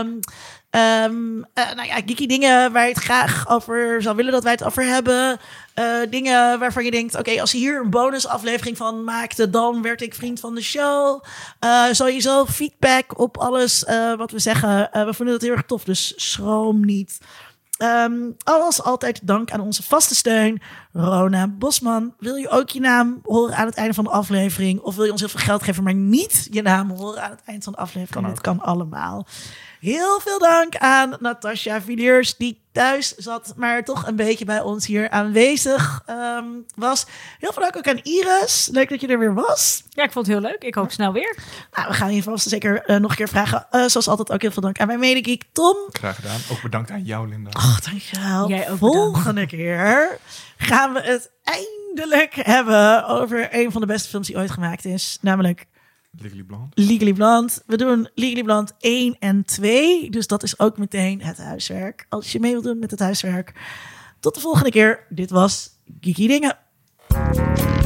geeky dingen waar je het graag over zou willen dat wij het over hebben. Dingen waarvan je denkt, oké, als je hier een bonusaflevering van maakte, dan werd ik vriend van de show. Sowieso feedback op alles wat we zeggen. We vinden het heel erg tof, dus schroom niet. Als altijd dank aan onze vaste steun, Rona Bosman. Wil je ook je naam horen aan het einde van de aflevering? Of wil je ons heel veel geld geven, maar niet je naam horen aan het eind van de aflevering? Het kan allemaal. Heel veel dank aan Natasha Villiers, die thuis zat, maar toch een beetje bij ons hier aanwezig was. Heel veel dank ook aan Iris. Leuk dat je er weer was. Ja, ik vond het heel leuk. Ik hoop snel weer. Nou, we gaan in ieder geval zeker nog een keer vragen. Zoals altijd ook heel veel dank aan mijn medegeek Tom. Graag gedaan. Ook bedankt aan jou, Linda. Dankjewel. Jij ook Volgende keer gaan we het eindelijk hebben over een van de beste films die ooit gemaakt is. Namelijk Legally Blonde. We doen Legally Blonde 1 en 2. Dus dat is ook meteen het huiswerk. Als je mee wilt doen met het huiswerk. Tot de volgende keer. Dit was Geeky Dingen.